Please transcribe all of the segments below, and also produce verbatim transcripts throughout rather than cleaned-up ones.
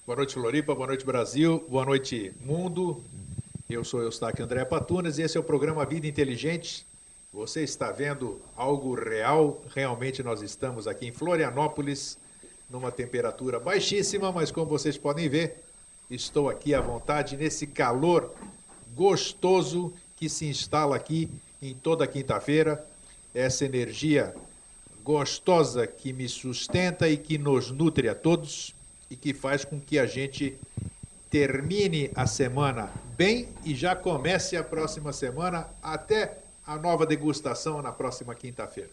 Boa noite, Floripa. Boa noite, Brasil. Boa noite, mundo. Eu sou Eustáquio André Patunas e esse é o programa Vida Inteligente. Você está vendo algo real? Realmente nós estamos aqui em Florianópolis, numa temperatura baixíssima, mas como vocês podem ver, estou aqui à vontade nesse calor gostoso que se instala aqui em toda quinta-feira. Essa energia gostosa que me sustenta e que nos nutre a todos e que faz com que a gente termine a semana bem e já comece a próxima semana até a nova degustação na próxima quinta-feira.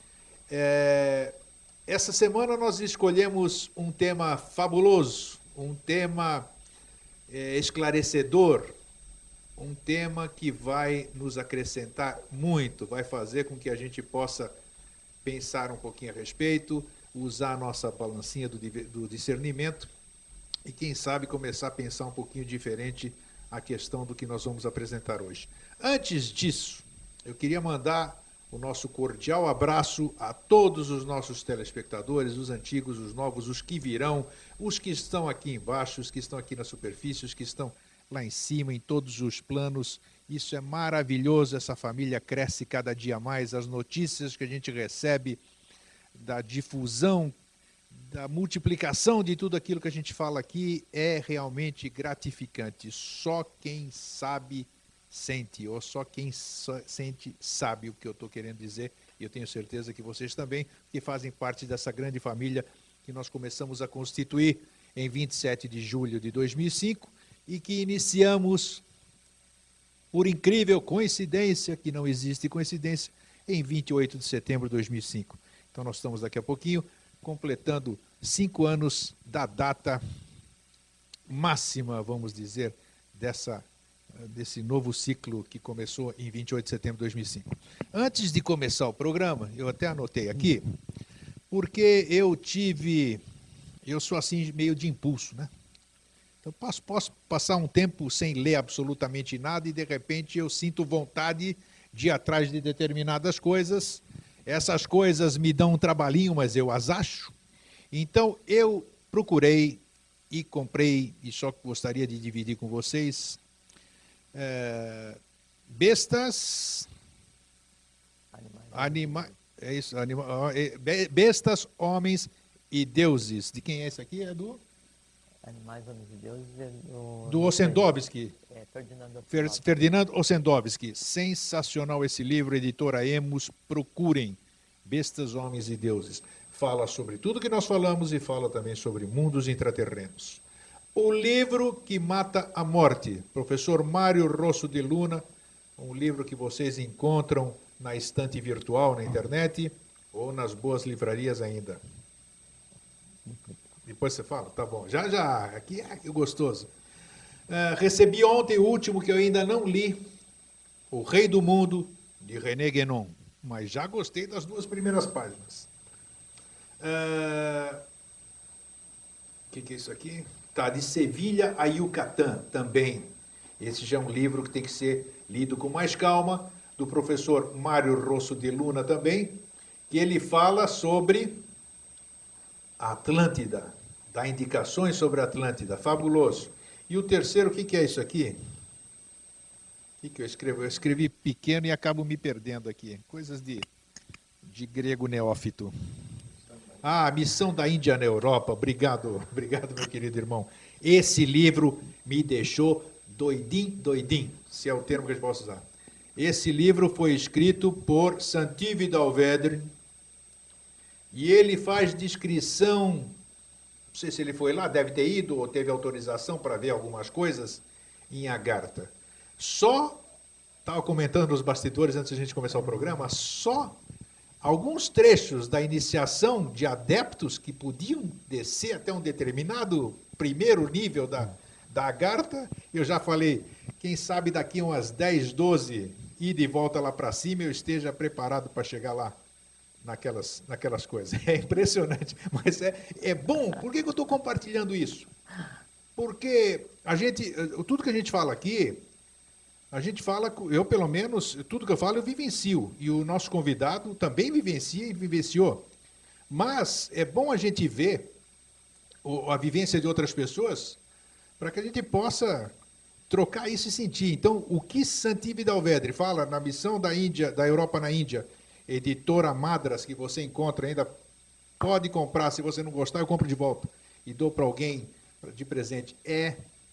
É, essa semana nós escolhemos um tema fabuloso, um tema é, esclarecedor, um tema que vai nos acrescentar muito, vai fazer com que a gente possa pensar um pouquinho a respeito, usar a nossa balancinha do, do discernimento e, quem sabe, começar a pensar um pouquinho diferente a questão do que nós vamos apresentar hoje. Antes disso, eu queria mandar o nosso cordial abraço a todos os nossos telespectadores, os antigos, os novos, os que virão, os que estão aqui embaixo, os que estão aqui na superfície, os que estão lá em cima, em todos os planos. Isso é maravilhoso, essa família cresce cada dia mais, as notícias que a gente recebe da difusão, da multiplicação de tudo aquilo que a gente fala aqui é realmente gratificante. Só quem sabe sente, ou só quem sente sabe o que eu estou querendo dizer, e eu tenho certeza que vocês também, que fazem parte dessa grande família que nós começamos a constituir em vinte e sete de julho de dois mil e cinco, e que iniciamos, por incrível coincidência, que não existe coincidência, em vinte e oito de setembro de dois mil e cinco. Então nós estamos daqui a pouquinho completando cinco anos da data máxima, vamos dizer, dessa, desse novo ciclo que começou em vinte e oito de setembro de dois mil e cinco. Antes de começar o programa, eu até anotei aqui, porque eu tive, eu sou assim meio de impulso, né? Eu posso, posso passar um tempo sem ler absolutamente nada e, de repente, eu sinto vontade de ir atrás de determinadas coisas. Essas coisas me dão um trabalhinho, mas eu as acho. Então, eu procurei e comprei, e só gostaria de dividir com vocês, é, bestas... Animais. É isso, anima, bestas, homens e deuses. De quem é esse aqui? É do... Animais, Homens e Deuses, do, do Ossendowski. É, Ferdinando, Ferdinando Ossendowski. Sensacional esse livro, editora Emos, procurem. Bestas, Homens e Deuses. Fala sobre tudo que nós falamos e fala também sobre mundos intraterrenos. O livro que mata a morte, professor Mário Rosso de Luna, um livro que vocês encontram na estante virtual na internet ou nas boas livrarias ainda. Depois você fala? Tá bom. Já, já. Aqui é gostoso. Uh, recebi ontem o último que eu ainda não li, O Rei do Mundo, de René Guénon. Mas já gostei das duas primeiras páginas. O uh, que, que é isso aqui? Tá, de Sevilha a Yucatán também. Esse já é um livro que tem que ser lido com mais calma, do professor Mário Rosso de Luna também, que ele fala sobre a Atlântida. Dá indicações sobre a Atlântida, fabuloso. E o terceiro, o que, que é isso aqui? O que, que eu escrevo? Eu escrevi pequeno e acabo me perdendo aqui. Coisas de, de grego neófito. Ah, a Missão da Índia na Europa. Obrigado, obrigado, meu querido irmão. Esse livro me deixou doidinho, doidinho, se é o termo que a gente possa usar. Esse livro foi escrito por Santivi Dalvedre e ele faz descrição. Não sei se ele foi lá, deve ter ido ou teve autorização para ver algumas coisas em Agartha. Só, estava comentando nos bastidores antes de a gente começar o programa, só alguns trechos da iniciação de adeptos que podiam descer até um determinado primeiro nível da, da Agartha. Eu já falei, quem sabe daqui umas dez, doze, ida e volta lá para cima, eu esteja preparado para chegar lá. Naquelas, naquelas coisas. É impressionante, mas é, é bom. Por que, que eu estou compartilhando isso? Porque a gente, tudo que a gente fala aqui, a gente fala, eu pelo menos, tudo que eu falo eu vivencio, e o nosso convidado também vivencia e vivenciou. Mas é bom a gente ver a vivência de outras pessoas, para que a gente possa trocar isso e sentir. Então, o que Santi Vidalvedre fala na missão da Índia, da Europa na Índia, editora Madras, que você encontra ainda, pode comprar, se você não gostar, eu compro de volta e dou para alguém de presente. É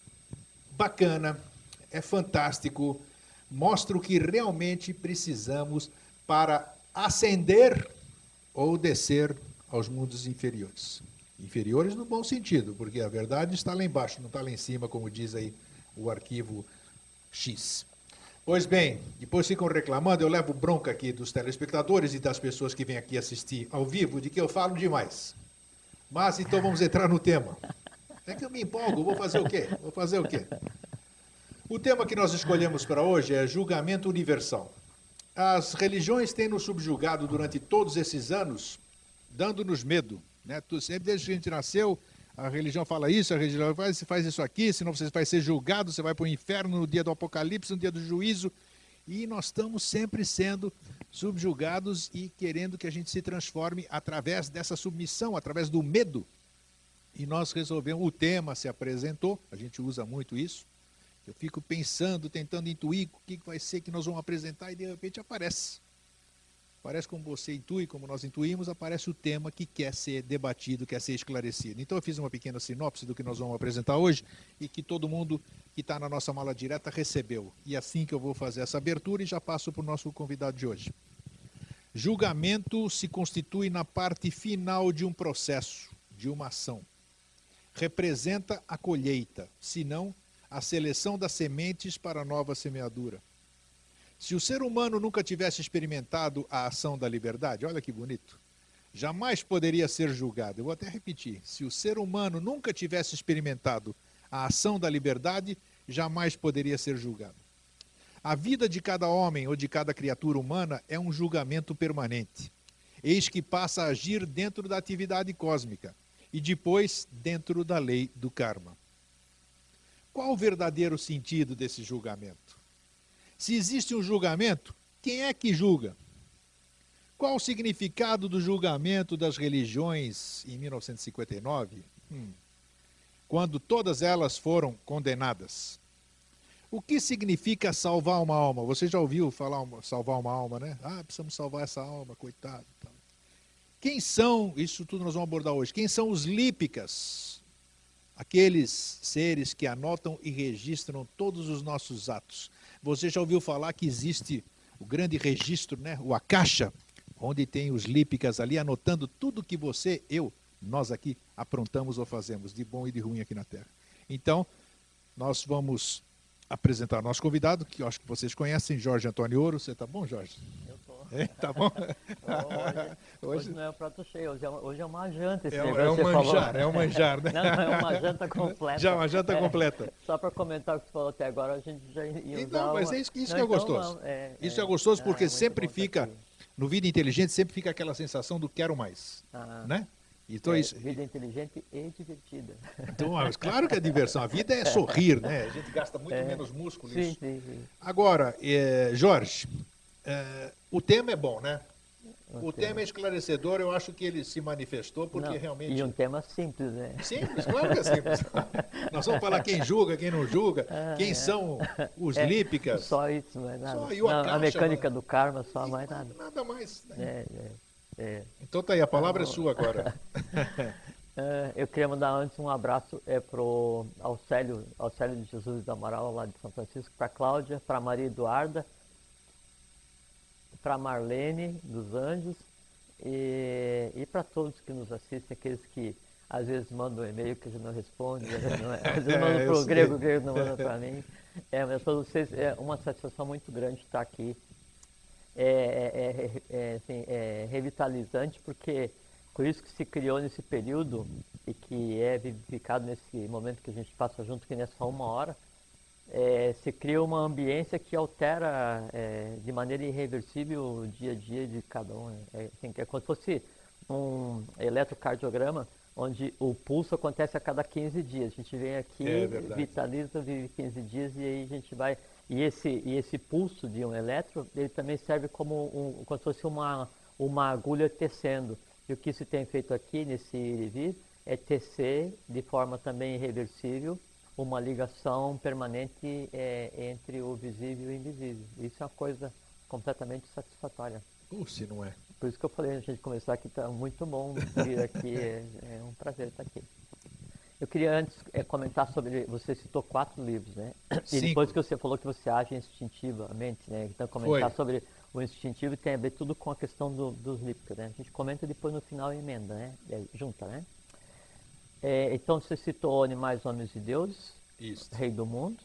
bacana, é fantástico, mostra o que realmente precisamos para ascender ou descer aos mundos inferiores. Inferiores no bom sentido, porque a verdade está lá embaixo, não está lá em cima, como diz aí o arquivo X. Pois bem, depois ficam reclamando, eu levo bronca aqui dos telespectadores e das pessoas que vêm aqui assistir ao vivo, de que eu falo demais. Mas então vamos entrar no tema. É que eu me empolgo, vou fazer o quê? Vou fazer o quê? O tema que nós escolhemos para hoje é julgamento universal. As religiões têm nos subjugado durante todos esses anos, dando-nos medo, né? Sempre desde que a gente nasceu, a religião fala isso, a religião faz, faz isso aqui, senão você vai ser julgado, você vai para o inferno no dia do apocalipse, no dia do juízo. E nós estamos sempre sendo subjugados e querendo que a gente se transforme através dessa submissão, através do medo. E nós resolvemos, o tema se apresentou, a gente usa muito isso. Eu fico pensando, tentando intuir o que vai ser que nós vamos apresentar e de repente aparece. Aparece como você intui, como nós intuímos, aparece o tema que quer ser debatido, quer ser esclarecido. Então eu fiz uma pequena sinopse do que nós vamos apresentar hoje e que todo mundo que está na nossa mala direta recebeu. E assim que eu vou fazer essa abertura e já passo para o nosso convidado de hoje. Julgamento se constitui na parte final de um processo, de uma ação. Representa a colheita, se não a seleção das sementes para a nova semeadura. Se o ser humano nunca tivesse experimentado a ação da liberdade, olha que bonito, jamais poderia ser julgado. Eu vou até repetir, se o ser humano nunca tivesse experimentado a ação da liberdade, jamais poderia ser julgado. A vida de cada homem ou de cada criatura humana é um julgamento permanente. Eis que passa a agir dentro da atividade cósmica e depois dentro da lei do karma. Qual o verdadeiro sentido desse julgamento? Se existe um julgamento, quem é que julga? Qual o significado do julgamento das religiões em mil novecentos e cinquenta e nove, hum, quando todas elas foram condenadas? O que significa salvar uma alma? Você já ouviu falar uma, salvar uma alma, né? Ah, precisamos salvar essa alma, coitado. Quem são, isso tudo nós vamos abordar hoje, quem são os lípicas? Aqueles seres que anotam e registram todos os nossos atos. Você já ouviu falar que existe o grande registro, né? O Akasha, onde tem os lípicas ali anotando tudo que você, eu, nós aqui aprontamos ou fazemos, de bom e de ruim aqui na Terra. Então, nós vamos apresentar nosso convidado, que eu acho que vocês conhecem, Jorge Antônio Ouro. Você tá bom, Jorge? Eu tô. É, tá bom? Hoje, hoje não é um prato cheio, hoje é uma, hoje é uma janta esse é, negócio é um que você manjar, falou. é um manjar, né? Não, é uma janta completa. Já, uma janta É, completa. Só para comentar o que você falou até agora, a gente já ia Então, usar mas uma... é isso, isso não, que é então, gostoso. não, é, Isso é, é gostoso porque é muito sempre bom estar fica, aqui. no Vida Inteligente, sempre fica aquela sensação do quero mais, Ah, né? Então, é, isso, vida inteligente e divertida. então, claro que é diversão. A vida é sorrir, né? A gente gasta muito É, menos músculo. Sim, Isso. sim, sim. Agora, é, Jorge, é, o tema é bom, né? Um O tema. tema é esclarecedor, eu acho que ele se manifestou porque Não, realmente... E um tema simples, né? Simples, claro que é simples. Nós vamos falar quem julga, quem não julga, Ah, quem é. são os É, lípicas. Só isso, não é nada. Só, e o Não, Akasha, a mecânica né? do karma, só E mais nada. Nada mais. Né? É, é, é. Então tá aí, a palavra é Ah, sua agora. É, eu queria mandar antes um abraço é, pro Alcélio, Alcélio de Jesus do Amaral, lá de São Francisco, para Cláudia, para Maria Eduarda, para Marlene dos Anjos e, e para todos que nos assistem, aqueles que às vezes mandam um e-mail que a gente não responde, não é? Às vezes mandam É, eu para o sei. grego, o grego não manda para mim. É, mas para vocês é uma satisfação muito grande estar aqui. É, é, é, é, assim, é revitalizante porque por isso que se criou nesse período e que é vivificado nesse momento que a gente passa junto, que nessa uma hora, é, se cria uma ambiência que altera é, de maneira irreversível o dia a dia de cada um. É, assim, é como se fosse um eletrocardiograma, onde o pulso acontece a cada quinze dias. A gente vem aqui, É verdade. vitaliza, vive quinze dias e aí a gente vai... E esse, e esse pulso de um elétron, ele também serve como, um, como se fosse uma, uma agulha tecendo. E o que se tem feito aqui nesse ir e vir é tecer de forma também irreversível uma ligação permanente é, entre o visível e o invisível. Isso é uma coisa completamente satisfatória. Uh, se não é. Por isso que eu falei antes de começar aqui, está muito bom vir aqui, é, é um prazer estar aqui. Eu queria antes é, comentar sobre, você citou quatro livros, né? E Cinco. depois que você falou que você age instintivamente, né? Então comentar Foi. sobre o instintivo tem a ver tudo com a questão do, dos lípicos, né? A gente comenta depois no final e emenda, né? É, junta, né? É, então você citou Animais, Homens e Deuses, Isso. Rei do Mundo.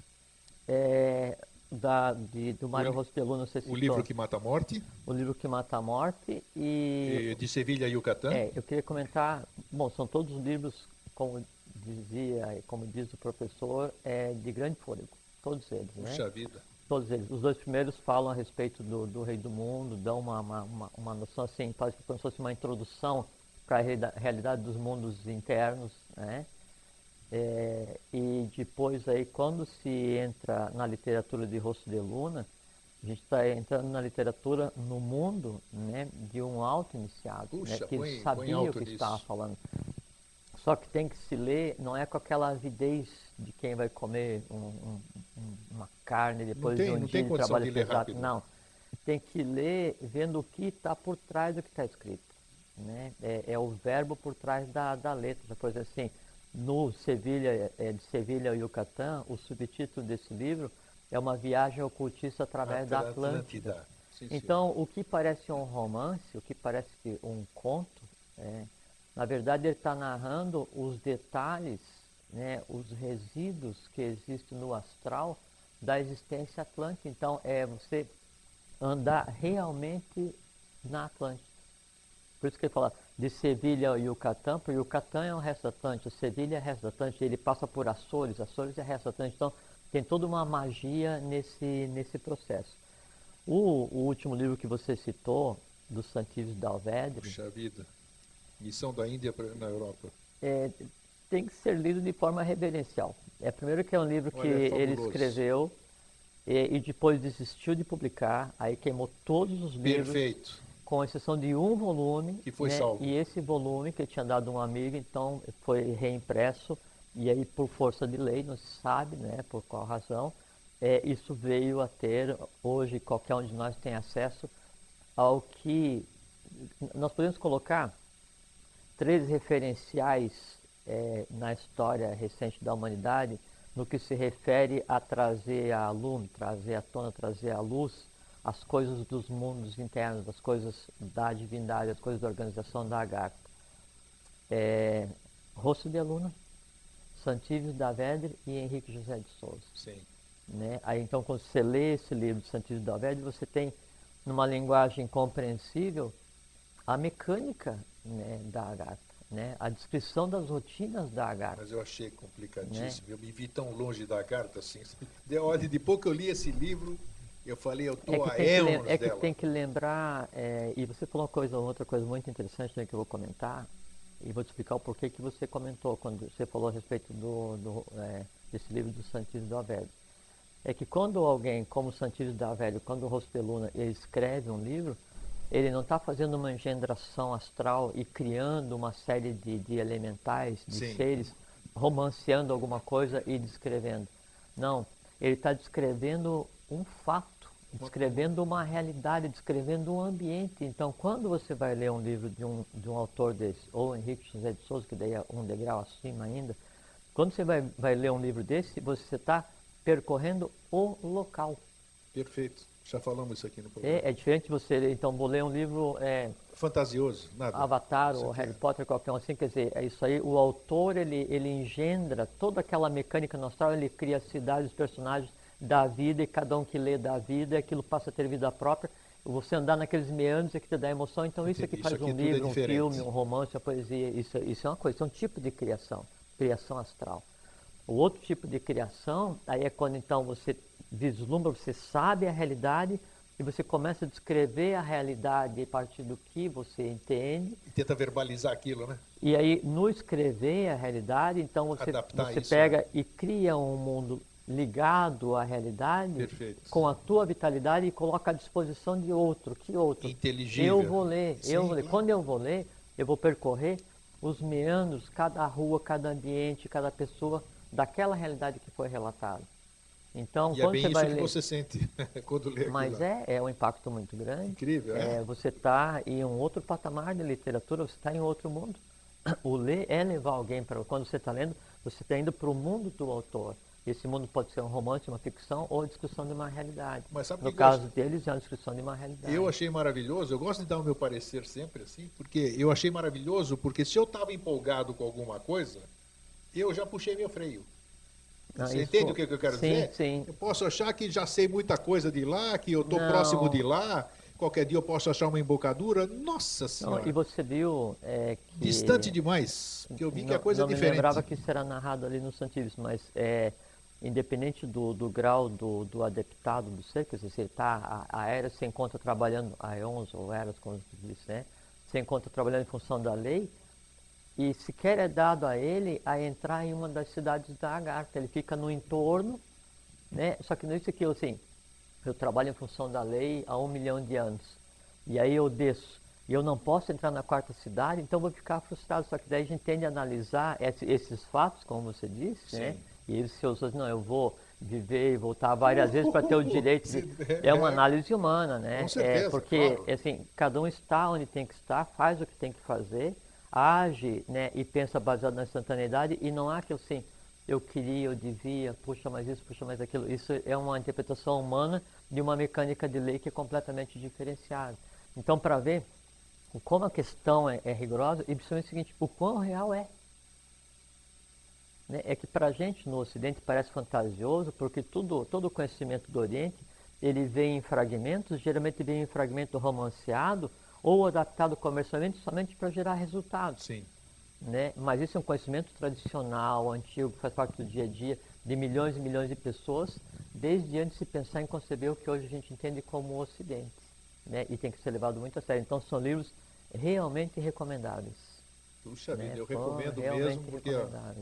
É, da, de, do Mário li- Rostelluno você citou O livro que mata a morte, O Livro que Mata a Morte e eh, de Sevilha a Yucatán. é, eu queria comentar, bom, são todos livros, como dizia, e como diz o professor, é, de grande fôlego, todos eles, né? Puxa vida. Todos eles. Os dois primeiros falam a respeito do, do Rei do Mundo, dão uma, uma, uma, uma noção assim, quase como se fosse uma introdução para a realidade dos mundos internos, né? É, e depois aí, quando se entra na literatura de Rosselluno, a gente está entrando na literatura no mundo, né, de um auto-iniciado, né, Puxa, que põe- ele põe sabia o alto que nisso. estava falando. Só que tem que se ler, não é com aquela avidez de quem vai comer um- um- um- uma carne depois tem- de um não dia tem de condição trabalho de ler pesado. rápido. Não, tem que ler vendo o que está por trás do que está escrito, né? É, é o verbo por trás da, da letra. Por exemplo, assim, no Sevilha, é, de Sevilha ao Yucatán, o subtítulo desse livro é uma viagem ocultista através da Atlântida. Sim, Então, o que parece um romance, o que parece um conto, é, na verdade ele está narrando os detalhes, né, os resíduos que existem no astral da existência atlântica. Então, é você andar realmente na Atlântida. Por isso que ele fala de Sevilha ao Yucatán, porque o Yucatán é o resto Atlântico, Sevilha é o resto Atlântico, ele passa por Açores, Açores é o resto Atlântico. Então, tem toda uma magia nesse, nesse processo. O, o último livro que você citou, do Santives Dalvedre, Puxa vida. Missão da Índia pra, na Europa. é, tem que ser lido de forma reverencial. É, primeiro que é um livro que Olha, é ele fabuloso. escreveu e, e depois desistiu de publicar, aí queimou todos os livros, Perfeito. com exceção de um volume, Que foi né? salvo. E esse volume que eu tinha dado a um amigo, então foi reimpresso, e aí por força de lei, não se sabe, né, por qual razão, é, isso veio a ter, hoje qualquer um de nós tem acesso ao que nós podemos colocar três referenciais é, na história recente da humanidade no que se refere a trazer à lume, trazer à tona, trazer à luz as coisas dos mundos internos, as coisas da divindade, as coisas da organização da Agartha. É, Rosselluno, Santives Dalvedre e Henrique José de Souza. Sim. Né? Aí então, quando você lê esse livro de Santives Dalvedre, você tem, numa linguagem compreensível, a mecânica, né, da Agartha, né? A descrição das rotinas da Agartha. Mas eu achei complicadíssimo. Né? Eu me vi tão longe da carta assim. De, olha, de pouco eu li esse livro, eu falei, eu estou há anos É que dela. tem que lembrar, é, e você falou uma coisa, outra coisa muito interessante, né, que eu vou comentar, e vou te explicar o porquê que você comentou quando você falou a respeito do, do, é, desse livro do Santives Dalvedre. É que quando alguém, como Santives Dalvedre, quando o Rosselluno, ele escreve um livro, ele não está fazendo uma engendração astral e criando uma série de, de elementais, de Sim. seres, romanceando alguma coisa e descrevendo. Não, ele está descrevendo um fato, descrevendo uma realidade, descrevendo um ambiente. Então, quando você vai ler um livro de um, de um autor desse, ou Henrique José de Souza, que daí é um degrau acima ainda, quando você vai, vai ler um livro desse, você está percorrendo o local. Perfeito. Já falamos isso aqui no programa. É, é diferente você, então, vou ler um livro... É, fantasioso, nada. Avatar ou Harry é. Potter, qualquer um assim, quer dizer, é isso aí, o autor, ele, ele engendra toda aquela mecânica no astral, ele cria cidades, personagens da vida, e cada um que lê da vida, aquilo passa a ter vida própria, você andar naqueles meandros é que te dá emoção, então isso aqui faz um livro, é um filme, um romance, uma poesia, isso, isso é uma coisa, isso é um tipo de criação, criação astral. O outro tipo de criação, aí é quando então você vislumbra, você sabe a realidade, e você começa a descrever a realidade a partir do que você entende. E tenta verbalizar aquilo, né? E aí, no escrever a realidade, então você, você isso, pega né? e cria um mundo ligado à realidade, Perfeito. com a tua vitalidade e coloca à disposição de outro. Que outro? Inteligível. Eu vou ler, Sim, eu vou ler. claro. Quando eu vou ler, eu vou percorrer os meandros, cada rua, cada ambiente, cada pessoa, daquela realidade que foi relatada. Então, E é quando bem você isso vai que ler, você sente quando lê aquilo mas lá. é, é um impacto muito grande. Incrível, é? É, você está em um outro patamar de literatura, você está em outro mundo. O ler é levar alguém para. Quando você está lendo, você está indo para o mundo do autor. Esse mundo pode ser um romance, uma ficção ou a descrição de uma realidade. Mas sabe o No que que eu acho? caso deles, é uma descrição de uma Eu realidade. achei maravilhoso, eu gosto de dar o meu parecer sempre assim, porque eu achei maravilhoso, porque se eu estava empolgado com alguma coisa, eu já puxei meu freio. Não, Você entende o isso, que que eu quero sim, dizer? sim. Eu posso achar que já sei muita coisa de lá, que eu estou próximo de Não, lá, qualquer dia eu posso achar uma embocadura. Nossa não, e Senhora, você viu é, distante que demais, porque eu vi que a não, coisa é não me lembrava diferente. que isso era narrado ali no Santíssimo, mas é, independente do, do grau do, do adeptado do ser, quer dizer, se ele está, a, a Eras se encontra trabalhando, a Eons ou Eras, como se diz, né? Se encontra trabalhando em função da lei, e sequer é dado a ele a entrar em uma das cidades da Agartha. Ele fica no entorno, né? Só que não é isso aqui, assim, eu trabalho em função da lei há um milhão de anos. E aí eu desço. E eu não posso entrar na quarta cidade, então vou ficar frustrado. Só que daí a gente tende a analisar esses fatos, como você disse, né? Sim. E eles se usam, não, eu vou viver e voltar várias vezes para ter o direito de... É uma É, análise humana, com né? É, certeza, porque, claro. assim, cada um está onde tem que estar, faz o que tem que fazer, age, né? E pensa baseado na instantaneidade, e não há que, assim, eu queria, eu devia, puxa mais isso, puxa mais aquilo. Isso é uma interpretação humana de uma mecânica de lei que é completamente diferenciada. Então, para ver o como a questão é, é rigorosa, e principalmente o seguinte, o quão real é. Né? É que para a gente no Ocidente parece fantasioso, porque tudo, todo o conhecimento do Oriente, ele vem em fragmentos, geralmente vem em fragmento romanceado ou adaptado comercialmente somente para gerar resultados. Sim. Né? Mas isso é um conhecimento tradicional, antigo, que faz parte do dia a dia de milhões e milhões de pessoas, desde antes de se pensar em conceber o que hoje a gente entende como o Ocidente. Né? E tem que ser levado muito a sério. Então são livros realmente recomendáveis. Puxa Né? vida, eu Foram recomendo mesmo, realmente porque ó, recomendáveis.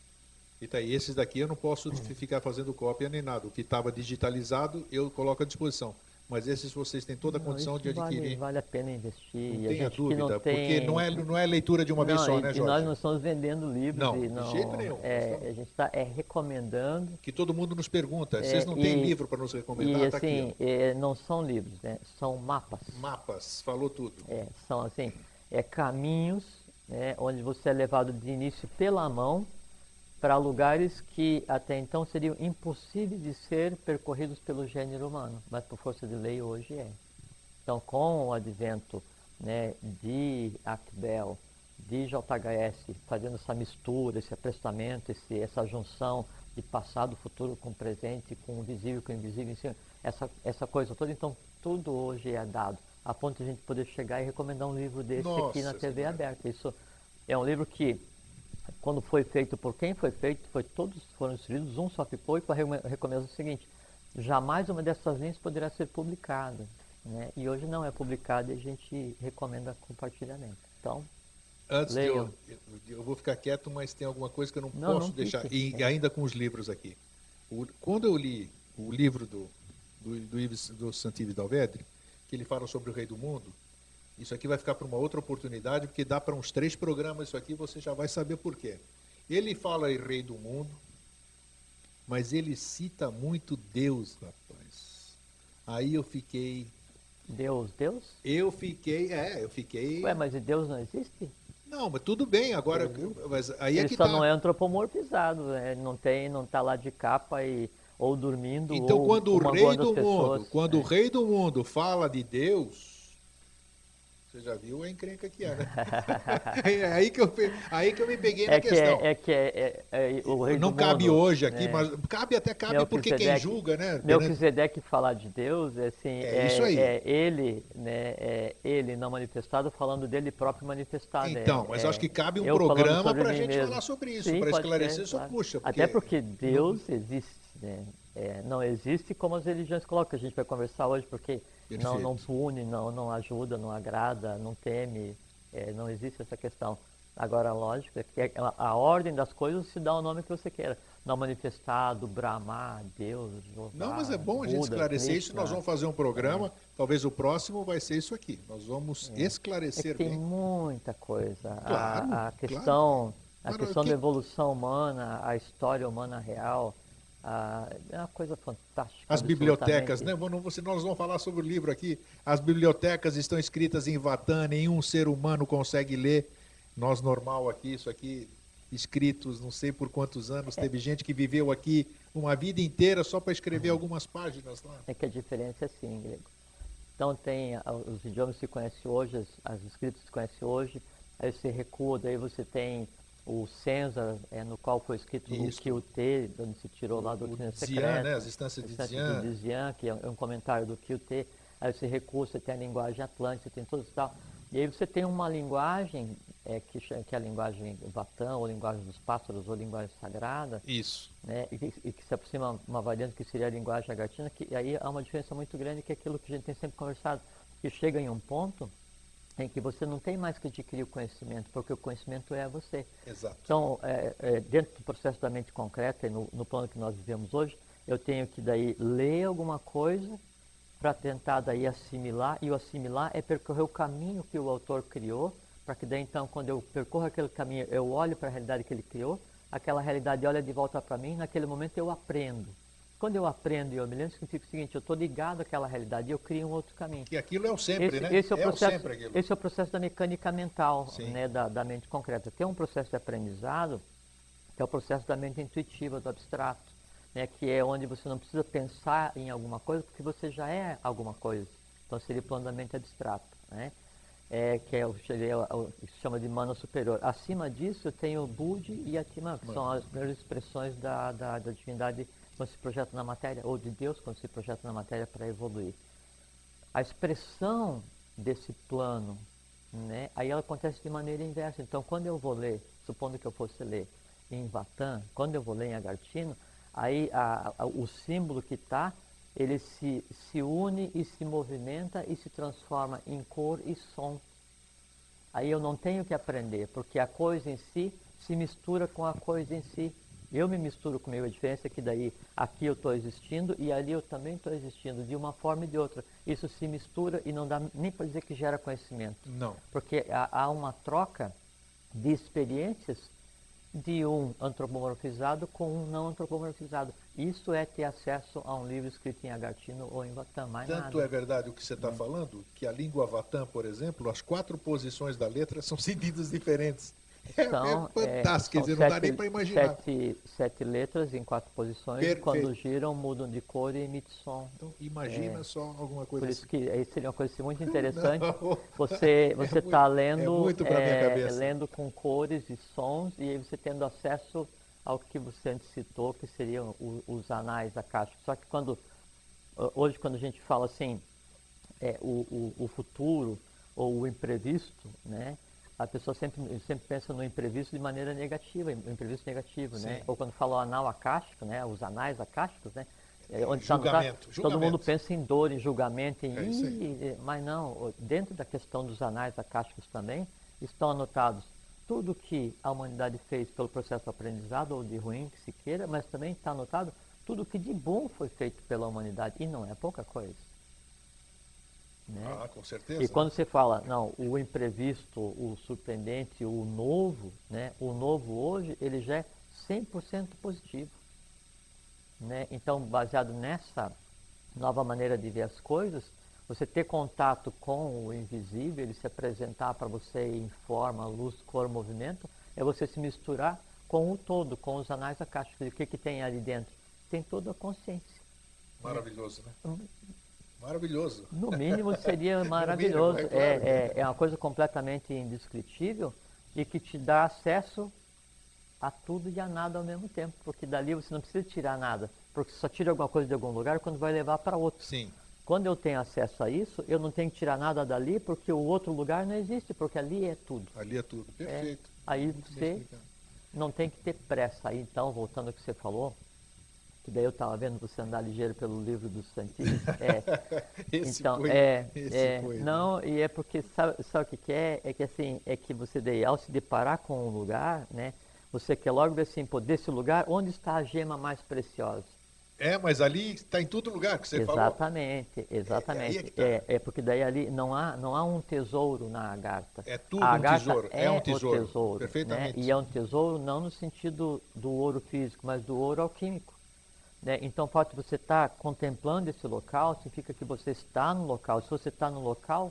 e tá aí, esses daqui eu não posso ficar fazendo cópia nem nada. O que estava digitalizado eu coloco à disposição. Mas esses vocês têm toda a Não, condição de isso vale, adquirir. vale a pena investir. Não E a tenha gente que não dúvida, porque não tem. é, não é leitura de uma vez Não, só, e, né, e nós Jorge? não estamos vendendo livros Não, e de jeito não. nenhum. Nós É, estamos... a gente está é, recomendando. Que todo mundo nos pergunta, vocês É, não têm e, livro para nos recomendar? e Está aqui, assim, ó. é, não são livros, né? São mapas. Mapas, falou tudo. É, são assim, é caminhos, né, onde você é levado de início pela mão para lugares que até então seriam impossíveis de ser percorridos pelo gênero humano, mas por força de lei hoje é. Então, com o advento, né, de Acbel, de J H S, fazendo essa mistura, esse aprestamento, esse, essa junção de passado, futuro com presente, com o visível com o invisível, assim, essa, essa coisa toda, então tudo hoje é dado, a ponto de a gente poder chegar e recomendar um livro desse aqui na Nossa T V Senhora. aberta. Isso é um livro que, quando foi feito, por quem foi feito, foi todos foram escritos, um só ficou, e para recomendar o seguinte, jamais uma dessas linhas poderá ser publicada. Né? E hoje não é publicado e a gente recomenda compartilhamento. Então, Antes de leiam. eu, eu, eu vou ficar quieto, mas tem alguma coisa que eu não, Não, posso não deixar, fique. e É. ainda com os livros aqui. O, quando eu li o livro do, do, do Yves do Santive Dalvedre, que ele fala sobre o Rei do Mundo, isso aqui vai ficar para uma outra oportunidade, porque dá para uns três programas isso aqui, você já vai saber por quê. Ele fala em Rei do Mundo, mas ele cita muito Deus, rapaz. Aí eu fiquei... Deus, Deus? Eu fiquei, é, eu fiquei... Ué, mas Deus não existe? Não, mas tudo bem, agora... Mas aí é Ele que só tá. não é antropomorfizado, né? Ele não tem, não está lá de capa e ou dormindo Então, ou, quando ou o Rei magoando as do pessoas. Mundo, quando o Né? Rei do Mundo fala de Deus... Você já viu a encrenca que é, né? É aí que eu, aí que eu me peguei na É que questão. é, é, que é, é, é o Rei Não do cabe Mundo. hoje aqui, Né? mas cabe até cabe porque quem Melquisedeque, julga, né? Melquisedeque falar de Deus, é assim, É isso é, aí. é ele, né, é ele não manifestado falando dele próprio manifestado. Então, é, mas é acho que cabe um eu falando programa sobre para a mim gente mesmo. falar sobre isso, Sim, para pode esclarecer ser, isso. claro. Puxa, porque Até porque não- Deus existe, né? É, não existe como as religiões colocam, que a gente vai conversar hoje, porque não, não Perfeito. pune, não, não ajuda, não agrada, não teme, é, não existe essa questão. Agora, lógico, é que a, a ordem das coisas se dá o nome que você queira. não manifestado, Brahma, Deus, Jeová, Não, mas é bom a gente Buda, esclarecer isso. Krishna. Nós vamos fazer um programa, talvez o próximo vai ser isso aqui. Nós vamos É que esclarecer tem bem. muita coisa. Claro, A, a claro. questão, a Agora, o questão que- da evolução humana, a história humana real, a- é uma coisa fantástica. As bibliotecas, né? absolutamente. Vamos- você- Nós vamos falar sobre o livro aqui. As bibliotecas estão escritas em Vatan, nenhum ser humano consegue ler. Nós, normal aqui, isso aqui, escritos não sei por quantos anos. Teve gente que viveu aqui uma vida inteira só para escrever algumas páginas lá. É que a diferença é assim, grego. Então tem a- os idiomas que se conhece hoje, as, as escritas que se conhece hoje, aí você recua, daí você tem o Censor, é, no qual foi escrito Isso. o Kyuté, onde se tirou lá do O Doutrina Dzian, Secreta. né? As instâncias de Instância Dzian. do Dzian, que é um comentário do Kyuté. Aí você recua, você tem a linguagem atlântica, tem tudo isso e tal. E aí você tem uma linguagem, é, que, cha- que é a linguagem Vatan, ou linguagem dos pássaros, ou linguagem sagrada, Isso. né, e, que, e que se aproxima a uma variante que seria a linguagem lagartina, que aí há uma diferença muito grande, que é aquilo que a gente tem sempre conversado, que chega em um ponto em que você não tem mais que adquirir o conhecimento, porque o conhecimento é você. Exato. Então, é, é, dentro do processo da mente concreta, e no, no plano que nós vivemos hoje, eu tenho que daí ler alguma coisa para tentar daí assimilar, e o assimilar é percorrer o caminho que o autor criou, para que daí então, quando eu percorro aquele caminho, eu olho para a realidade que ele criou, aquela realidade olha de volta para mim, naquele momento eu aprendo. Quando eu aprendo e eu me lembro, significa o seguinte, eu estou ligado àquela realidade e eu crio um outro caminho. E aquilo é o sempre, Esse, né? esse é, o é processo, o sempre aquilo. esse é o processo da mecânica mental, Sim. né, da, da mente concreta. Tem um processo de aprendizado, que é o processo da mente intuitiva, do abstrato, né, que é onde você não precisa pensar em alguma coisa, porque você já é alguma coisa. Então seria o plano da mente abstrato, né? É, que é o, seria o, o que se chama de mana superior. Acima disso eu tenho o Budi e Atman, que são as primeiras expressões da, da, da divindade quando se projeta na matéria, ou de Deus quando se projeta na matéria para evoluir. A expressão desse plano, né, aí ela acontece de maneira inversa. Então, quando eu vou ler, supondo que eu fosse ler em Vatan, quando eu vou ler em Agartino, aí a, a, o símbolo que está, ele se, se une e se movimenta e se transforma em cor e som. Aí eu não tenho que aprender, porque a coisa em si se mistura com a coisa em si. Eu me misturo comigo, a diferença é que daí aqui eu estou existindo e ali eu também estou existindo, de uma forma e de outra. Isso se mistura e não dá nem para dizer que gera conhecimento. Não. Porque há, há uma troca de experiências de um antropomorfizado com um não antropomorfizado. Isso é ter acesso a um livro escrito em Agartino ou em Vatan, mais Tanto nada. é verdade o que você está falando, que a língua Vatan, por exemplo, as quatro posições da letra são sentidos diferentes. É, São, é é, fantástico, quer são dizer, não dá sete, nem para imaginar. sete, sete letras em quatro posições, e Perfeito. quando giram mudam de cor e emitem som. Então, imagina É, só alguma coisa Por isso assim. que aí seria uma coisa assim, muito interessante. Não. Você É você muito- está é lendo, muito pra minha é, cabeça. lendo com cores e sons, e aí você tendo acesso ao que você antes citou, que seriam o- os anais acásticos. Só que quando, hoje quando a gente fala assim, é, o, o, o futuro ou o imprevisto, né? A pessoa sempre, sempre pensa no imprevisto de maneira negativa, o imprevisto negativo, né? Sim. Ou quando fala o anal acástico, né? Os anais acásticos, né? É, onde tá Julgamento, anotado, todo julgamento. mundo pensa em dor, em julgamento, em É isso aí. "Ih", mas não, dentro da questão dos anais acásticos também, estão anotados tudo que a humanidade fez pelo processo do aprendizado, ou de ruim, que se queira, mas também está anotado tudo que de bom foi feito pela humanidade, e não é pouca coisa. Né? Ah, com certeza. E quando você fala, não, o imprevisto, o surpreendente, o novo, né? O novo hoje, ele já é cem por cento positivo. Né? Então, baseado nessa nova maneira de ver as coisas, você ter contato com o invisível, ele se apresentar para você em forma, luz, cor, movimento, é você se misturar com o todo, com os anais acásticos. E o que, que tem ali dentro? Tem toda a consciência. Maravilhoso, né? Maravilhoso. No mínimo seria maravilhoso. mínimo, é claro que é, é, é uma coisa completamente indescritível e que te dá acesso a tudo e a nada ao mesmo tempo. Porque dali você não precisa tirar nada. Porque você só tira alguma coisa de algum lugar quando vai levar para outro. Sim. Quando eu tenho acesso a isso, eu não tenho que tirar nada dali porque o outro lugar não existe, porque ali é tudo. Ali é tudo. Perfeito. Aí Muito bem você explicado. não tem que ter pressa. Aí então, voltando ao que você falou, que daí eu estava vendo você andar ligeiro pelo livro dos Santíssimos. É, Esse então, foi, é, esse é foi, né? não, e é porque, sabe, sabe o que, que é? É que assim, é que você daí, ao se deparar com um lugar, né, você quer logo ver assim, pô, desse lugar, onde está a gema mais preciosa? É, mas ali está em todo lugar que você Exatamente, falou. É, é aí é exatamente. que tá. É, é porque daí ali não há, não há um tesouro na agarta. É A tudo um agarta tesouro. É um é o tesouro. tesouro, né? E Perfeitamente. é um tesouro não no sentido do ouro físico, mas do ouro alquímico. Né? Então, o fato de você estar contemplando esse local significa que você está no local. Se você está no local,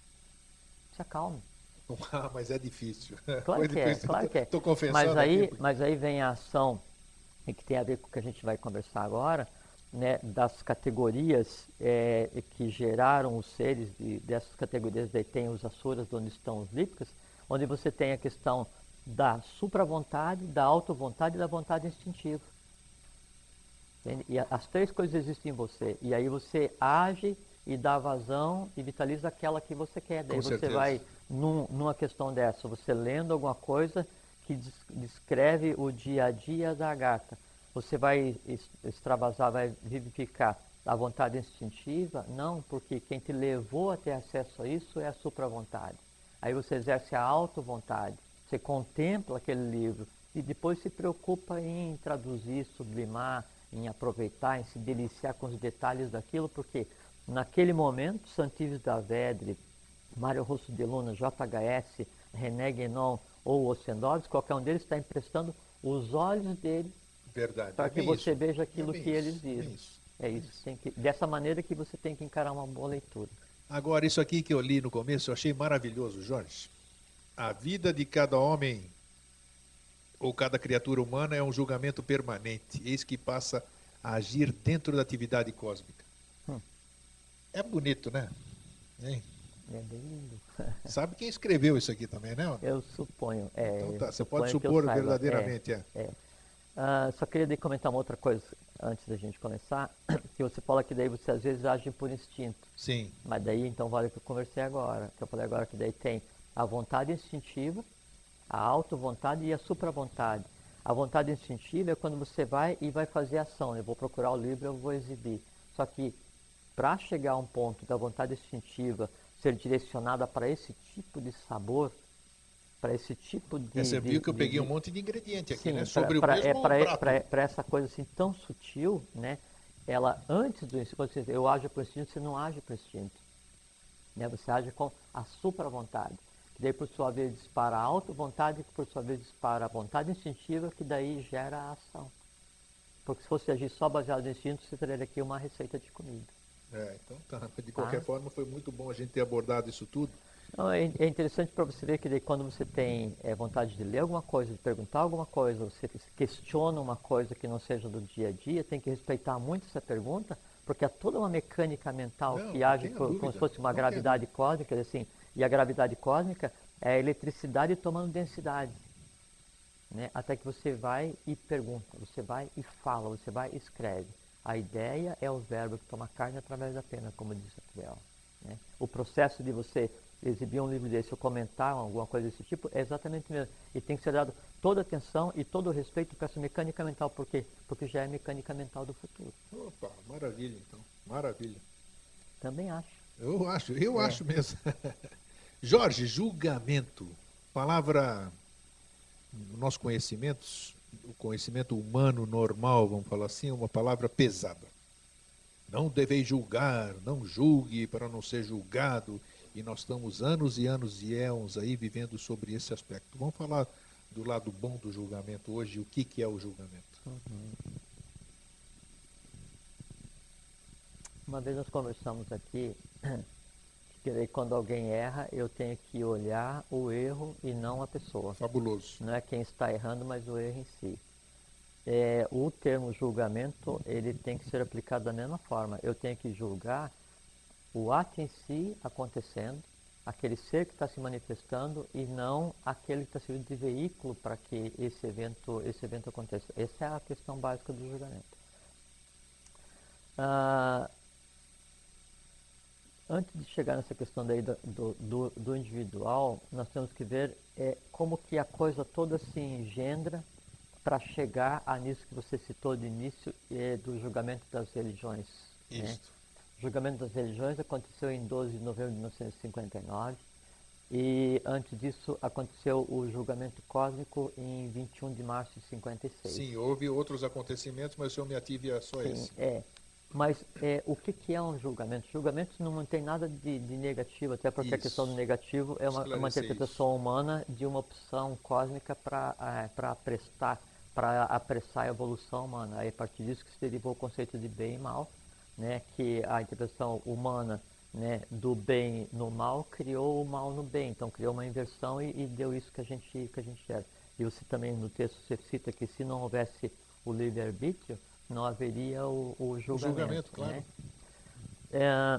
se acalme. Ah, mas é difícil. Claro Foi que é, difícil. claro que é. Estou Mas confessando aqui. aí, mas aí vem a ação, e que tem a ver com o que a gente vai conversar agora, né, das categorias é, que geraram os seres, de, dessas categorias, daí tem os asuras, onde estão os lípicas, onde você tem a questão da supravontade, da auto-vontade e da vontade instintiva. Entende? E a, as três coisas existem em você. E aí você age e dá vazão e vitaliza aquela que você quer. Daí Com você certeza. vai, num, numa questão dessa, você lendo alguma coisa que des, descreve o dia a dia da gata. Você vai extravasar, vai vivificar a vontade instintiva? Não, porque quem te levou a ter acesso a isso é a supravontade. Aí você exerce a auto-vontade. Você contempla aquele livro e depois se preocupa em traduzir, sublimar, em aproveitar, em se deliciar com os detalhes daquilo, porque naquele momento, Santives da Vedre, Mário Russo de Luna, J H S, René Guénon ou Ossendovski, qualquer um deles está emprestando os olhos dele para Verdade. É que bem você isso. veja É aquilo bem que eles isso. viram. Bem isso. É Bem isso. isso. Tem que, dessa maneira que você tem que encarar uma boa leitura. Agora, isso aqui que eu li no começo, eu achei maravilhoso, Jorge. A vida de cada homem ou cada criatura humana é um julgamento permanente, eis que passa a agir dentro da atividade cósmica. Hum. É bonito, né? Hein? É bem lindo. Sabe quem escreveu isso aqui também, né? Eu suponho. É, Então tá, eu você pode suponho que eu supor saiba. verdadeiramente, é. É, é. Ah, só queria comentar uma outra coisa antes da gente começar, que você fala que daí você às vezes age por instinto. Sim. Mas daí então vale o que eu conversei agora, que eu falei agora que daí tem a vontade instintiva, a auto-vontade e a supra-vontade. A vontade instintiva é quando você vai e vai fazer ação. Eu vou procurar o livro, eu vou exibir. Só que para chegar a um ponto da vontade instintiva ser direcionada para esse tipo de sabor, para esse tipo de... É, você de, viu que eu de, peguei um de monte de ingrediente aqui, sim, né? Sobre pra, o é mesmo prato. para essa coisa assim tão sutil, né? Ela antes do instinto, você, eu ajo por instinto, você não age por instinto. Né? Você age com a supra-vontade. Que daí por sua vez dispara a auto-vontade, que por sua vez dispara a vontade instintiva, que daí gera a ação. Porque se fosse agir só baseado no instinto, você teria aqui uma receita de comida. É, então tá. De qualquer Tá? forma, foi muito bom a gente ter abordado isso tudo. Não, é, é interessante para você ver que daí, quando você tem é, vontade de ler alguma coisa, de perguntar alguma coisa, você questiona uma coisa que não seja do dia a dia, tem que respeitar muito essa pergunta, porque há toda uma mecânica mental Não, que não age tenha por, como dúvida, se fosse uma não tenha gravidade cósmica, assim, e a gravidade cósmica é a eletricidade tomando densidade. Né? Até que você vai e pergunta, você vai e fala, você vai e escreve. A ideia é o verbo que toma carne através da pena, como diz a Triel. Né? O processo de você exibir um livro desse ou comentar alguma coisa desse tipo é exatamente o mesmo. E tem que ser dado toda a atenção e todo o respeito para essa mecânica mental. Por quê? Porque já é mecânica mental do futuro. Opa, maravilha então. Maravilha. Também acho. Eu acho, eu É. acho mesmo. Jorge, julgamento. Palavra, no nosso conhecimento, o conhecimento humano normal, vamos falar assim, é uma palavra pesada. Não deveis julgar, não julgue para não ser julgado. E nós estamos anos e anos e éons aí vivendo sobre esse aspecto. Vamos falar do lado bom do julgamento hoje, o que, que é o julgamento. Uhum. Uma vez nós conversamos aqui que daí, quando alguém erra, eu tenho que olhar o erro e não a pessoa. Fabuloso. Não é quem está errando, mas o erro em si. É, o termo julgamento, ele tem que ser aplicado da mesma forma. Eu tenho que julgar o ato em si acontecendo, aquele ser que está se manifestando e não aquele que está servindo de veículo para que esse evento, esse evento aconteça. Essa é a questão básica do julgamento. Ah, antes de chegar nessa questão daí do, do, do individual, nós temos que ver é, como que a coisa toda se engendra para chegar a nisso que você citou de início é, do julgamento das religiões. Né? Isso. O julgamento das religiões aconteceu em doze de novembro de mil novecentos e cinquenta e nove E antes disso aconteceu o julgamento cósmico em vinte e um de março de cinquenta e seis. Sim, houve outros acontecimentos, mas o senhor me ative a só Sim, esse. é. Mas é, o que, que é um julgamento? Julgamento não tem nada de, de negativo, até porque a questão do Isso. negativo é uma, uma Esclarecer isso. interpretação humana de uma opção cósmica para é, prestar, para apressar a evolução humana. Aí, a partir disso que se derivou o conceito de bem e mal, né, que a interpretação humana, né, do bem no mal criou o mal no bem, então criou uma inversão e, e deu isso que a gente que a gente quer. E você também no texto você cita que se não houvesse o livre-arbítrio, não haveria o, o julgamento. O julgamento, claro. Né? É,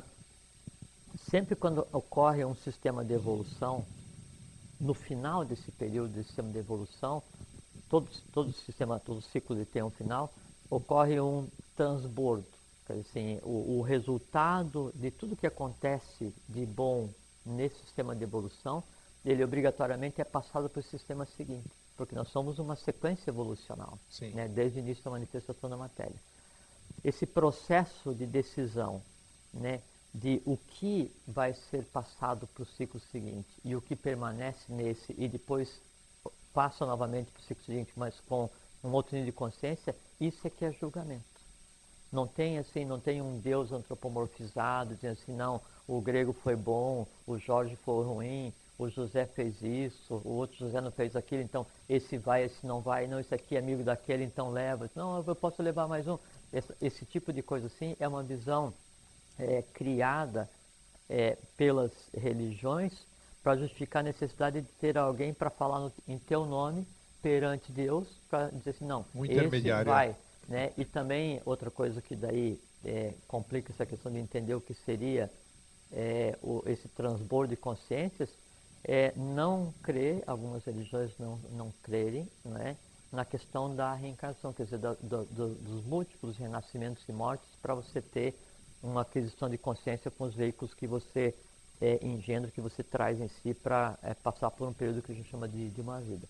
sempre quando ocorre um sistema de evolução, no final desse período de sistema de evolução, todo, todo sistema, todo ciclo ele tem um final, ocorre um transbordo. Quer dizer, assim, o, o resultado de tudo que acontece de bom nesse sistema de evolução, ele obrigatoriamente é passado para o sistema seguinte, porque nós somos uma sequência evolucional, né, desde o início da manifestação da matéria. Esse processo de decisão, né, de o que vai ser passado para o ciclo seguinte e o que permanece nesse e depois passa novamente para o ciclo seguinte, mas com um outro nível de consciência, isso é que é julgamento. Não tem assim, não tem um Deus antropomorfizado dizendo assim, não, o grego foi bom, o Jorge foi ruim, o José fez isso, o outro José não fez aquilo, então esse vai, esse não vai, não, esse aqui é amigo daquele, então leva. Não, eu posso levar mais um. Esse, esse tipo de coisa assim é uma visão é, criada é, pelas religiões para justificar a necessidade de ter alguém para falar no, em teu nome perante Deus, para dizer assim, não, um esse vai. Né? E também outra coisa que daí é, complica essa questão de entender o que seria é, o, esse transbordo de consciências é não crer, algumas religiões não, não crerem, né, na questão da reencarnação, quer dizer, da, do, do, dos múltiplos renascimentos e mortes para você ter uma aquisição de consciência com os veículos que você é, engendra, que você traz em si para é, passar por um período que a gente chama de, de uma vida.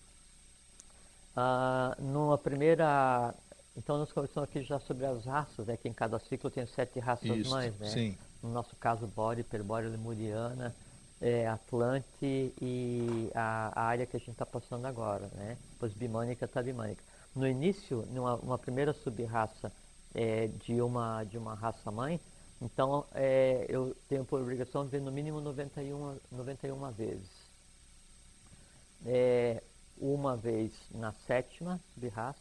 Ah, numa primeira... Então, nós conversamos aqui já sobre as raças, né, que em cada ciclo tem sete raças Isso, mães, né? Sim. No nosso caso, Bórea, Hiperbórea, Lemuriana, é, Atlante e a, a área que a gente está passando agora, né? Depois Bimânica, Tabimânica. No início, numa uma primeira sub-raça é, de, uma, de uma raça mãe, então é, eu tenho por obrigação de ver no mínimo noventa e uma, noventa e uma vezes. É, uma vez na sétima sub-raça,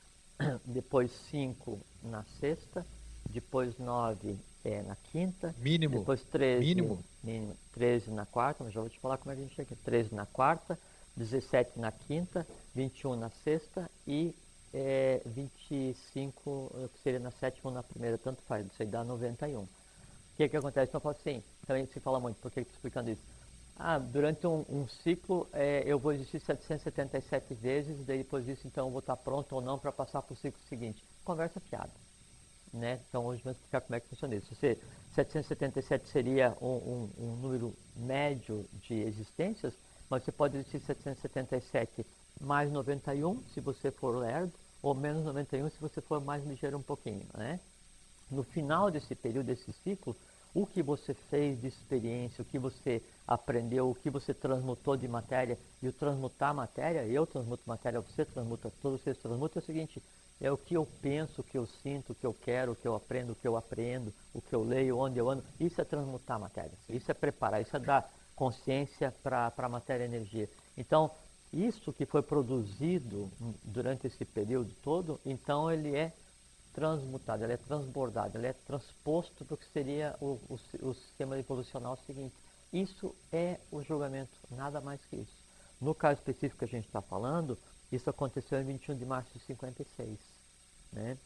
depois cinco na sexta, depois nove é, na quinta, mínimo, depois treze, mínimo. mínimo, treze na quarta, mas já vou te falar como é que a gente chega aqui, treze na quarta, dezessete na quinta, vinte e um na sexta e é, vinte e cinco, que seria na sétima ou na primeira, tanto faz, isso aí dá noventa e um. O que que acontece? Então eu falo assim, também se fala muito, por que eu estou explicando isso? Ah, durante um, um ciclo é, eu vou existir setecentas e setenta e sete vezes, e daí depois disso então eu vou estar pronto ou não para passar para o ciclo seguinte. Conversa piada. Né? Então hoje vamos explicar como é que funciona isso. Você, setecentos e setenta e sete seria um, um, um número médio de existências, mas você pode existir setecentos e setenta e sete mais noventa e um se você for lerdo, ou menos noventa e um se você for mais ligeiro um pouquinho. Né? No final desse período, desse ciclo, o que você fez de experiência, o que você aprendeu, o que você transmutou de matéria, e o transmutar matéria, eu transmuto matéria, você transmuta, todos vocês transmutam, é o seguinte, é o que eu penso, o que eu sinto, o que eu quero, o que eu aprendo, o que eu aprendo, o que eu leio, onde eu ando, isso é transmutar matéria, isso é preparar, isso é dar consciência para a matéria e energia. Então, isso que foi produzido durante esse período todo, então ele é transmutado, ele é transbordado, ele é transposto para o que seria o, o, o sistema evolucional seguinte. Isso é o julgamento, nada mais que isso. No caso específico que a gente está falando, isso aconteceu em vinte e um de março de cinquenta e seis. Né?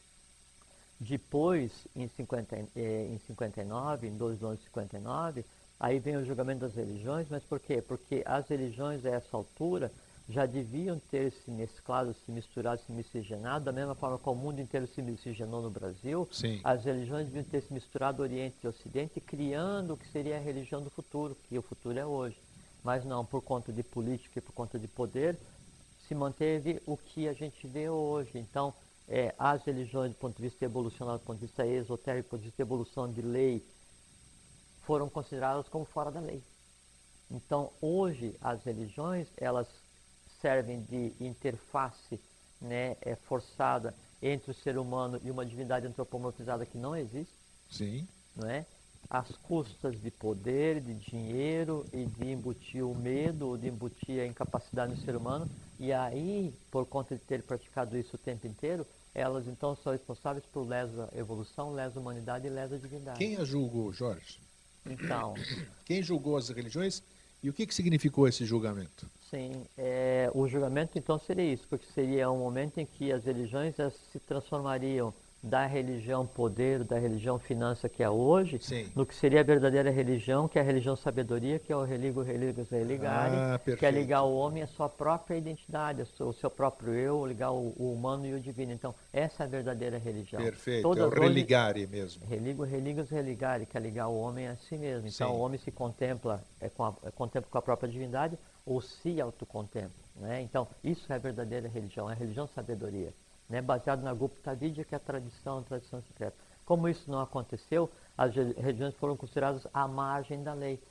Depois, em, cinquenta, eh, em cinquenta e nove, em doze de novembro de cinquenta e nove, aí vem o julgamento das religiões, mas por quê? Porque as religiões a essa altura já deviam ter se mesclado, se misturado, se miscigenado, da mesma forma como o mundo inteiro se miscigenou no Brasil. Sim. As religiões deviam ter se misturado Oriente e Ocidente, criando o que seria a religião do futuro, que o futuro é hoje. Mas não, por conta de política e por conta de poder, se manteve o que a gente vê hoje. Então, é, as religiões, do ponto de vista evolucional, do ponto de vista esotérico, do ponto de vista de evolução de lei, foram consideradas como fora da lei. Então, hoje, as religiões, elas servem de interface, né, é, forçada entre o ser humano e uma divindade antropomorfizada que não existe, Sim. não é? Às custas de poder, de dinheiro e de embutir o medo, de embutir a incapacidade no ser humano. E aí, por conta de ter praticado isso o tempo inteiro, elas então são responsáveis por lesa evolução, lesa humanidade e lesa divindade. Quem a julgou, Jorge? Então, Quem julgou as religiões e o que, que significou esse julgamento? sim, é, o julgamento então seria isso, porque seria um momento em que as religiões elas se transformariam da religião poder, da religião finança que é hoje, Sim. no que seria a verdadeira religião, que é a religião sabedoria, que é o religo, religus, religare, Ah, que é perfeito. ligar o homem à sua própria identidade, o seu próprio eu, ligar o, o humano e o divino. Então, essa é a verdadeira religião. Perfeito, Todas é o hoje, religare mesmo. religo, religus, religare, que é ligar o homem a si mesmo. Então, Sim. o homem se contempla, é, com a, é, contempla com a própria divindade ou se autocontempla, né? Então, isso é a verdadeira religião, é a religião sabedoria, né? Baseado na Gupta Vidya, que é a tradição, a tradição secreta. Como isso não aconteceu, as religiões foram consideradas à margem da lei.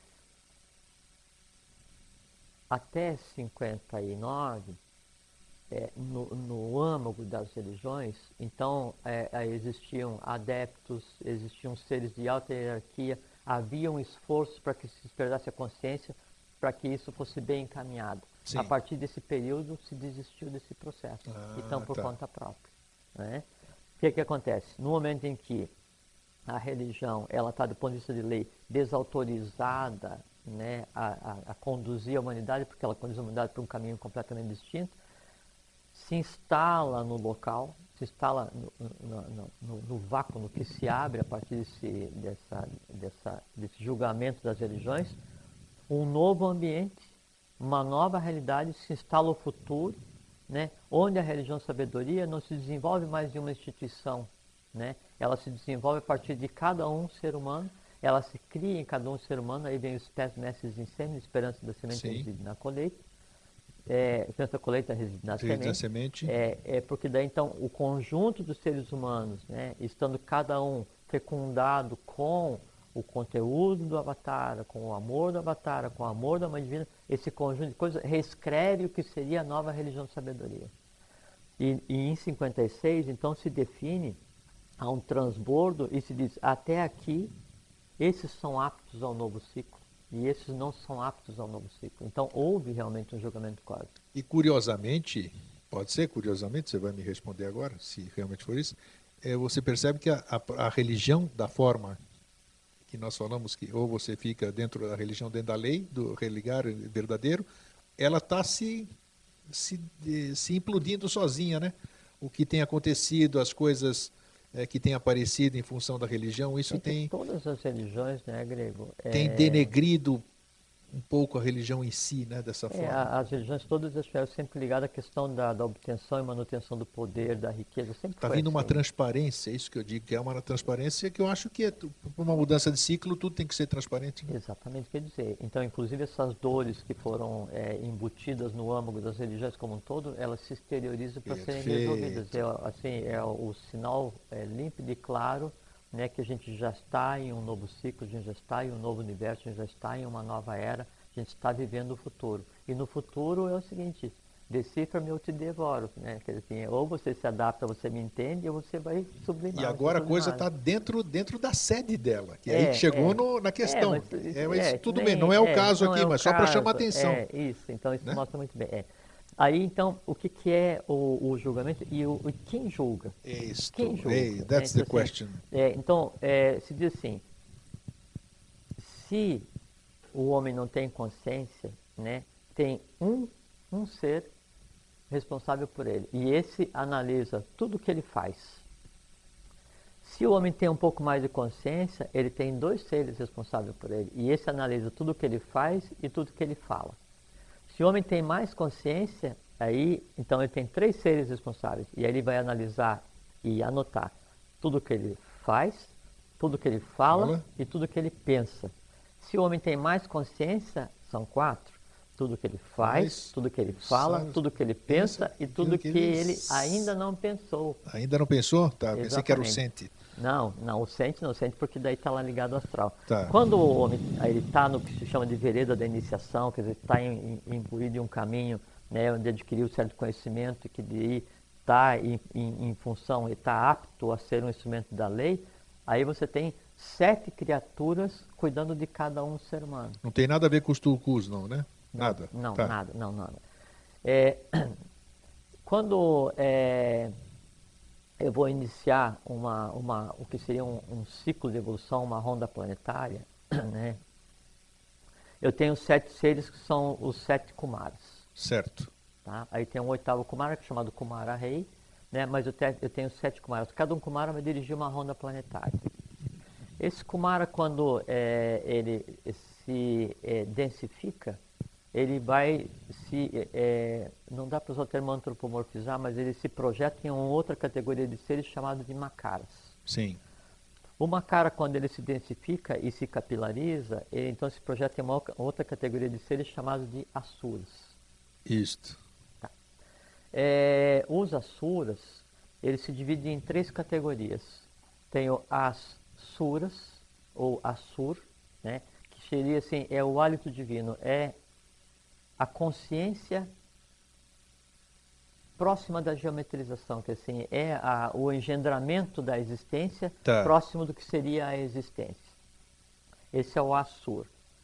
Até cinquenta e nove, é, no, no âmago das religiões, então é, é, existiam adeptos, existiam seres de alta hierarquia, havia um esforço para que se despertasse a consciência, para que isso fosse bem encaminhado. Sim. A partir desse período se desistiu desse processo, Ah, então por tá. conta própria, né? O que que acontece? No momento em que a religião ela está do ponto de vista de lei desautorizada, né, a, a, a conduzir a humanidade, porque ela conduz a humanidade para um caminho completamente distinto, se instala no local, se instala no, no, no, no vácuo, no que se abre a partir desse, dessa, dessa, desse julgamento das religiões, um novo ambiente, uma nova realidade, se instala o futuro, né, onde a religião sabedoria não se desenvolve mais em uma instituição, né, ela se desenvolve a partir de cada um ser humano, ela se cria em cada um ser humano, aí vem os pés mestres em sêmen, esperança da semente Sim. reside na colheita, é, esperança da colheita reside na Reside na semente, semente. é, é porque daí então o conjunto dos seres humanos, né, estando cada um fecundado com o conteúdo do Avatar, com o amor do Avatar, com o amor da Mãe Divina, esse conjunto de coisas reescreve o que seria a nova religião de sabedoria. E, e em cinquenta e seis, então, se define, há um transbordo e se diz, até aqui, esses são aptos ao novo ciclo e esses não são aptos ao novo ciclo. Então, houve realmente um julgamento cósmico. E curiosamente, pode ser curiosamente, você vai me responder agora, se realmente for isso, é, você percebe que a, a, a religião da forma que nós falamos, que ou você fica dentro da religião, dentro da lei, do religar verdadeiro, ela está se, se, se implodindo sozinha, né? O que tem acontecido, as coisas é, que têm aparecido em função da religião, isso Entre tem, todas as religiões, né, Grego? tem é, denegrido um pouco a religião em si, né? Dessa É, forma. a- as religiões todas estiveram sempre ligadas à questão da, da obtenção e manutenção do poder, da riqueza, sempre Está foi vindo uma assim. transparência, é isso que eu digo, que é uma transparência que eu acho que é tu- uma mudança de ciclo, tudo tem que ser transparente. Exatamente, quer dizer. Então, inclusive essas dores que foram é, embutidas no âmago das religiões como um todo, elas se exteriorizam para serem resolvidas. Perfeito. É, assim, é o sinal é, límpido e claro, né, que a gente já está em um novo ciclo, a gente já está em um novo universo, a gente já está em uma nova era, a gente está vivendo o futuro. E no futuro é o seguinte, decifra-me ou te devoro, né? Quer dizer, assim, ou você se adapta, você me entende, ou você vai sublimar. E vai ser agora a coisa sublimado. está dentro, dentro da sede dela, que é aí que É, chegou é. no- na É, questão. mas, isso- É, mas é, isso tudo bem, nem- não é o é, caso não aqui, é o mas só para chamar caso. atenção. É, isso, então isso Né? mostra muito bem. É. Aí, então, o que, que é o, o julgamento e o, o- quem julga? Isto, Quem julga? hey, né? that's Então, the assim, question. é, então, é, se diz assim, se o homem não tem consciência, né, tem um, um ser responsável por ele. E esse analisa tudo o que ele faz. Se o homem tem um pouco mais de consciência, ele tem dois seres responsáveis por ele. E esse analisa tudo o que ele faz e tudo o que ele fala. Se o homem tem mais consciência, aí, então ele tem três seres responsáveis. E aí ele vai analisar e anotar tudo o que ele faz, tudo o que ele fala Fala. e tudo o que ele pensa. Se o homem tem mais consciência, são quatro. Tudo que ele faz, Faz, tudo que ele fala, sabe, tudo que ele pensa pensa e e tudo tudo que que ele ele ainda não pensou. Ainda não pensou? Tá, pensei que era o Exatamente. sente. Não, não, o sente não sente porque daí está lá ligado ao astral. Tá. Quando o homem ele está no que se chama de vereda da iniciação, quer dizer, está imbuído em um caminho, né, onde adquiriu certo conhecimento e que daí está em, em, em função e está apto a ser um instrumento da lei, aí você tem sete criaturas cuidando de cada um ser humano. Não tem nada a ver com os tulcus, não, né? Nada? Não, tá. nada, não, nada. É, quando é, eu vou iniciar uma, uma, o que seria um, um ciclo de evolução, uma ronda planetária, né? Eu tenho sete seres que são os sete Kumaras. Certo. Tá? Aí tem um oitavo Kumara, que é chamado Kumara Rei, né? Mas eu, te, eu tenho sete Kumaras. Cada um Kumara vai dirigir uma ronda planetária. Esse Kumara, quando é, ele se é, densifica, ele vai se, é, não dá para usar o termo antropomorfizar, mas ele se projeta em uma outra categoria de seres chamado de Makaras. Sim. O Makara, quando ele se densifica e se capilariza, ele então se projeta em uma outra categoria de seres chamados de Asuras. Isto. Tá. É, os Asuras, eles se dividem em três categorias. Tem o Asuras, ou Asur, né, que seria assim, é o hálito divino, é a consciência próxima da geometrização, que assim, é a, o engendramento da existência tá. próximo do que seria a existência. Esse é o Asur.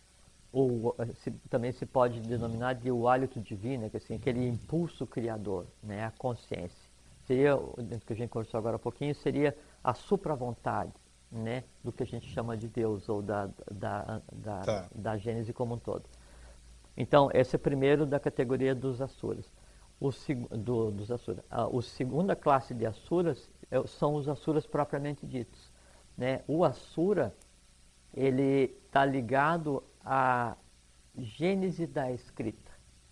Ou se, também se pode denominar de o hálito divino, que assim, aquele impulso criador, né, a consciência. Seria, dentro que a gente conversou agora há pouquinho, seria a supravontade, né, do que a gente chama de Deus, ou da, da, da, tá. da Gênese como um todo. Então, esse é o primeiro da categoria dos Asuras. O, do, dos Asuras. A, a segunda classe de Asuras é, são os Asuras propriamente ditos. Né? O Asura, ele está ligado à Gênese da escrita.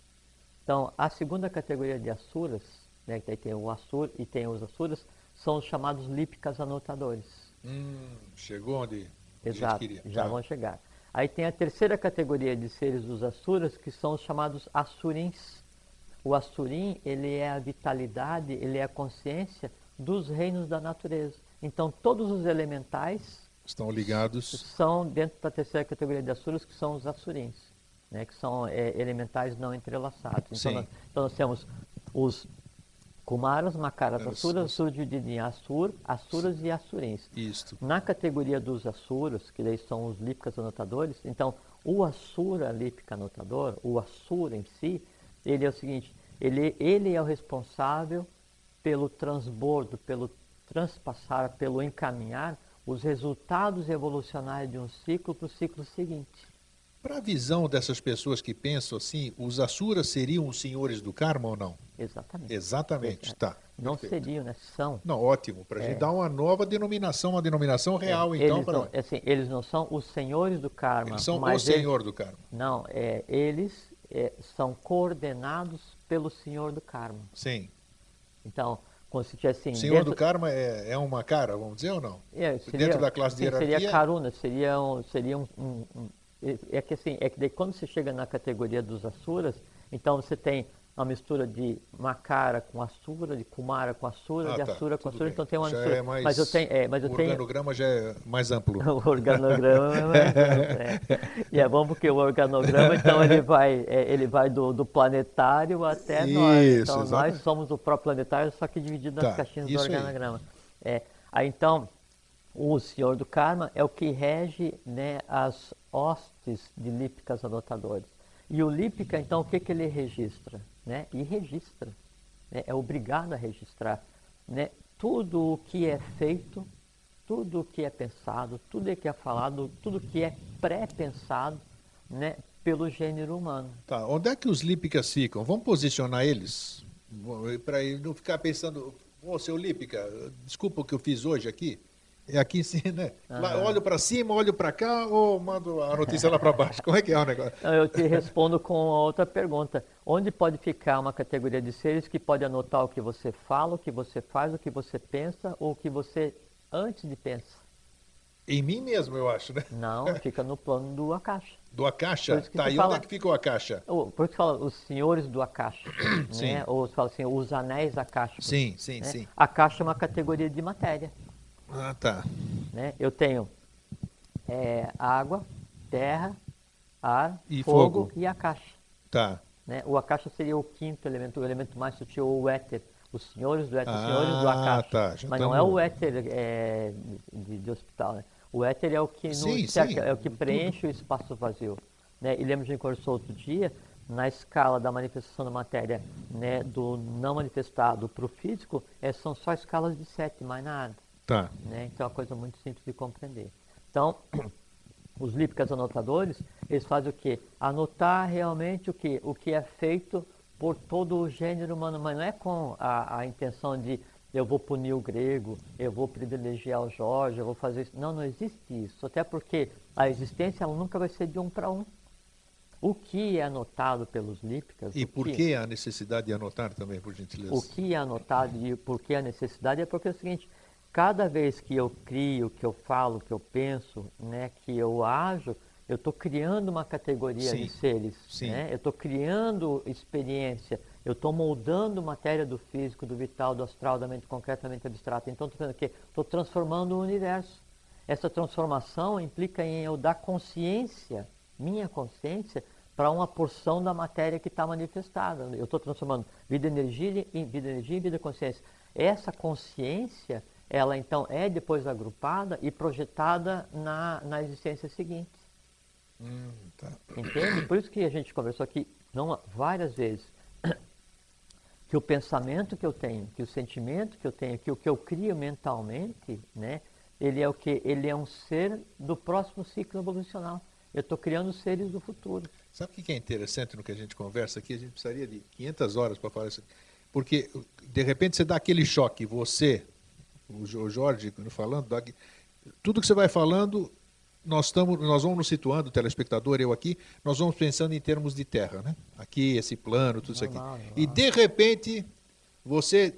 Então, a segunda categoria de Asuras, né, que tem o Asur e tem os Asuras, são os chamados lípicas anotadores. Hum, chegou onde Exato, a gente queria. já tá. vão chegar. Aí tem a terceira categoria de seres dos Asuras, que são os chamados Assurins. O Assurim, ele é a vitalidade, ele é a consciência dos reinos da natureza. Então, todos os elementais estão ligados. São dentro da terceira categoria de Asuras, que são os Assurins, né, que são é, elementais não entrelaçados. Então nós, então, nós temos os Kumaras, Makaras, Asuras, Asuras divididos em Asur, Asuras e Assurins. Isto. Na categoria dos Asuras, que daí são os lípicas anotadores, então o Asura lípica anotador, o Asura em si, ele é o seguinte, ele, ele é o responsável pelo transbordo, pelo transpassar, pelo encaminhar os resultados evolucionários de um ciclo para o ciclo seguinte. Para a visão dessas pessoas que pensam assim, os Asuras seriam os senhores do karma ou não? Exatamente. Exatamente, Exato. tá. Não Perfeito. seriam, né? São. Não, ótimo. Para a É. gente dar uma nova denominação, uma denominação real, é. então. Eles, pra... não, assim, eles não são os senhores do karma. Eles são mas o senhor eles, do karma. Não, é, eles é, são coordenados pelo senhor do karma. Sim. Então, como se tivesse assim... O senhor dentro... do karma é, é uma cara, vamos dizer ou não? É, seria, dentro da classe de sim, hierarquia? Seria Karuna, seria um... Seria um, um, um é que assim, é que daí quando você chega na categoria dos Asuras, então você tem uma mistura de Makara com Asura, de Kumara com Asura, ah, de tá, Asura com Asura, bem. então tem uma já mistura. É mais... Mas eu tenho, é, mas eu o tenho... organograma já é mais amplo. O organograma é mais amplo, é. E é bom porque o organograma, então, ele vai, é, ele vai do, do planetário até Isso, nós. Então, exatamente. nós somos o próprio planetário, só que dividido nas Tá, caixinhas do isso aí. organograma. É, aí, então, o senhor do karma é o que rege, né, as hostes de lípicas anotadores. E o lípica, então, o que, que ele registra? Né? E registra. Né? É obrigado a registrar. Né? Tudo o que é feito, tudo o que é pensado, tudo o que é falado, tudo o que é pré-pensado, né, pelo gênero humano. Tá, onde é que os lípicas ficam? Vamos posicionar eles? Para não ficar pensando, ô, seu lípica, desculpa o que eu fiz hoje aqui. É aqui em cima, né? Lá, olho para cima, olho para cá ou mando a notícia lá para baixo? Como é que é o negócio? Não, eu te respondo com outra pergunta. Onde pode ficar uma categoria de seres que pode anotar o que você fala, o que você faz, o que você pensa ou o que você antes de pensa? Em mim mesmo, eu acho, né? Não, fica no plano do Akasha. Do Akasha? Tá, e fala, onde é que fica o Akasha? Por isso que fala os senhores do Akasha, né? Ou fala assim, os anéis Akashicos. Sim, sim, né? sim. Akasha é uma categoria de matéria. Ah, tá. Né? Eu tenho é, água, terra, ar, E fogo fogo. e a caixa. Tá. Né? O Akasha seria o quinto elemento, o elemento mais sutil, o éter. Os senhores do éter, os senhores do Ah, Akasha. tá. Já Mas não é o estamos. éter é, de, de hospital, né? O éter é o que nos Sim, cerca, sim. é o que Tudo. preenche o espaço vazio. Né? E lembra que a gente conversou outro dia, na escala da manifestação da matéria, né, do não manifestado para o físico, é, são só escalas de sete, mais nada. Tá. Né? Então é uma coisa muito simples de compreender. Então, os lípicas anotadores, eles fazem o quê? Anotar realmente o que, o que é feito por todo o gênero humano, mas não é com a, a intenção de eu vou punir o grego, eu vou privilegiar o Jorge, eu vou fazer isso. Não, não existe isso, até porque a existência ela nunca vai ser de um para um. O que é anotado pelos lípicas, E o por que, que a necessidade de anotar também, por o gentileza? que é anotado e por que a necessidade é porque é o seguinte, cada vez que eu crio, que eu falo, que eu penso, né, que eu ajo, eu estou criando uma categoria de Sim, seres, sim. né? Eu estou criando experiência, eu estou moldando matéria do físico, do vital, do astral, da mente concreta, da mente abstrata. Então, estou fazendo o quê? Estou transformando o universo. Essa transformação implica em eu dar consciência, minha consciência, para uma porção da matéria que está manifestada. Eu estou transformando vida energia em vida energia em vida consciência. Essa consciência, ela então é depois agrupada e projetada na, na existência seguinte. Hum, tá. Entende? Por isso que a gente conversou aqui não, várias vezes que o pensamento que eu tenho, que o sentimento que eu tenho, que o que eu crio mentalmente, né, ele é o que? Ele é um ser do próximo ciclo evolucional. Eu estou criando seres do futuro. Sabe o que é interessante no que a gente conversa aqui? A gente precisaria de quinhentas horas para falar isso. Porque, de repente, você dá aquele choque. Você, o Jorge, falando, tudo que você vai falando, nós, estamos, nós vamos nos situando, o telespectador, eu aqui, nós vamos pensando em termos de terra, né? Aqui, esse plano, tudo isso aqui. Normal, E, normal. de repente, você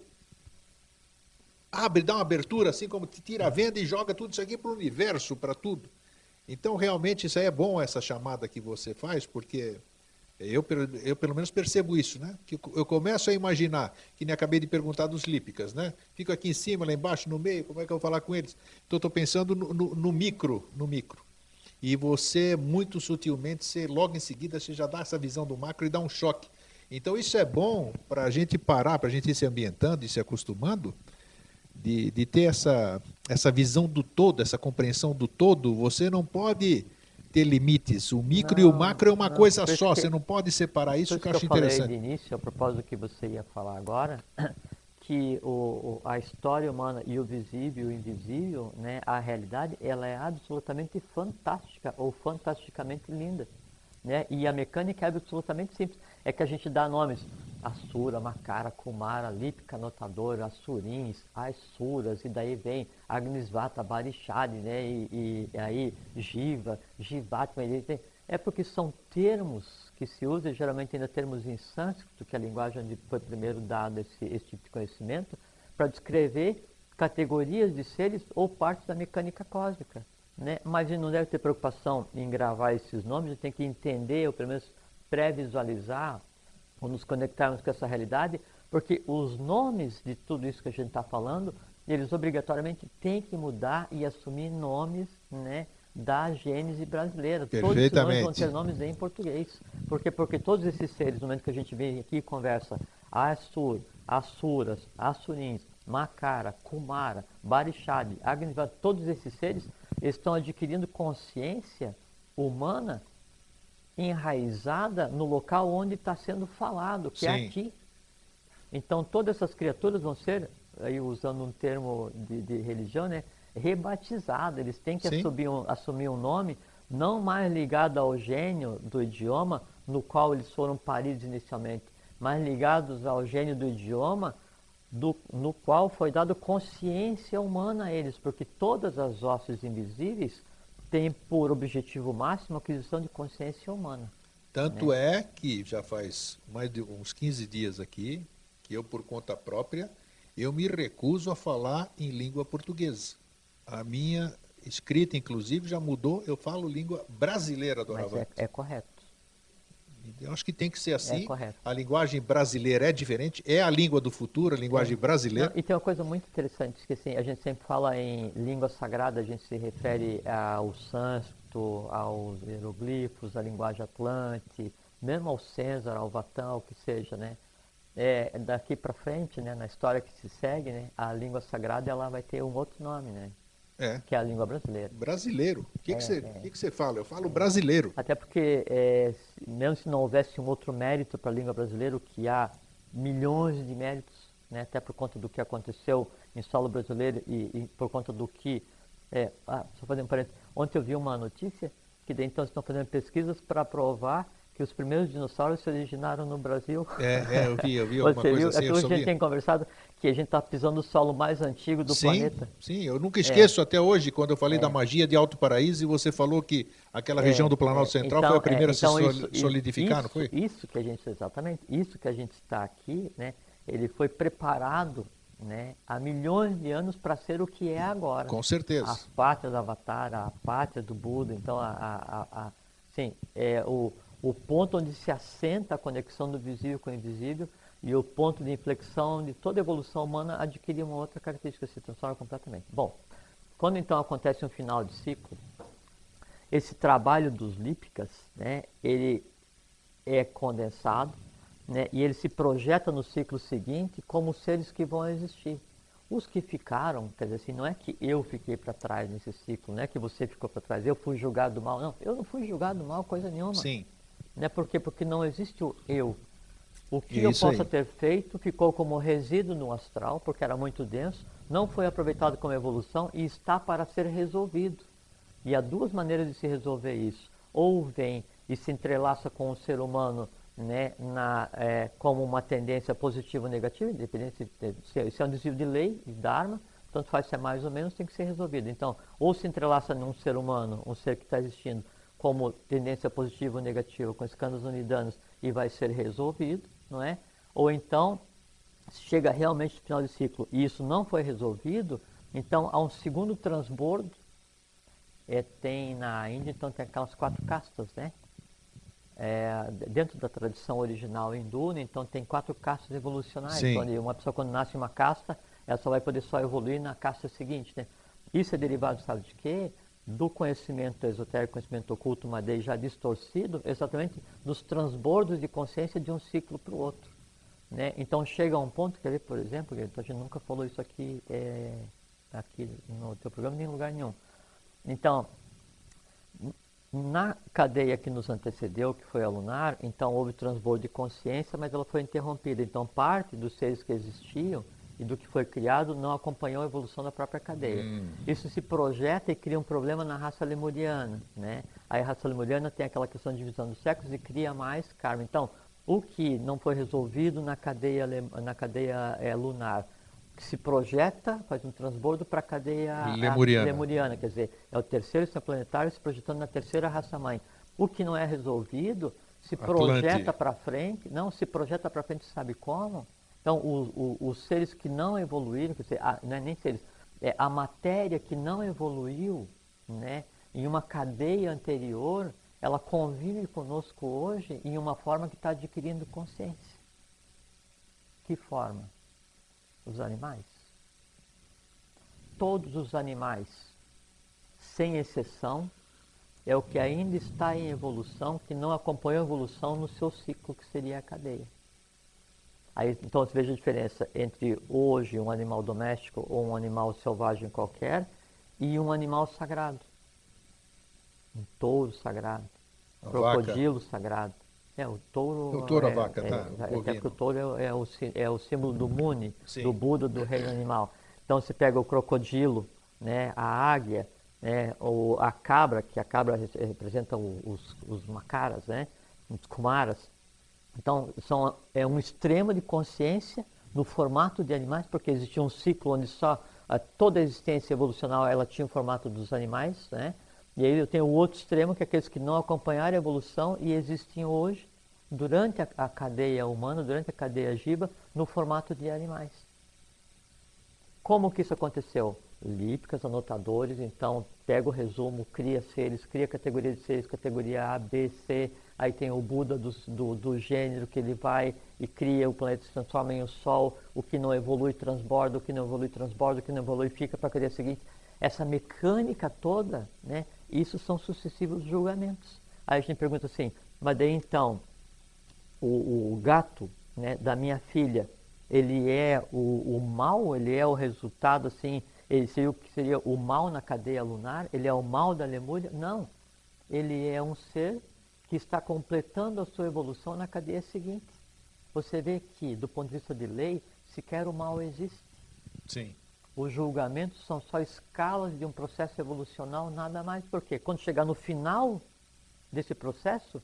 abre, dá uma abertura, assim como te tira a venda e joga tudo isso aqui para o universo, para tudo. Então, realmente, isso aí é bom, essa chamada que você faz, porque eu, eu pelo menos percebo isso, né? Que eu começo a imaginar, que nem acabei de perguntar dos lípicas, né? Fico aqui em cima, lá embaixo, no meio, como é que eu vou falar com eles? Então, estou pensando no, no, no micro, no micro. E você, muito sutilmente, você, logo em seguida, você já dá essa visão do macro e dá um choque. Então, isso é bom para a gente parar, para a gente ir se ambientando e se acostumando, de, de ter essa, essa visão do todo, essa compreensão do todo. Você não pode ter limites. O micro e o Não, macro é uma não. coisa Por isso só. que, Você não pode separar por isso, que isso eu que eu acho falei interessante. de início, a propósito do que você ia falar agora, que o, o, a história humana e o visível e o invisível, né, a realidade, ela é absolutamente fantástica ou fantasticamente linda. Né? E a mecânica é absolutamente simples. É que a gente dá nomes Asura, Makara, Kumara, Lípica, Notadora, Assurins, Asuras, e daí vem Agnisvata, Barishadi, né? e, e aí Jiva, Jivatma. É porque são termos que se usam, geralmente ainda termos em sânscrito, que é a linguagem onde foi primeiro dado esse, esse tipo de conhecimento, para descrever categorias de seres ou partes da mecânica cósmica. Né? Mas a gente não deve ter preocupação em gravar esses nomes, a gente tem que entender, ou pelo menos pré-visualizar, ou nos conectarmos com essa realidade, porque os nomes de tudo isso que a gente está falando, eles obrigatoriamente têm que mudar e assumir nomes, né, da gênese brasileira. Todos esses nomes vão ter Perfeitamente. nomes em português. Por quê? Porque todos esses seres, no momento que a gente vem aqui e conversa, Assur, Asuras, Assurins, Makara, Kumara, Barishadi, Agnivad, todos esses seres estão adquirindo consciência humana enraizada no local onde está sendo falado, que é Sim. aqui. Então todas essas criaturas vão ser, aí usando um termo de, de religião, né, rebatizadas. Eles têm que Sim. assumir um, assumir um nome não mais ligado ao gênio do idioma no qual eles foram paridos inicialmente, mas ligados ao gênio do idioma do, no qual foi dado consciência humana a eles, porque todas as hostes invisíveis têm por objetivo máximo a aquisição de consciência humana. Tanto Né? é que já faz mais de uns quinze dias aqui, que eu, por conta própria, eu me recuso a falar em língua portuguesa. A minha escrita, inclusive, já mudou, eu falo língua brasileira, Mas doravante. é, é correto. Eu acho que tem que ser assim. É correto. A linguagem brasileira é diferente, é a língua do futuro, a linguagem É. brasileira. Não, e tem uma coisa muito interessante, que assim, a gente sempre fala em língua sagrada, a gente se refere ao sânscrito, aos hieroglifos, à linguagem atlante, mesmo ao César, ao Vatã, o que seja, né? É, daqui para frente, né, na história que se segue, né, a língua sagrada ela vai ter um outro nome, né? É. Que é a língua brasileira. Brasileiro. O que, É, que, você, é. que, que você fala? Eu falo brasileiro. Até porque, é, se- mesmo se não houvesse um outro mérito para a língua brasileira, o que há milhões de méritos, né, até por conta do que aconteceu em solo brasileiro e, e por conta do que... É, ah, só fazer um parênteses. Ontem eu vi uma notícia que daí, então estão fazendo pesquisas para provar que os primeiros dinossauros se originaram no Brasil. É, é, eu vi, eu vi alguma Você coisa viu? assim, eu Aquilo que a gente sabia. tem conversado, que a gente está pisando o solo mais antigo do Sim, planeta. sim, eu nunca É, esqueço até hoje, quando eu falei da é. magia de Alto Paraíso e você falou que aquela região É, do Planalto é, Central foi a então, é, primeira a se então sol- isso, i- solidificar, não isso, foi? isso que a gente, exatamente, isso que a gente está aqui, né, ele foi preparado, né, há milhões de anos para ser o que é agora. Com A certeza. pátria do Avatar, a pátria do Buda, então, a, a, a, a- sim, é o, o ponto onde se assenta a conexão do visível com o invisível e o ponto de inflexão de toda a evolução humana adquirir uma outra característica, se transforma completamente. Bom, quando então acontece um final de ciclo, esse trabalho dos lípicas, né, ele é condensado, né, e ele se projeta no ciclo seguinte como seres que vão existir. Os que ficaram, quer dizer assim, não é que eu fiquei para trás nesse ciclo, não é que você ficou para trás, eu fui julgado mal. Não, eu não fui julgado mal coisa nenhuma. Sim, Né? Por quê? Porque não existe o eu. O que é eu isso possa aí. ter feito ficou como resíduo no astral, porque era muito denso, não foi aproveitado como evolução e está para ser resolvido. E há duas maneiras de se resolver isso. Ou vem e se entrelaça com o ser humano, né, na, é, como uma tendência positiva ou negativa, independente se, se é um desvio de lei, de dharma, tanto faz se é mais ou menos, tem que ser resolvido. Então, ou se entrelaça num ser humano, um ser que está existindo, como tendência positiva ou negativa, com escândalos unidanos, e vai ser resolvido, não é? Ou então, chega realmente no final de ciclo e isso não foi resolvido, então há um segundo transbordo. É, tem na Índia, então tem aquelas quatro castas, né? É, dentro da tradição original hindu, né, então tem quatro castas evolucionárias, Sim. onde uma pessoa quando nasce em uma casta, ela só vai poder só evoluir na casta seguinte, né? Isso é derivado, sabe de quê? Do conhecimento esotérico, conhecimento oculto, uma vez já distorcido, exatamente dos transbordos de consciência de um ciclo para o outro. Né? Então chega a um ponto, quer ver, por exemplo, a gente nunca falou isso aqui, é, aqui no teu programa, nem em lugar nenhum. Então, na cadeia que nos antecedeu, que foi a lunar, então houve transbordo de consciência, mas ela foi interrompida. Então, parte dos seres que existiam e do que foi criado não acompanhou a evolução da própria cadeia. Hum. Isso se projeta e cria um problema na raça lemuriana. Né? Aí a raça lemuriana tem aquela questão de divisão dos séculos e cria mais karma. Então, o que não foi resolvido na cadeia, na cadeia é, lunar, que se projeta, faz um transbordo para a cadeia Lemuriana. lemuriana, quer dizer, é o terceiro sistema planetário se projetando na terceira raça-mãe. O que não é resolvido se projeta Atlante. para frente, não, se projeta para frente, sabe como? Então, o, o, os seres que não evoluíram, quer dizer, a, não é nem seres, é a matéria que não evoluiu, né, em uma cadeia anterior, ela convive conosco hoje em uma forma que está adquirindo consciência. Que forma? Os animais. Todos os animais, sem exceção, é o que ainda está em evolução, que não acompanhou a evolução no seu ciclo, que seria a cadeia. Aí, então você veja a diferença entre hoje um animal doméstico ou um animal selvagem qualquer e um animal sagrado. Um touro sagrado, um A crocodilo sagrado. É, o touro. O touro, a é, vaca, é, tá, é, o até bovino. porque o touro é, é, o, sí- é o símbolo do Muni, Sim. do Buda, do reino animal. Então você pega o crocodilo, né, a águia, né, ou a cabra, que a cabra re- representa o- os, os macaras, né, os kumaras. Então são, é um extremo de consciência no formato de animais, porque existia um ciclo onde só a, toda a existência evolucional ela tinha o formato dos animais, né? E aí eu tenho o outro extremo, que é aqueles que não acompanharam a evolução e existem hoje, durante a, a cadeia humana, durante a cadeia giba, no formato de animais. Como que isso aconteceu? lípicas, anotadores, então pega o resumo, cria seres, cria categoria de seres, categoria A, B, C, aí tem o Buda do, do, do gênero que ele vai e cria, o planeta se transforma em o Sol, o que não evolui transborda, o que não evolui transborda, o que não evolui fica para a cadeia seguinte. Essa mecânica toda, né, isso são sucessivos julgamentos. Aí a gente pergunta assim, mas daí então, o, o gato, né, da minha filha, ele é o, o mal, ele é o resultado, assim, ele seria o que seria o mal na cadeia lunar, ele é o mal da Lemúria? Não, ele é um ser que está completando a sua evolução na cadeia seguinte. Você vê que, do ponto de vista de lei, sequer o mal existe. Sim. Os julgamentos são só escalas de um processo evolucional, nada mais. Porque quando chegar no final desse processo,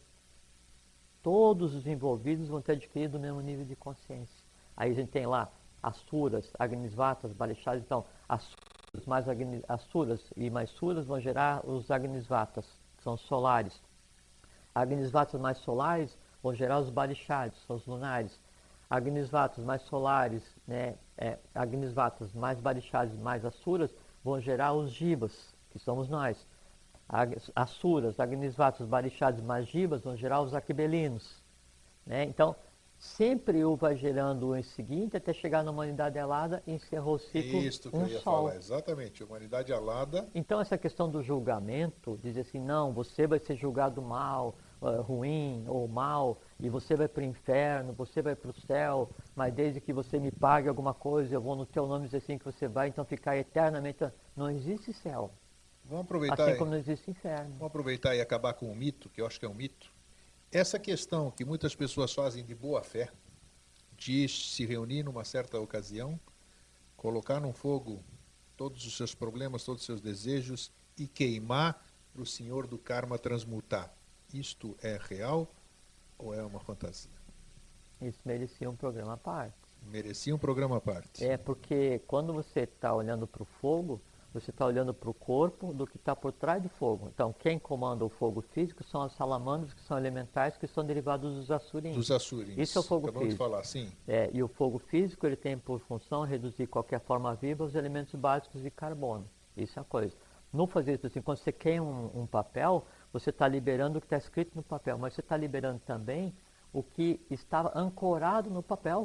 todos os envolvidos vão ter adquirido o mesmo nível de consciência. Aí a gente tem lá asuras, agnisvatas, balixares. Então, asuras, mais agni, asuras e mais suras vão gerar os agnisvatas, que são solares. Agnisvatas mais solares vão gerar os balixares, são os lunares. Agnisvatas mais solares, né, é, agnisvatas mais balixares, mais asuras, vão gerar os jivas, que somos nós. Asuras, agnisvatas, balixares mais jivas vão gerar os aquibelinos. Né? Então, sempre o vai gerando o seguinte até chegar na humanidade alada e encerrou o ciclo Isso que um eu ia sol. falar, exatamente, humanidade alada. Então, essa questão do julgamento, dizer assim, não, você vai ser julgado mal, uh, ruim ou mal, e você vai para o inferno, você vai para o céu, mas desde que você me pague alguma coisa, eu vou no teu nome dizer assim que você vai, então ficar eternamente. Não existe céu. Vamos aproveitar, assim como não existe inferno. Vamos aproveitar e acabar com um mito, que eu acho que é um mito. Essa questão que muitas pessoas fazem de boa fé, de se reunir numa certa ocasião, colocar no fogo todos os seus problemas, todos os seus desejos e queimar para o Senhor do Karma transmutar. Isto é real ou é uma fantasia? Isso merecia um programa à parte. Merecia um programa à parte. É porque quando você está olhando para o fogo, você está olhando para o corpo do que está por trás do fogo. Então, quem comanda o fogo físico são as salamandras, que são elementais, que são derivados dos assurins. Dos assurins. Isso é o fogo Acabamos físico. de falar, sim. É, e o fogo físico ele tem por função reduzir qualquer forma viva aos elementos básicos de carbono. Isso é a coisa. Não fazer isso assim, quando você queima um, um papel, você está liberando o que está escrito no papel, mas você está liberando também o que estava ancorado no papel.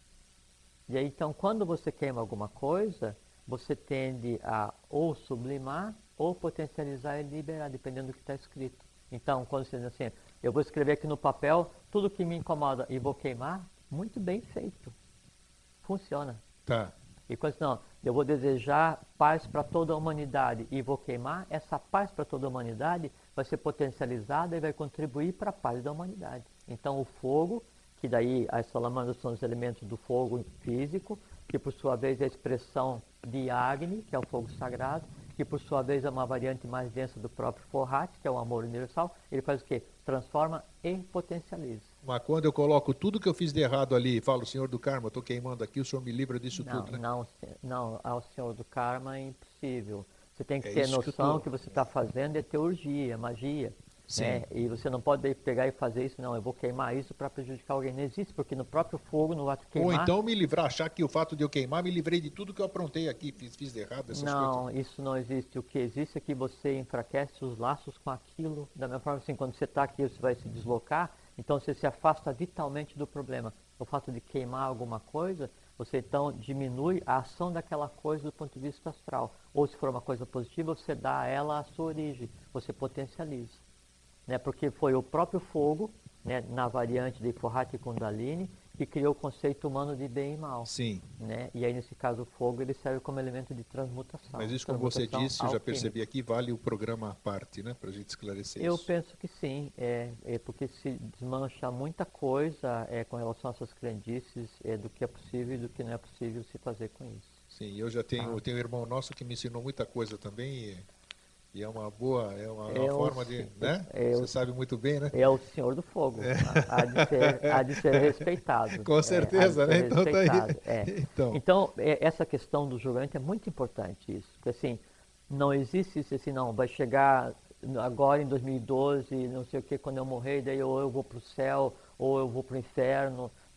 E aí, então, quando você queima alguma coisa, você tende a ou sublimar ou potencializar e liberar, dependendo do que está escrito. Então, quando você diz assim, eu vou escrever aqui no papel tudo que me incomoda e vou queimar, muito bem feito. Funciona. Tá. E quando não, eu vou desejar paz para toda a humanidade e vou queimar, essa paz para toda a humanidade vai ser potencializada e vai contribuir para a paz da humanidade. Então, o fogo, que daí as salamandras são os elementos do fogo físico, que por sua vez é a expressão de Agni, que é o fogo sagrado, que por sua vez é uma variante mais densa do próprio Forrat, que é o amor universal. Ele faz o quê? Transforma e potencializa. Mas quando eu coloco tudo que eu fiz de errado ali e falo, Senhor do Karma, eu estou queimando aqui, o Senhor me livra disso não, tudo, né? Não, não, ao Senhor do Karma é impossível. Você tem que é ter noção que, que, tô... que você está fazendo é teurgia, magia. Sim. Né? E você não pode pegar e fazer isso, não, eu vou queimar isso para prejudicar alguém. Não existe, porque no próprio fogo, no ato de queimar... Ou então me livrar, achar que o fato de eu queimar, me livrei de tudo que eu aprontei aqui, fiz, fiz de errado, essas não, coisas. Não, isso não existe. O que existe é que você enfraquece os laços com aquilo. Da mesma forma, assim, quando você está aqui, você vai se deslocar, então você se afasta vitalmente do problema. O fato de queimar alguma coisa, você então diminui a ação daquela coisa do ponto de vista astral. Ou se for uma coisa positiva, você dá a ela a sua origem, você potencializa. Né, porque foi o próprio fogo, né, na variante de Forrat e Kundalini, que criou o conceito humano de bem e mal. Sim. Né? E aí, nesse caso, o fogo ele serve como elemento de transmutação. Mas isso, como você disse, eu já percebi aqui, vale o programa à parte, né, para a gente esclarecer eu isso. Eu penso que sim, é, é porque se desmancha muita coisa é, com relação a essas crendices é, do que é possível e do que não é possível se fazer com isso. Sim, eu já tenho, tá? eu tenho um irmão nosso que me ensinou muita coisa também e... E é uma boa, é uma, é uma o, forma de, né? É Você o, sabe muito bem, né? É o Senhor do Fogo, é. há, de ser, há de ser respeitado. Com certeza, é, né? Então tá aí. É. Então, então é, essa questão do julgamento é muito importante isso, porque assim, não existe isso assim, não, vai chegar agora em dois mil e doze, não sei o que, quando eu morrer, daí ou eu vou para o céu, ou eu vou para o inferno.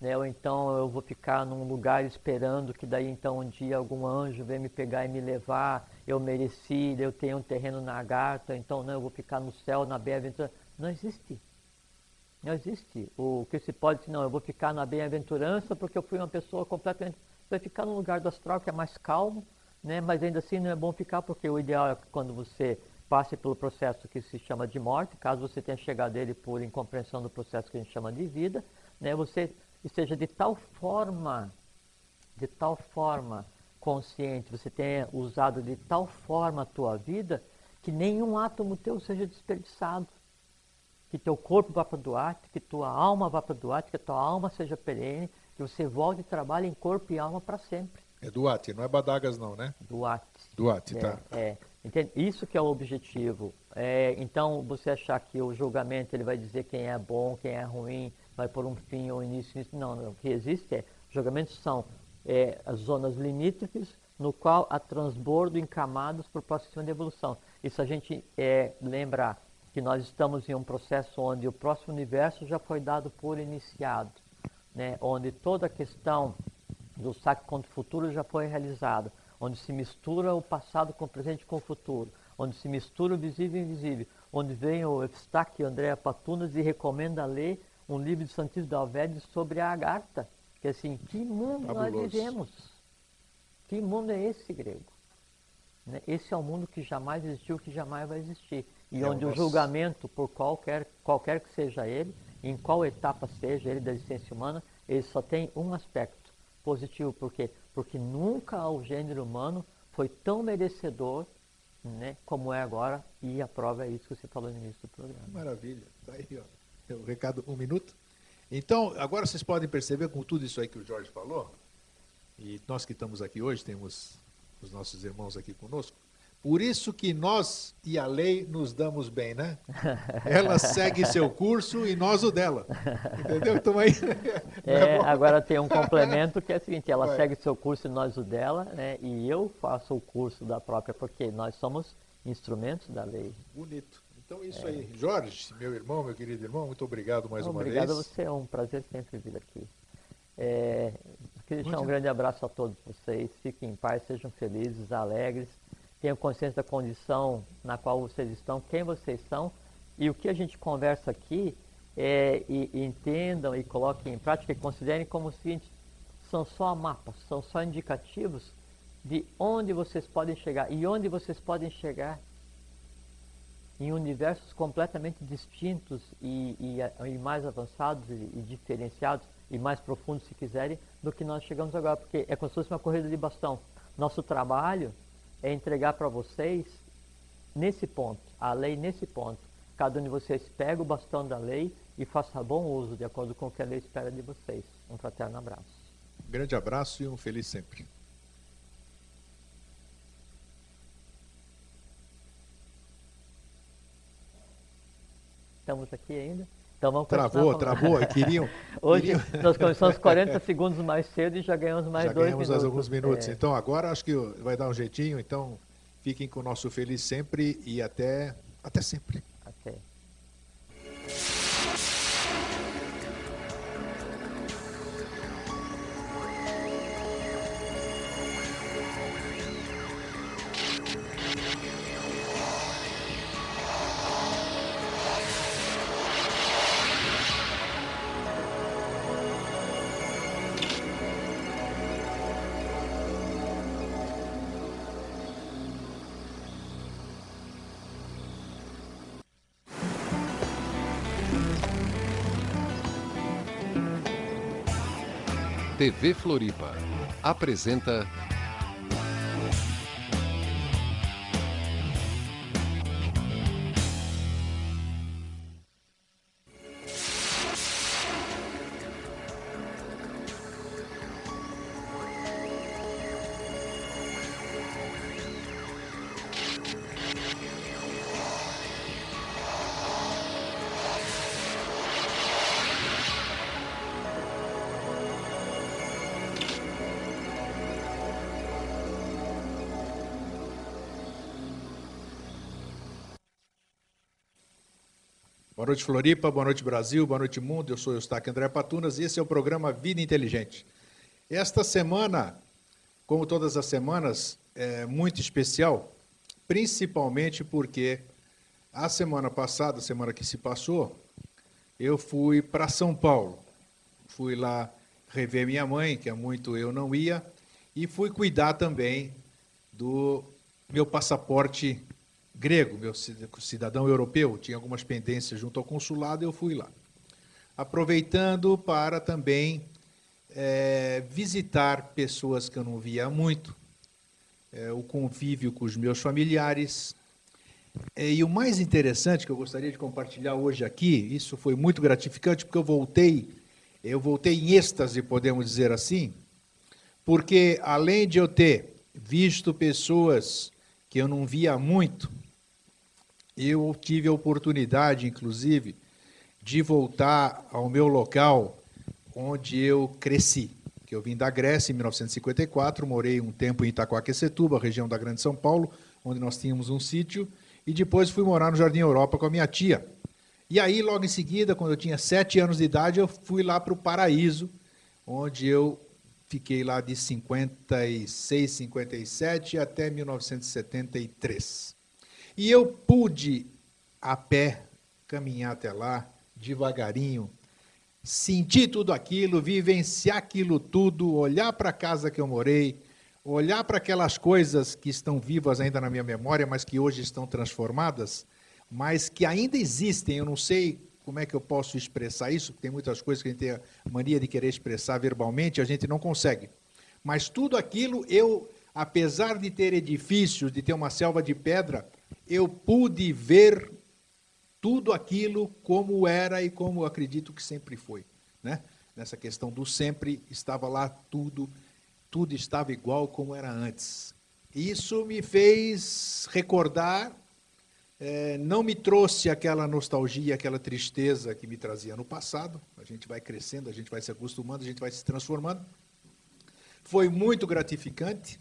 né? Ou então eu vou ficar num lugar esperando que daí então um dia algum anjo venha me pegar e me levar, eu mereci, eu tenho um terreno na Agartha, então não, eu vou ficar no céu, na bem-aventurança. Não existe. Não existe. O que se pode dizer, não, eu vou ficar na bem-aventurança porque eu fui uma pessoa completamente... Vai ficar num lugar do astral que é mais calmo, né? Mas ainda assim não é bom ficar porque o ideal é que quando você passe pelo processo que se chama de morte, caso você tenha chegado a ele por incompreensão do processo que a gente chama de vida, né? Você esteja de tal forma, de tal forma consciente, você tenha usado de tal forma a tua vida que nenhum átomo teu seja desperdiçado. Que teu corpo vá para o Duarte, que tua alma vá para o Duarte, que a tua alma seja perene, que você volte e trabalhe em corpo e alma para sempre. É Duarte, não é Badagas não, né? Duarte. Duarte, É, tá. é. Entende? Isso que é o objetivo. É, então, você achar que o julgamento ele vai dizer quem é bom, quem é ruim, vai por um fim ou início, início. Não, não. O que existe é, julgamentos são é, as zonas limítrofes no qual há transbordo em camadas por processo de evolução. Isso a gente é, lembrar que nós estamos em um processo onde o próximo universo já foi dado por iniciado, né? Onde toda a questão do saque contra o futuro já foi realizada, onde se mistura o passado com o presente e com o futuro, onde se mistura o visível e o invisível, onde vem o Eustáquio Andréa Patunas e recomenda ler um livro de Santíssimo Dalvédio sobre a Agartha, que assim, que mundo Fabuloso. nós vivemos? Que mundo é esse, grego? Esse é um mundo que jamais existiu, que jamais vai existir. E é onde o, nosso... julgamento, por qualquer, qualquer que seja ele, em qual etapa seja ele da existência humana, ele só tem um aspecto positivo. Por quê? Porque nunca o gênero humano foi tão merecedor, né, como é agora, e a prova é isso que você falou no início do programa. Maravilha. Tá aí, ó. O recado, um minuto. Então, agora vocês podem perceber com tudo isso aí que o Jorge falou, e nós que estamos aqui hoje, temos os nossos irmãos aqui conosco, por isso que nós e a lei nos damos bem, né? Ela segue seu curso e nós o dela. Entendeu? Então aí... É, agora tem um complemento que é o seguinte, ela Vai. segue seu curso e nós o dela, né? E eu faço o curso da própria, porque nós somos instrumentos da lei. Bonito. Então isso é. aí. Jorge, meu irmão, meu querido irmão, muito obrigado mais Não, uma obrigado vez. Obrigado a você, é um prazer sempre vir aqui. É, queria deixar um Onde? grande abraço a todos vocês, fiquem em paz, sejam felizes, alegres, tenham consciência da condição na qual vocês estão, quem vocês são, e o que a gente conversa aqui, é, e, e entendam e coloquem em prática e considerem como o seguinte, são só mapas, são só indicativos de onde vocês podem chegar, e onde vocês podem chegar em universos completamente distintos e, e, e mais avançados e, e diferenciados, e mais profundos, se quiserem, do que nós chegamos agora, porque é como se fosse uma corrida de bastão. Nosso trabalho é entregar para vocês, nesse ponto, a lei nesse ponto. Cada um de vocês pega o bastão da lei e faça bom uso, de acordo com o que a lei espera de vocês. Um fraterno abraço. Um grande abraço e um feliz sempre. Estamos aqui ainda? Então vamos Travou, com... travou. Queriam, Hoje queriam... nós começamos quarenta segundos mais cedo e já ganhamos mais já dois ganhamos minutos. alguns minutos. É. Então agora acho que vai dar um jeitinho. Então fiquem com o nosso feliz sempre e até, até sempre. Até. T V Floripa apresenta Boa noite, Floripa, boa noite, Brasil, boa noite, mundo. Eu sou Eustáquio André Patunas e esse é o programa Vida Inteligente. Esta semana, como todas as semanas, é muito especial, principalmente porque a semana passada, a semana que se passou, eu fui para São Paulo. Fui lá rever minha mãe, que há muito eu não ia, e fui cuidar também do meu passaporte grego, meu cidadão europeu. Tinha algumas pendências junto ao consulado e eu fui lá. Aproveitando para também é, visitar pessoas que eu não via há muito, é, o convívio com os meus familiares. É, e o mais interessante que eu gostaria de compartilhar hoje aqui, isso foi muito gratificante, porque eu voltei, eu voltei em êxtase, podemos dizer assim, porque além de eu ter visto pessoas que eu não via há muito, eu tive a oportunidade, inclusive, de voltar ao meu local onde eu cresci. Que eu vim da Grécia em mil novecentos e cinquenta e quatro, morei um tempo em Itaquaquecetuba, região da Grande São Paulo, onde nós tínhamos um sítio, e depois fui morar no Jardim Europa com a minha tia. E aí, logo em seguida, quando eu tinha sete anos de idade, eu fui lá para o Paraíso, onde eu fiquei lá de cinquenta e seis, cinquenta e sete até mil novecentos e setenta e três. E eu pude, a pé, caminhar até lá, devagarinho, sentir tudo aquilo, vivenciar aquilo tudo, olhar para a casa que eu morei, olhar para aquelas coisas que estão vivas ainda na minha memória, mas que hoje estão transformadas, mas que ainda existem. Eu não sei como é que eu posso expressar isso, porque tem muitas coisas que a gente tem a mania de querer expressar verbalmente, a gente não consegue. Mas tudo aquilo, eu, apesar de ter edifícios, de ter uma selva de pedra, eu pude ver tudo aquilo como era e como eu acredito que sempre foi, né? Nessa questão do sempre, estava lá tudo, tudo estava igual como era antes. Isso me fez recordar, é, não me trouxe aquela nostalgia, aquela tristeza que me trazia no passado. A gente vai crescendo, a gente vai se acostumando, a gente vai se transformando. Foi muito gratificante,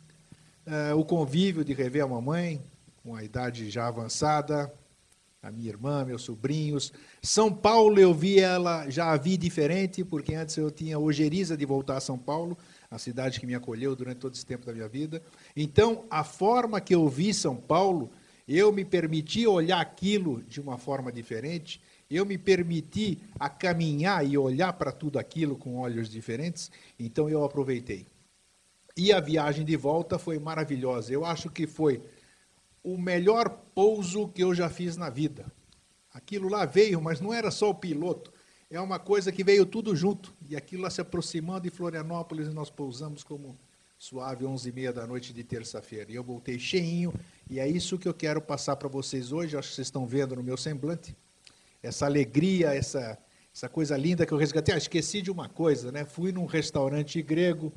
é, o convívio de rever a mamãe, com a idade já avançada, a minha irmã, meus sobrinhos. São Paulo eu vi ela, já a vi diferente, porque antes eu tinha ojeriza de voltar a São Paulo, a cidade que me acolheu durante todo esse tempo da minha vida. Então, a forma que eu vi São Paulo, eu me permiti olhar aquilo de uma forma diferente, eu me permiti a caminhar e olhar para tudo aquilo com olhos diferentes, então eu aproveitei. E a viagem de volta foi maravilhosa. Eu acho que foi o melhor pouso que eu já fiz na vida. Aquilo lá veio, mas não era só o piloto, é uma coisa que veio tudo junto, e aquilo lá se aproximando de Florianópolis, e nós pousamos como suave onze e meia da noite de terça-feira, e eu voltei cheinho, e é isso que eu quero passar para vocês hoje. Acho que vocês estão vendo no meu semblante, essa alegria, essa, essa coisa linda que eu resgatei. Ah, esqueci de uma coisa, né? Fui num restaurante grego,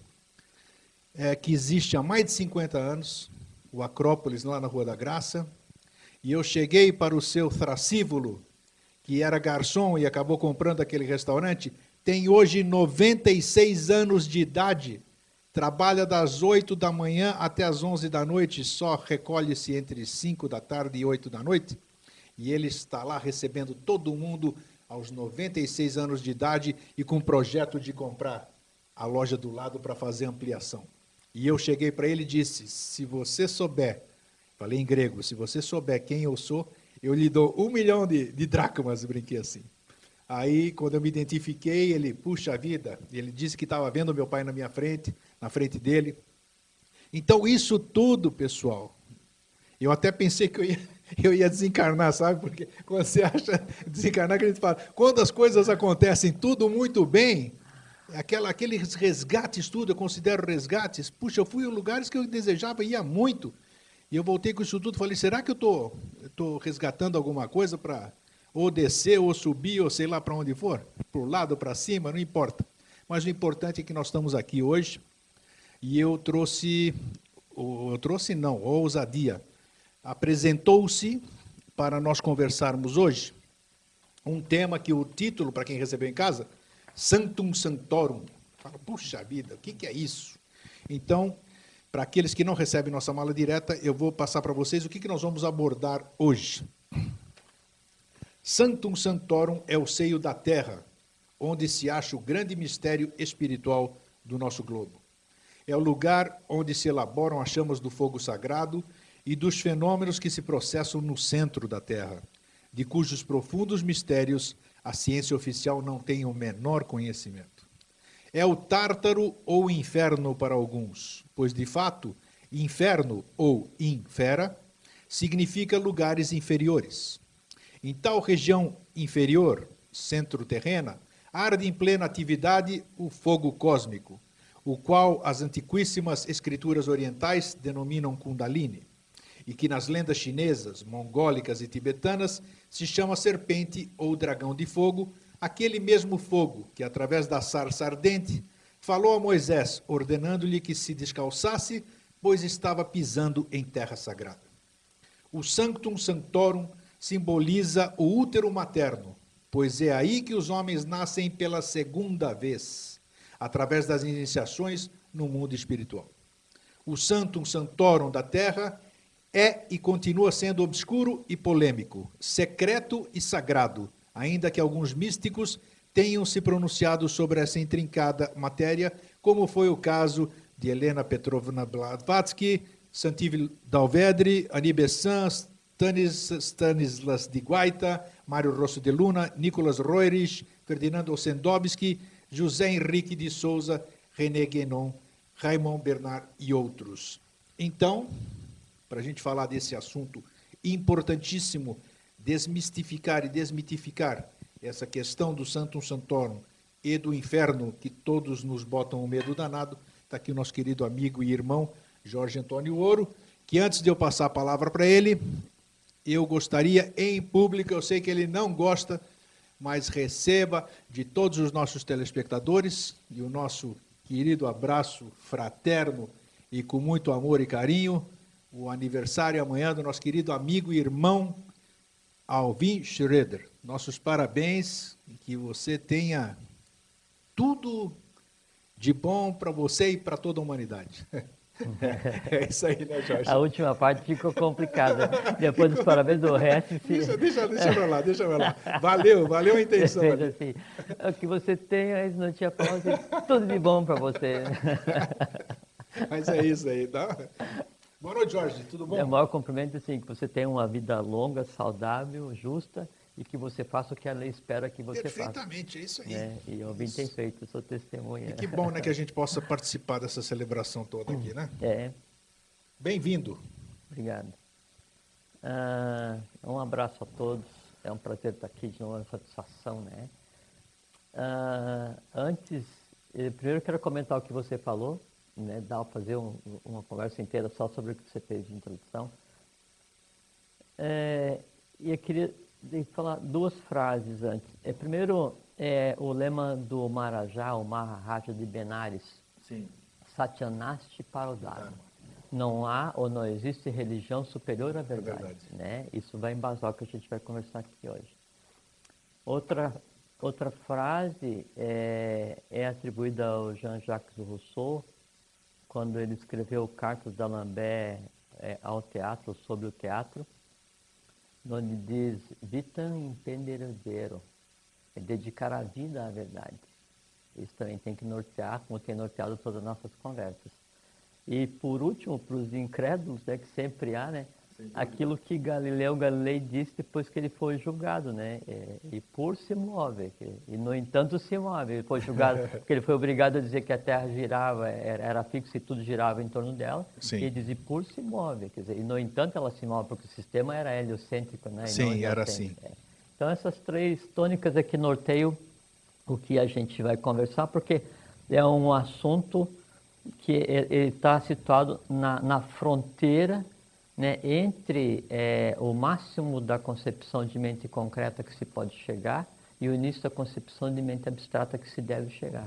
é, que existe há mais de cinquenta anos, o Acrópolis, lá na Rua da Graça, e eu cheguei para o seu Thrasívulo, que era garçom e acabou comprando aquele restaurante, tem hoje noventa e seis anos de idade, trabalha das oito da manhã até as onze da noite, só recolhe-se entre cinco da tarde e oito da noite, e ele está lá recebendo todo mundo aos noventa e seis anos de idade e com o projeto de comprar a loja do lado para fazer ampliação. E eu cheguei para ele e disse, se você souber, falei em grego, se você souber quem eu sou, eu lhe dou um milhão de, de dracmas, brinquei assim. Aí, quando eu me identifiquei, ele, puxa vida, ele disse que estava vendo meu pai na minha frente, na frente dele. Então, isso tudo, pessoal, eu até pensei que eu ia, eu ia desencarnar, sabe? Porque quando você acha desencarnar, que a gente fala, quando as coisas acontecem tudo muito bem, Aquela, aqueles resgates, tudo, eu considero resgates. Puxa, eu fui em lugares que eu desejava ir há muito. E eu voltei com isso tudo e falei, será que eu estou tô resgatando alguma coisa para ou descer, ou subir, ou sei lá para onde for? Para o lado, para cima, não importa. Mas o importante é que nós estamos aqui hoje e eu trouxe, eu trouxe não, ousadia. Apresentou-se para nós conversarmos hoje um tema que o título, para quem recebeu em casa, Sanctum Sanctorum. Fala, puxa vida, o que, que é isso? Então, para aqueles que não recebem nossa mala direta, eu vou passar para vocês o que, que nós vamos abordar hoje. Sanctum Sanctorum é o seio da terra, onde se acha o grande mistério espiritual do nosso globo. É o lugar onde se elaboram as chamas do fogo sagrado e dos fenômenos que se processam no centro da terra, de cujos profundos mistérios a ciência oficial não tem o menor conhecimento. É o Tártaro ou inferno para alguns, pois, de fato, inferno ou infera significa lugares inferiores. Em tal região inferior, centro-terrena, arde em plena atividade o fogo cósmico, o qual as antiquíssimas escrituras orientais denominam Kundalini, e que nas lendas chinesas, mongólicas e tibetanas se chama serpente ou dragão de fogo, aquele mesmo fogo que, através da sarça ardente, falou a Moisés, ordenando-lhe que se descalçasse, pois estava pisando em terra sagrada. O Sanctum Sanctorum simboliza o útero materno, pois é aí que os homens nascem pela segunda vez, através das iniciações no mundo espiritual. O Sanctum Sanctorum da terra é e continua sendo obscuro e polêmico, secreto e sagrado, ainda que alguns místicos tenham se pronunciado sobre essa intrincada matéria, como foi o caso de Helena Petrovna Blavatsky, Santivy Dalvedre, Annie Besant, Stanis, Stanislas de Guaita, Mário Rosso de Luna, Nicolas Roerich, Ferdinando Ossendowski, José Henrique de Souza, René Guénon, Raymond Bernard e outros. Então, para a gente falar desse assunto importantíssimo, desmistificar e desmitificar essa questão do Sanctum Sanctorum e do inferno, que todos nos botam um medo danado, está aqui o nosso querido amigo e irmão Jorge Antônio Ouro, que antes de eu passar a palavra para ele, eu gostaria em público, eu sei que ele não gosta, mas receba de todos os nossos telespectadores e o nosso querido abraço fraterno e com muito amor e carinho, o aniversário amanhã do nosso querido amigo e irmão Alvin Schroeder. Nossos parabéns e que você tenha tudo de bom para você e para toda a humanidade. É isso aí, né, Jorge? A última parte ficou complicada. Depois dos parabéns do resto... Se... Deixa, deixa, deixa eu lá, deixa eu lá. Valeu, valeu a intenção. Fez assim, que você tenha, não tinha pausa, tudo de bom para você. Mas é isso aí, tá? Boa noite, Jorge, tudo bom? É o maior cumprimento, assim, que você tenha uma vida longa, saudável, justa, e que você faça o que a lei espera que você faça. Perfeitamente, é isso aí. Né? E eu bem tem feito, eu sou testemunha. E que bom, né, que a gente possa participar dessa celebração toda aqui, né? É. Bem-vindo. Obrigado. Ah, um abraço a todos, é um prazer estar aqui de novo, uma satisfação, né? Ah, antes, primeiro eu quero comentar o que você falou, né? Dá para fazer um, uma conversa inteira só sobre o que você fez de introdução. É, e eu queria falar duas frases antes. É, primeiro, é, o lema do Maharaja, o Maharaja de Benares. Sim. Satyanasti Parodharma. Não há ou não existe religião superior à verdade. É verdade. Né? Isso vai embasar o que a gente vai conversar aqui hoje. Outra, outra frase é, é atribuída ao Jean-Jacques Rousseau, quando ele escreveu Cartas d'Alembert é, ao teatro, sobre o teatro, onde diz, vitam impendere vero, é dedicar a vida à verdade. Isso também tem que nortear, como tem norteado todas as nossas conversas. E, por último, para os incrédulos, né, que sempre há, né, aquilo que Galileu Galilei disse depois que ele foi julgado, né, é, e por se move, que, e no entanto se move. Ele foi julgado porque ele foi obrigado a dizer que a Terra girava, era, era fixa e tudo girava em torno dela. Sim. E ele diz, e por se move, quer dizer, e no entanto ela se move porque o sistema era heliocêntrico, né? Sim, era assim. É. Então essas três tônicas aqui norteiam o que a gente vai conversar, porque é um assunto que ele está situado na, na fronteira, né, entre é, o máximo da concepção de mente concreta que se pode chegar e o início da concepção de mente abstrata que se deve chegar.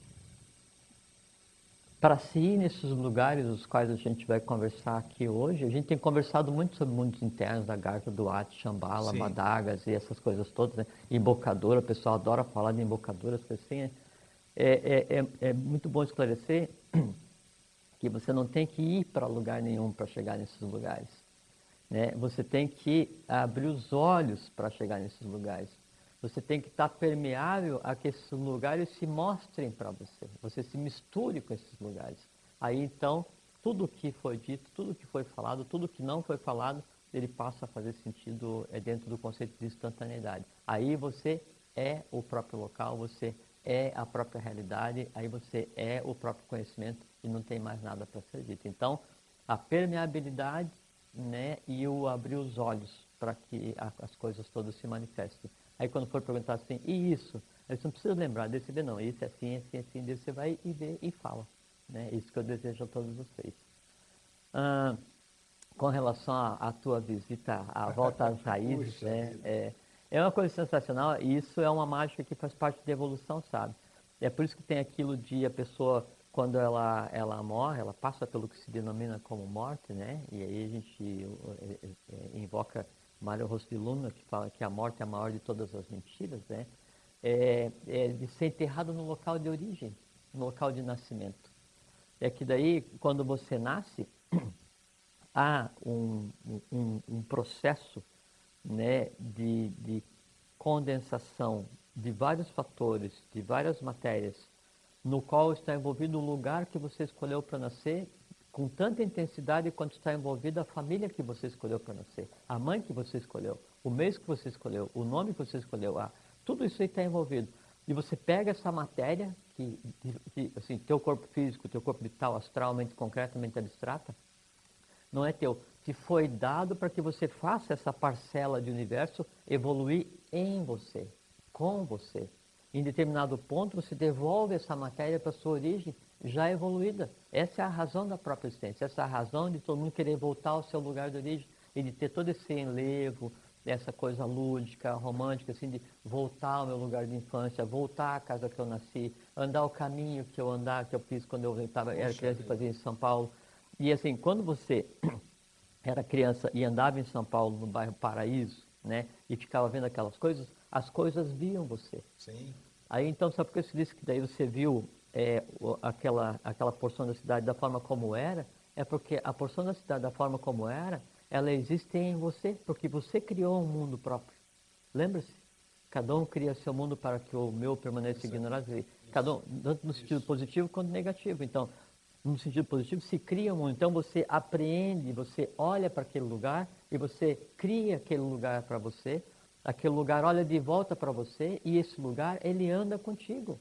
Para se ir nesses lugares os quais a gente vai conversar aqui hoje, a gente tem conversado muito sobre mundos internos, Agartha, Duat, Shambhala, Sim. Madagas e essas coisas todas, né? Embocadura, o pessoal adora falar de embocaduras, assim, né? É, é, é, é muito bom esclarecer que você não tem que ir para lugar nenhum para chegar nesses lugares. né? Você tem que abrir os olhos para chegar nesses lugares. Você tem que estar permeável a que esses lugares se mostrem para você. Você se misture com esses lugares. Aí então, tudo que foi dito, tudo que foi falado, tudo que não foi falado, ele passa a fazer sentido é, dentro do conceito de instantaneidade. Aí você é o próprio local, você é a própria realidade, aí você é o próprio conhecimento e não tem mais nada para ser dito. Então, a permeabilidade, né, e o abrir os olhos para que a, as coisas todas se manifestem. Aí quando for perguntar assim, e isso? Aí você não precisa lembrar desse ver, não. Isso é assim, assim, assim. Daí você vai e vê e fala. Né? Isso que eu desejo a todos vocês. Ah, com relação à tua visita, à volta às raízes, né? É, é uma coisa sensacional e isso é uma mágica que faz parte da evolução, sabe? É por isso que tem aquilo de a pessoa, quando ela, ela morre, ela passa pelo que se denomina como morte, né? E aí a gente é, é, invoca Mário Rossiluna, que fala que a morte é a maior de todas as mentiras, né? É, é de ser enterrado no local de origem, no local de nascimento. É que daí, quando você nasce, há um, um, um processo, né, de, de condensação de vários fatores, de várias matérias, no qual está envolvido o lugar que você escolheu para nascer, com tanta intensidade quanto está envolvida a família que você escolheu para nascer, a mãe que você escolheu, o mês que você escolheu, o nome que você escolheu, ah, tudo isso aí está envolvido. E você pega essa matéria, que, que assim, teu corpo físico, teu corpo vital, astralmente, concretamente abstrata, não é teu, te foi dado para que você faça essa parcela de universo evoluir em você, com você. Em determinado ponto, você devolve essa matéria para a sua origem já evoluída. Essa é a razão da própria existência, essa é a razão de todo mundo querer voltar ao seu lugar de origem e de ter todo esse enlevo, essa coisa lúdica, romântica, assim, de voltar ao meu lugar de infância, voltar à casa que eu nasci, andar o caminho que eu andava, que eu fiz quando eu tava, era criança e fazia em São Paulo. E assim, quando você era criança e andava em São Paulo, no bairro Paraíso, né, e ficava vendo aquelas coisas, as coisas viam você. Sim. Aí então, sabe por que você disse que daí você viu é, aquela, aquela porção da cidade da forma como era? É porque a porção da cidade da forma como era, ela existe em você, porque você criou um mundo próprio. Lembra-se? Cada um cria seu mundo para que o meu permaneça ignorado. Cada um, tanto no sentido positivo quanto negativo. Então, no sentido positivo, se cria um mundo. Então, você apreende, você olha para aquele lugar e você cria aquele lugar para você. Aquele lugar olha de volta para você e esse lugar, ele anda contigo.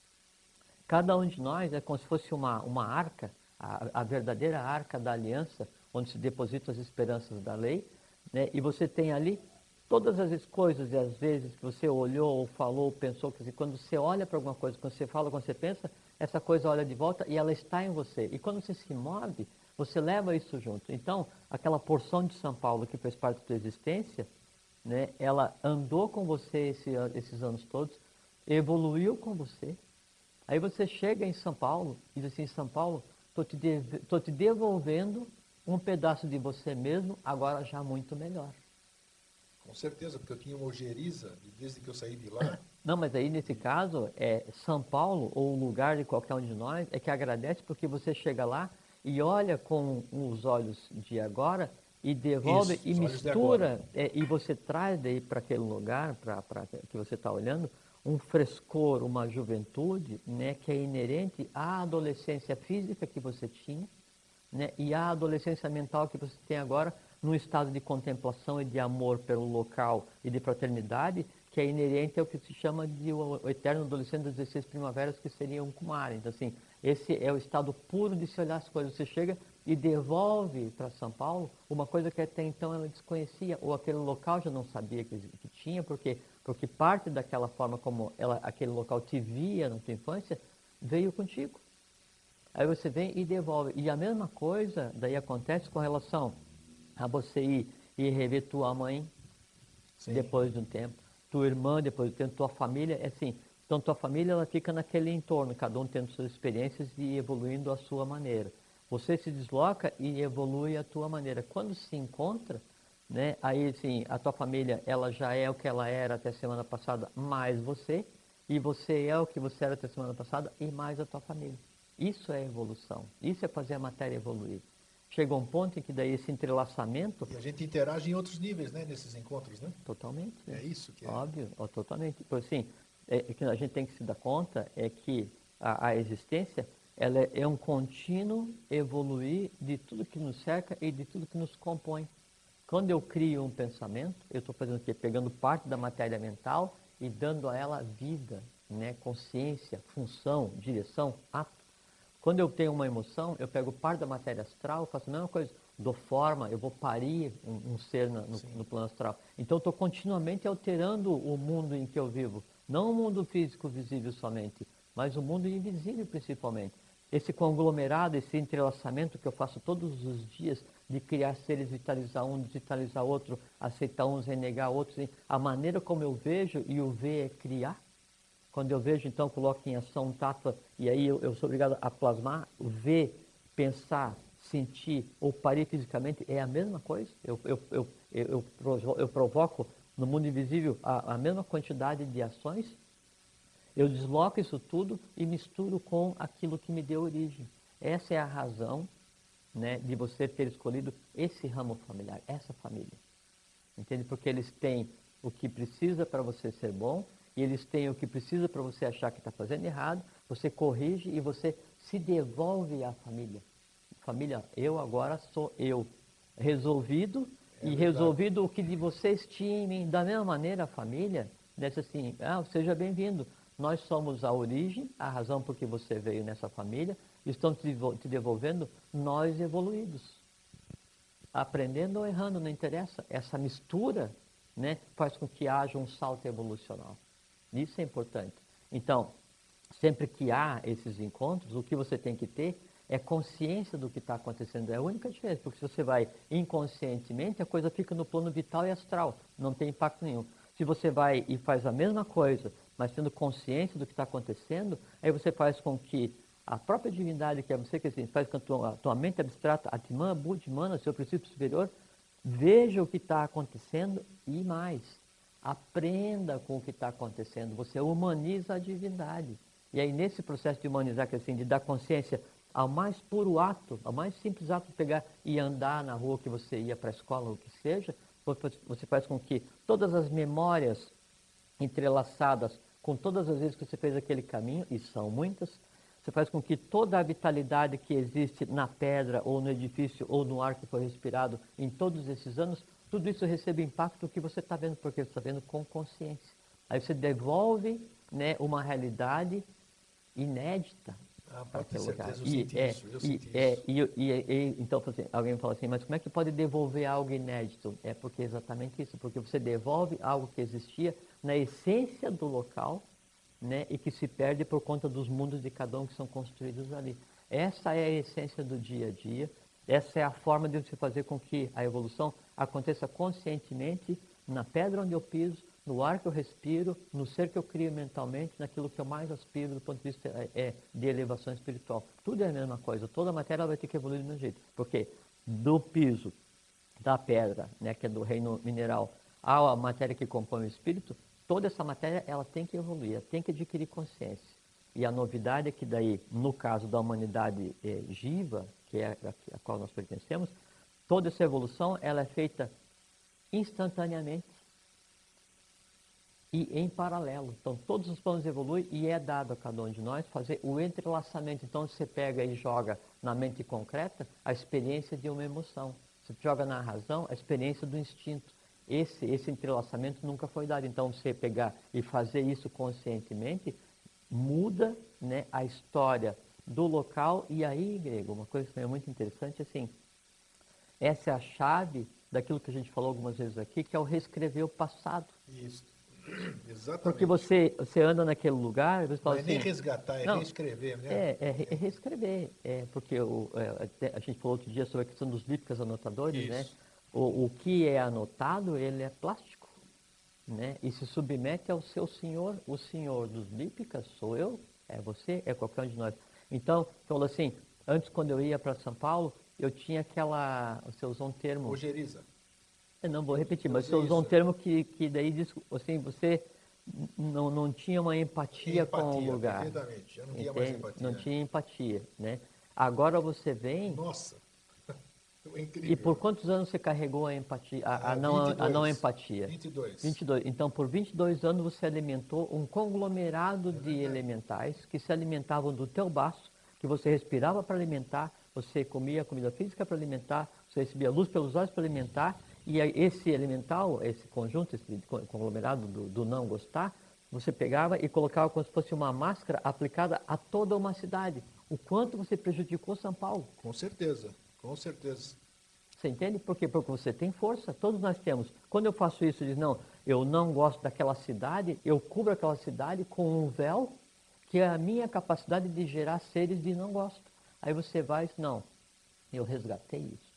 Cada um de nós é como se fosse uma, uma arca, a, a verdadeira arca da aliança, onde se depositam as esperanças da lei, né? E você tem ali todas as coisas e as vezes que você olhou, ou falou, ou pensou, quer dizer, quando você olha para alguma coisa, quando você fala, quando você pensa, essa coisa olha de volta e ela está em você. E quando você se move, você leva isso junto. Então, aquela porção de São Paulo que fez parte da sua existência, né, ela andou com você esse, esses anos todos, evoluiu com você. Aí você chega em São Paulo e diz assim, São Paulo, estou te, de, te devolvendo um pedaço de você mesmo, agora já muito melhor. Com certeza, porque eu tinha uma ojeriza desde que eu saí de lá. Não, mas aí nesse caso, é São Paulo, ou o lugar de qualquer um de nós, é que agradece porque você chega lá e olha com os olhos de agora e devolve Isso, e os olhos de mistura, é, e você traz daí para aquele lugar pra, pra, que você está olhando, um frescor, uma juventude, né, que é inerente à adolescência física que você tinha, né, e à adolescência mental que você tem agora, num estado de contemplação e de amor pelo local e de fraternidade, que é inerente ao que se chama de o, o eterno adolescente das dezesseis primaveras, que seria um Kumara. Então, assim, esse é o estado puro de se olhar as coisas. Você chega e devolve para São Paulo uma coisa que até então ela desconhecia, ou aquele local já não sabia que, que tinha, porque, porque parte daquela forma como ela, aquele local te via na tua infância, veio contigo. Aí você vem e devolve. E a mesma coisa daí acontece com relação a você ir e rever tua mãe, sim, depois de um tempo, tua irmã depois de um tempo, tua família, é assim. Então tua família ela fica naquele entorno, cada um tendo suas experiências e evoluindo à sua maneira. Você se desloca e evolui à tua maneira. Quando se encontra, né, aí assim, a tua família ela já é o que ela era até a semana passada, mais você, e você é o que você era até a semana passada e mais a tua família. Isso é evolução, isso é fazer a matéria evoluir. chega um ponto em que daí esse entrelaçamento... E a gente interage em outros níveis, né, nesses encontros, né? Totalmente. Né? É isso que é. Óbvio, ó, totalmente. Por assim, é, é que a gente tem que se dar conta é que a, a existência ela é, é um contínuo evoluir de tudo que nos cerca e de tudo que nos compõe. Quando eu crio um pensamento, eu estou fazendo o quê? Pegando parte da matéria mental e dando a ela vida, né? Consciência, função, direção, ato. Quando eu tenho uma emoção, eu pego parte da matéria astral, faço a mesma coisa, dou forma, eu vou parir um, um ser na, no, no plano astral. Então eu estou continuamente alterando o mundo em que eu vivo. Não o mundo físico visível somente, mas o mundo invisível principalmente. Esse conglomerado, esse entrelaçamento que eu faço todos os dias de criar seres, vitalizar um, desvitalizar outro, aceitar uns, renegar outros, a maneira como eu vejo, e o ver é criar. Quando eu vejo, então, coloco em ação um tátua, e aí eu, eu sou obrigado a plasmar, ver, pensar, sentir ou parir fisicamente, é a mesma coisa. Eu, eu, eu, eu, eu, eu provoco no mundo invisível a, a mesma quantidade de ações, eu desloco isso tudo e misturo com aquilo que me deu origem. Essa é a razão, né, de você ter escolhido esse ramo familiar, essa família. Entende? Porque eles têm o que precisa para você ser bom, e eles têm o que precisa para você achar que está fazendo errado, você corrige e você se devolve à família. Família, eu agora sou eu. Resolvido, é e verdade. Resolvido o que de vocês tinham. Da mesma maneira, a família disse assim, ah, seja bem-vindo. Nós somos a origem, a razão por que você veio nessa família, estamos te devolvendo nós evoluídos. Aprendendo ou errando, não interessa. Essa mistura, né, faz com que haja um salto evolucional. Isso é importante. Então, sempre que há esses encontros, o que você tem que ter é consciência do que está acontecendo. É a única diferença, porque se você vai inconscientemente, a coisa fica no plano vital e astral, não tem impacto nenhum. Se você vai e faz a mesma coisa, mas tendo consciência do que está acontecendo, aí você faz com que a própria divindade que é você, que assim, faz com que a tua, a tua mente abstrata, Atman, Buddhimana, seu princípio superior, veja o que está acontecendo e mais. Aprenda com o que está acontecendo. Você humaniza a divindade. E aí, nesse processo de humanizar, que assim, de dar consciência ao mais puro ato, ao mais simples ato de pegar e andar na rua que você ia para a escola, ou o que seja, você faz com que todas as memórias entrelaçadas com todas as vezes que você fez aquele caminho, e são muitas, você faz com que toda a vitalidade que existe na pedra, ou no edifício, ou no ar que foi respirado em todos esses anos, tudo isso recebe impacto do que você está vendo, porque você está vendo com consciência. Aí você devolve, né, uma realidade inédita ah, para aquele lugar. Eu e, senti é, isso, eu e, senti é, isso. E, e, e, então, assim, alguém fala assim, mas como é que pode devolver algo inédito? É porque é exatamente isso, porque você devolve algo que existia na essência do local, né, e que se perde por conta dos mundos de cada um que são construídos ali. Essa é a essência do dia a dia, essa é a forma de você fazer com que a evolução aconteça conscientemente na pedra onde eu piso, no ar que eu respiro, no ser que eu crio mentalmente, naquilo que eu mais aspiro do ponto de vista é, de elevação espiritual. Tudo é a mesma coisa, toda a matéria vai ter que evoluir do mesmo jeito, porque do piso, da pedra, né, que é do reino mineral, à matéria que compõe o espírito, toda essa matéria ela tem que evoluir, ela tem que adquirir consciência. E a novidade é que daí, no caso da humanidade eh, Jiva, que é a, a qual nós pertencemos, toda essa evolução ela é feita instantaneamente e em paralelo. Então, todos os planos evoluem e é dado a cada um de nós fazer o entrelaçamento. Então, você pega e joga na mente concreta a experiência de uma emoção. Você joga na razão a experiência do instinto. Esse, esse entrelaçamento nunca foi dado. Então, você pegar e fazer isso conscientemente, muda, né, a história do local. E aí, Grego, uma coisa que é muito interessante, assim, essa é a chave daquilo que a gente falou algumas vezes aqui, que é o reescrever o passado. Isso. Exatamente. Porque você, você anda naquele lugar, você fala não é assim... nem resgatar, é não, reescrever, né? É, é, é reescrever. É, porque o, é, a gente falou outro dia sobre a questão dos lípicas anotadores, Isso. né? O, o que é anotado, ele é plástico, né? E se submete ao seu senhor. O senhor dos lípicas sou eu, é você, é qualquer um de nós. Então, falou assim, antes quando eu ia para São Paulo, eu tinha aquela... Você usou um termo... Ojeriza. Eu não vou repetir, mas você usou um termo que, que daí diz, assim, você não, não tinha uma empatia, empatia com o lugar. Perfeitamente, eu não tinha mais empatia. Não tinha empatia, né? Agora você vem... Nossa! Foi incrível. E por quantos anos você carregou a empatia, a, a Ah, não, vinte e dois. a não empatia? vinte e dois. vinte e dois. Então, por vinte e dois anos você alimentou um conglomerado É de verdade. elementais que se alimentavam do teu baço, que você respirava para alimentar, você comia comida física para alimentar, você recebia luz pelos olhos para alimentar, e aí esse elemental, esse conjunto, esse conglomerado do, do não gostar, você pegava e colocava como se fosse uma máscara aplicada a toda uma cidade. O quanto você prejudicou São Paulo. Com certeza, com certeza. Você entende? Por quê? Porque você tem força, todos nós temos. Quando eu faço isso, eu digo, não, eu não gosto daquela cidade, eu cubro aquela cidade com um véu, que é a minha capacidade de gerar seres de não gosto. Aí você vai e diz, não, eu resgatei isso.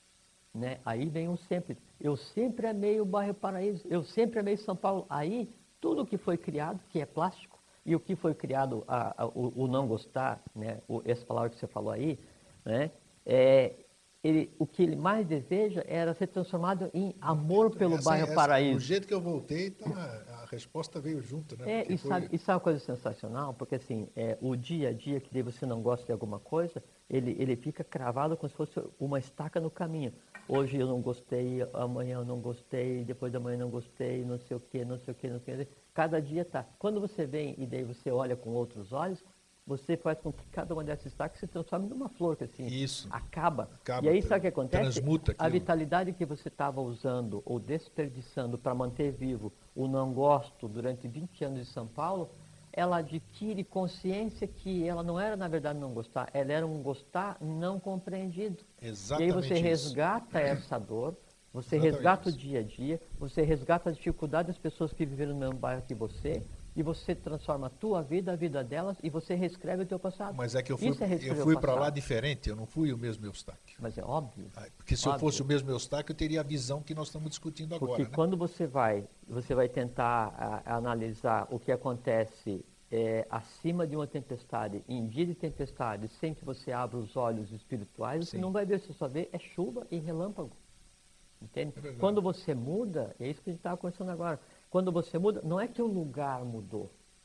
Né? Aí vem um sempre, eu sempre amei o bairro Paraíso, eu sempre amei São Paulo. Aí, tudo que foi criado, que é plástico, e o que foi criado, a, a, o, o não gostar, né? o, essa palavra que você falou aí, né? é, ele, o que ele mais deseja era ser transformado em amor pelo Essa- bairro essa- Paraíso. Do jeito que eu voltei, tá, a resposta veio junto, né? É, Porque e, foi- sabe, e sabe uma coisa sensacional? Porque assim, é, o dia a dia que daí você não gosta de alguma coisa, ele, ele fica cravado como se fosse uma estaca no caminho. Hoje eu não gostei, amanhã eu não gostei, depois da manhã eu não gostei, não sei o que, não sei o que, não sei o que. Cada dia tá. Quando você vem e daí você olha com outros olhos, você faz com que cada uma dessas estacas se transforme numa flor, que assim, Isso. acaba. Acaba, E aí sabe o que acontece? transmuta A aquilo. vitalidade que você estava usando ou desperdiçando para manter vivo o não gosto durante vinte anos em São Paulo, ela adquire consciência que ela não era, na verdade, não gostar, ela era um gostar não compreendido. Exatamente E aí você isso. resgata essa dor, você Exatamente resgata isso. o dia a dia, você resgata a dificuldade das pessoas que viveram no mesmo bairro que você, e você transforma a tua vida, a vida delas, e você reescreve o teu passado. Mas é que eu fui, Isso é eu reescrever fui o para lá passado. diferente, eu não fui o mesmo Eustáquio. Mas é óbvio. Ah, Porque se eu Óbvio. fosse o mesmo Eustáquio, eu teria a visão que nós estamos discutindo Porque agora, né? quando você vai, você vai tentar a, analisar o que acontece é, acima de uma tempestade, em dia de tempestade, sem que você abra os olhos espirituais, você Sim. não vai ver, você só vê é chuva e relâmpago. Entende? É verdade. Quando você muda, é isso que a gente estava conversando agora, quando você muda, não é que o lugar mudou,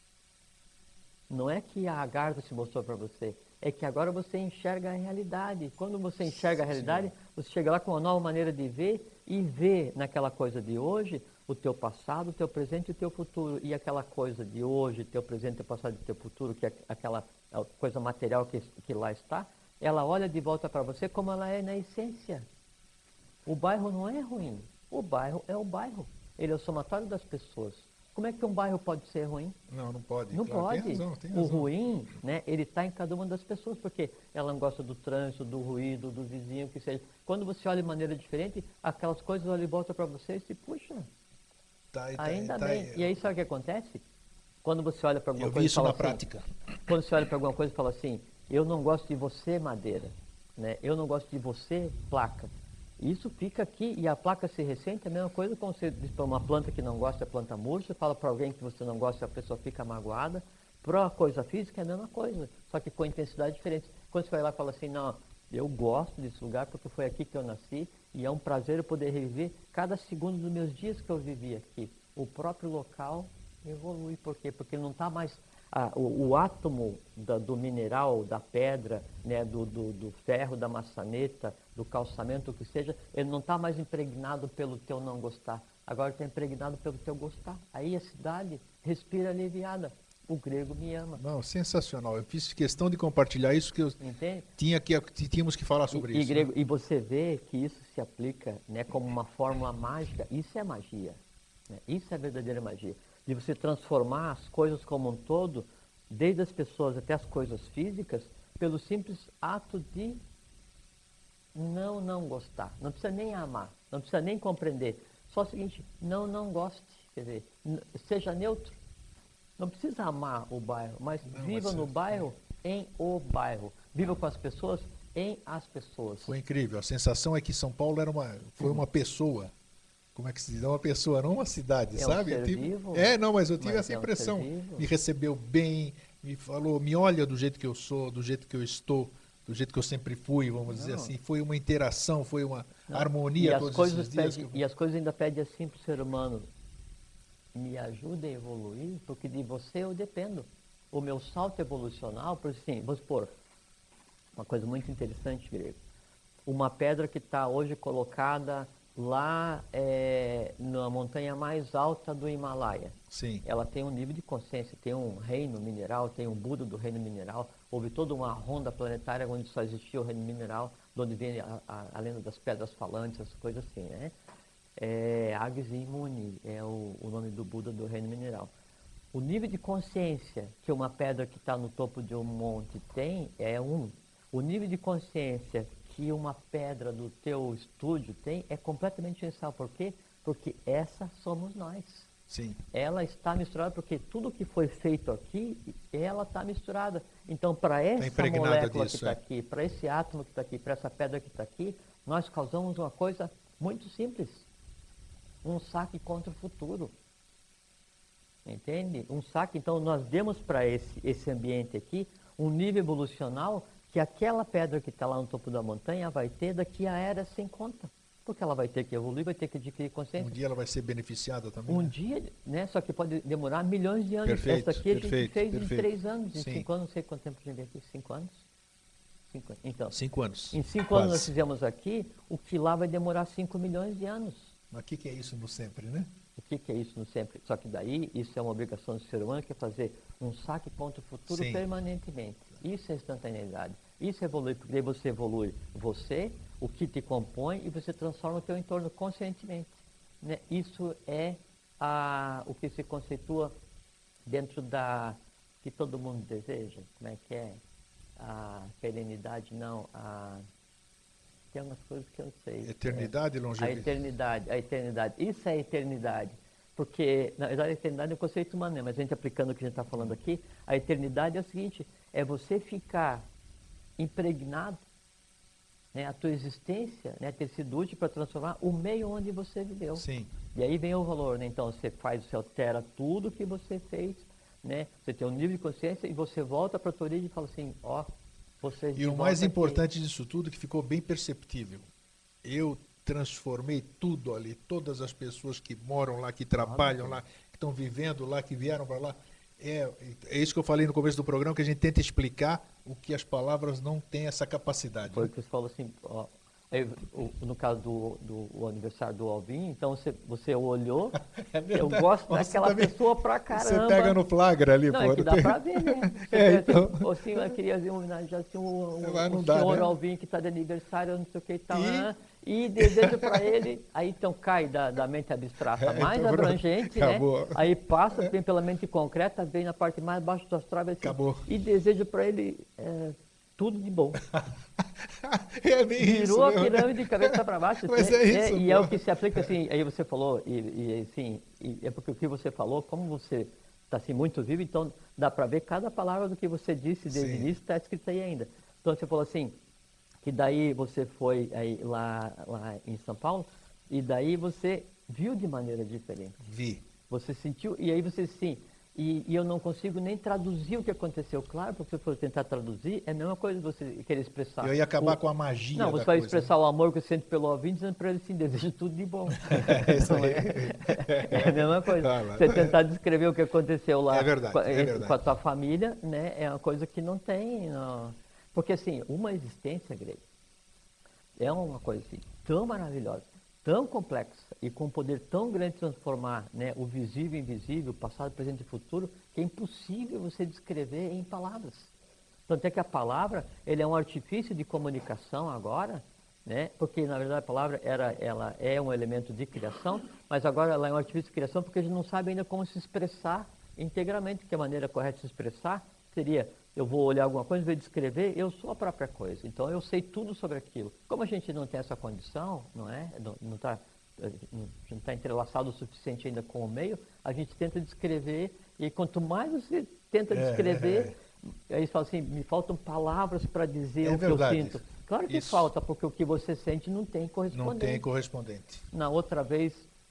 não é que a Agartha se mostrou para você, é que agora você enxerga a realidade. Quando você enxerga a realidade, você chega lá com uma nova maneira de ver e vê naquela coisa de hoje o teu passado, o teu presente e o teu futuro. E aquela coisa de hoje, teu presente, teu passado e teu futuro, que é aquela coisa material que, que lá está, ela olha de volta para você como ela é na essência. O bairro não é ruim. O bairro é o bairro. Ele é o somatório das pessoas. Como é que um bairro pode ser ruim? Não, não pode. Não claro, pode. Tem razão, tem O razão. ruim, né, ele está em cada uma das pessoas, porque ela não gosta do trânsito, do ruído, do vizinho, que seja. Quando você olha de maneira diferente, aquelas coisas ali voltam para você e se puxa. Tá, aí, tá, Ainda tá, bem. aí. E aí sabe o que acontece? Quando você olha para alguma Eu vi coisa e isso fala na assim, prática. quando você olha para alguma coisa e fala assim, eu não gosto de você, madeira, né? Eu não gosto de você, placa. Isso fica aqui e a placa se ressente, é a mesma coisa como você diz para uma planta que não gosta, a planta murcha, fala para alguém que você não gosta, a pessoa fica magoada. Para a coisa física é a mesma coisa, só que com intensidade diferente. Quando você vai lá e fala assim, não, eu gosto desse lugar porque foi aqui que eu nasci e é um prazer eu poder reviver cada segundo dos meus dias que eu vivi aqui. O próprio local evolui, por quê? Porque não está mais... Ah, o, o átomo da, do mineral, da pedra, né, do, do, do ferro, da maçaneta, do calçamento, o que seja, ele não está mais impregnado pelo teu não gostar. Agora está impregnado pelo teu gostar. Aí a cidade respira aliviada. O grego me ama. Não, sensacional. Eu fiz questão de compartilhar isso, que eu Entende? tinha que, tínhamos que falar sobre e, isso. E, grego, né? e você vê que isso se aplica, né, como uma fórmula mágica. Isso é magia. Né? Isso é verdadeira magia. De você transformar as coisas como um todo, desde as pessoas até as coisas físicas, pelo simples ato de não não gostar. Não precisa nem amar, não precisa nem compreender. Só o seguinte, não não goste, quer dizer, seja neutro. Não precisa amar o bairro, mas Não, viva mas no é- bairro, em o bairro. Viva com as pessoas, em as pessoas. Foi incrível. A sensação é que São Paulo era uma, foi uma pessoa. Como é que se diz? É uma pessoa, não uma cidade, É um sabe? ser Eu tive- vivo, É, não, mas eu tive mas essa é um impressão. ser vivo. Me recebeu bem, me falou, me olha do jeito que eu sou, do jeito que eu estou, do jeito que eu sempre fui, vamos dizer Não. assim. Foi uma interação, foi uma Não, harmonia e as todos coisas esses dias. pede- que eu- E as coisas ainda pedem assim para o ser humano, me ajuda a evoluir, porque de você eu dependo. O meu salto evolucional, por assim, vamos supor, uma coisa muito interessante, grego. uma pedra que está hoje colocada lá é, na montanha mais alta do Himalaia. Sim. Ela tem um nível de consciência, tem um reino mineral, tem um Buda do reino mineral, houve toda uma ronda planetária onde só existia o reino mineral, de onde vem a, a, a lenda das pedras falantes, essas coisas assim, né? É, Agzi Muni é o, o nome do Buda do reino mineral. O nível de consciência que uma pedra que está no topo de um monte tem é um. O nível de consciência que uma pedra do teu estúdio tem é completamente essencial. Por quê? Porque essa somos nós. Sim. Ela está misturada porque tudo que foi feito aqui, ela está misturada. Então, para essa Tá molécula disso, que está é. aqui, para esse átomo que está aqui, para essa pedra que está aqui, nós causamos uma coisa muito simples. Um saque contra o futuro. Entende? Um saque, então nós demos para esse, esse ambiente aqui um nível evolucional que aquela pedra que está lá no topo da montanha vai ter daqui a era sem conta. Porque ela vai ter que evoluir, vai ter que adquirir consciência. Um dia ela vai ser beneficiada também. Um né? dia, né? Só que pode demorar milhões de anos. Perfeito, Essa aqui a gente perfeito, fez perfeito. em três anos, em Sim. cinco anos, não sei quanto tempo a gente veio aqui, cinco anos? Cinco anos. Então, Cinco anos. em cinco Quase. anos nós fizemos aqui, o que lá vai demorar cinco milhões de anos. Mas o que, que é isso no sempre, né? O que, que é isso no sempre? Só que daí, isso é uma obrigação do ser humano, que é fazer um saque contra o futuro Sim. permanentemente. Isso é instantaneidade. Isso é evoluir, porque daí você evolui você, o que te compõe, e você transforma o teu entorno conscientemente. Né? Isso é a, o que se conceitua dentro da... que todo mundo deseja. Como é que é? A perenidade, não. A, tem algumas coisas que eu não sei. Eternidade e A longevidade. eternidade, a eternidade. Isso é a eternidade. Porque, na verdade, a eternidade é um conceito humano, né? Mas a gente aplicando o que a gente está falando aqui, a eternidade é o seguinte, é você ficar impregnado, né, a tua existência, né, ter sido útil para transformar o meio onde você viveu. Sim. E aí vem o valor, né? Então você faz, você altera tudo que você fez, né? Você tem um nível de consciência e você volta para a tua origem e fala assim, ó, você E o mais importante disso tudo, que ficou bem perceptível, eu transformei tudo ali, todas as pessoas que moram lá, que trabalham lá, que estão vivendo lá, que vieram para lá. É, é isso que eu falei no começo do programa, que a gente tenta explicar o que as palavras não têm essa capacidade. Foi o né? que você falou assim, ó, eu, o, no caso do, do o aniversário do Alvin, então você, você olhou, É verdade. eu gosto Nossa, daquela também- pessoa pra caramba. Você pega no flagra ali, Não, pô. é que dá tem- pra ver, né? Você É, vê, então. assim, assim, eu queria ver homenagear assim, o, o, Mas não o dá, senhor né? Alvin que está de aniversário, não sei o que e tal, E? né? E desejo para ele, aí então cai da, da mente abstrata É, mais então pronto. abrangente, Acabou. né? Aí passa, vem pela mente concreta, vem na parte mais baixa do astral, assim, Acabou. e desejo para ele é, tudo de bom. É bem isso. Virou a mesmo. pirâmide de cabeça para baixo. Mas né? é isso, E é pô. o que se aplica assim, aí você falou, e, e assim, e é porque o que você falou, como você está assim, muito vivo, então dá para ver cada palavra do que você disse desde o Sim. início, está escrito aí ainda. Então você falou assim, que daí você foi aí lá, lá em São Paulo, e daí você viu de maneira diferente. Vi. Você sentiu, e aí você sim, e, e eu não consigo nem traduzir o que aconteceu. Claro, porque se eu for tentar traduzir, é a mesma coisa que você querer expressar. Eu ia acabar O- com a magia Não, da você vai coisa, expressar o amor que você sente pelo ouvinte, dizendo para ele assim, desejo tudo de bom. É isso Não aí. É a mesma coisa. Ah, lá. Você tentar descrever o que aconteceu lá É verdade, com, a, é verdade. com a tua família, né, é uma coisa que não tem... Não. Porque assim, uma existência, Greg, é uma coisa assim, tão maravilhosa, tão complexa e com um poder tão grande de transformar, né, o visível em invisível, passado, presente e futuro, que é impossível você descrever em palavras. Tanto é que a palavra, ele é um artifício de comunicação agora, né, porque na verdade a palavra era, ela é um elemento de criação, mas agora ela é um artifício de criação porque a gente não sabe ainda como se expressar integramente, que a maneira correta de se expressar seria, eu vou olhar alguma coisa, em vez de descrever, eu sou a própria coisa. Então eu sei tudo sobre aquilo. Como a gente não tem essa condição, não é? Não está não tá entrelaçado o suficiente ainda com o meio, a gente tenta descrever, e quanto mais você tenta É, descrever, aí você fala assim, me faltam palavras para dizer É o verdade. que eu sinto. Claro que Isso. falta, porque o que você sente não tem correspondente. Não tem correspondente. Na outra vez,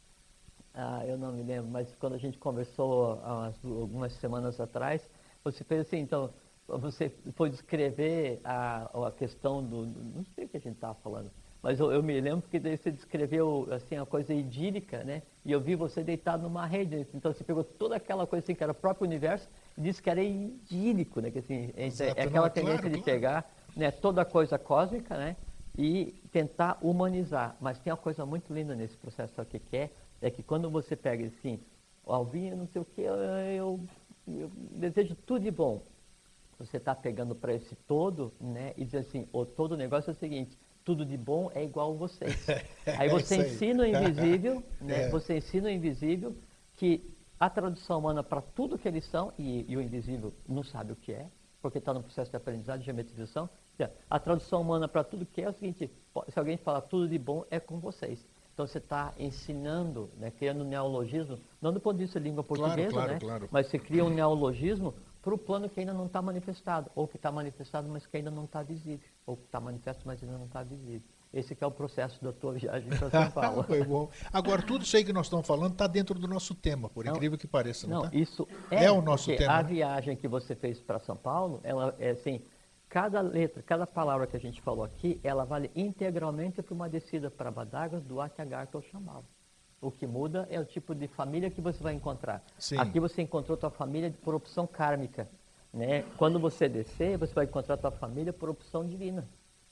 ah, eu não me lembro, mas quando a gente conversou há umas- algumas semanas atrás, você fez assim, então, você foi descrever a, a questão do, do- não sei o que a gente estava falando, mas eu, eu me lembro que daí você descreveu assim, a coisa idílica, né? E eu vi você deitado numa rede, então você pegou toda aquela coisa assim, que era o próprio universo, e disse que era idílico, né? Que, assim, é, Exato, é não, aquela é tendência claro, de claro. pegar, né, toda a coisa cósmica, né? E tentar humanizar. Mas tem uma coisa muito linda nesse processo, sabe o que que é? É que quando você pega assim, o Alvinho, não sei o que, eu, eu, eu desejo tudo de bom. Você está pegando para esse todo, né? E diz assim, o todo negócio é o seguinte, tudo de bom é igual a vocês. Aí você É isso aí. ensina o invisível, né? É. Você ensina o invisível que a tradução humana para tudo que eles são, e, e o invisível não sabe o que é, porque está no processo de aprendizado, de geometrização. A tradução humana para tudo que é, é o seguinte, se alguém falar tudo de bom, é com vocês. Então você está ensinando, né, criando um neologismo, não do ponto de vista de língua portuguesa, claro, né, claro. mas você cria um neologismo para o plano que ainda não está manifestado, ou que está manifestado, mas que ainda não está visível, ou que está manifesto, mas ainda não está visível. Esse que é o processo da tua viagem para São Paulo. Foi bom. Agora, tudo isso aí que nós estamos falando está dentro do nosso tema, por Não, incrível que pareça, não, Não, tá? isso é, É o nosso porque tema, a né? viagem que você fez para São Paulo, ela é assim, cada letra, cada palavra que a gente falou aqui, ela vale integralmente para uma descida para Badagas, Duarte, Agartha ou Xambala. O que muda é o tipo de família que você vai encontrar. Sim. Aqui você encontrou tua família por opção kármica, né? Quando você descer, você vai encontrar tua família por opção divina.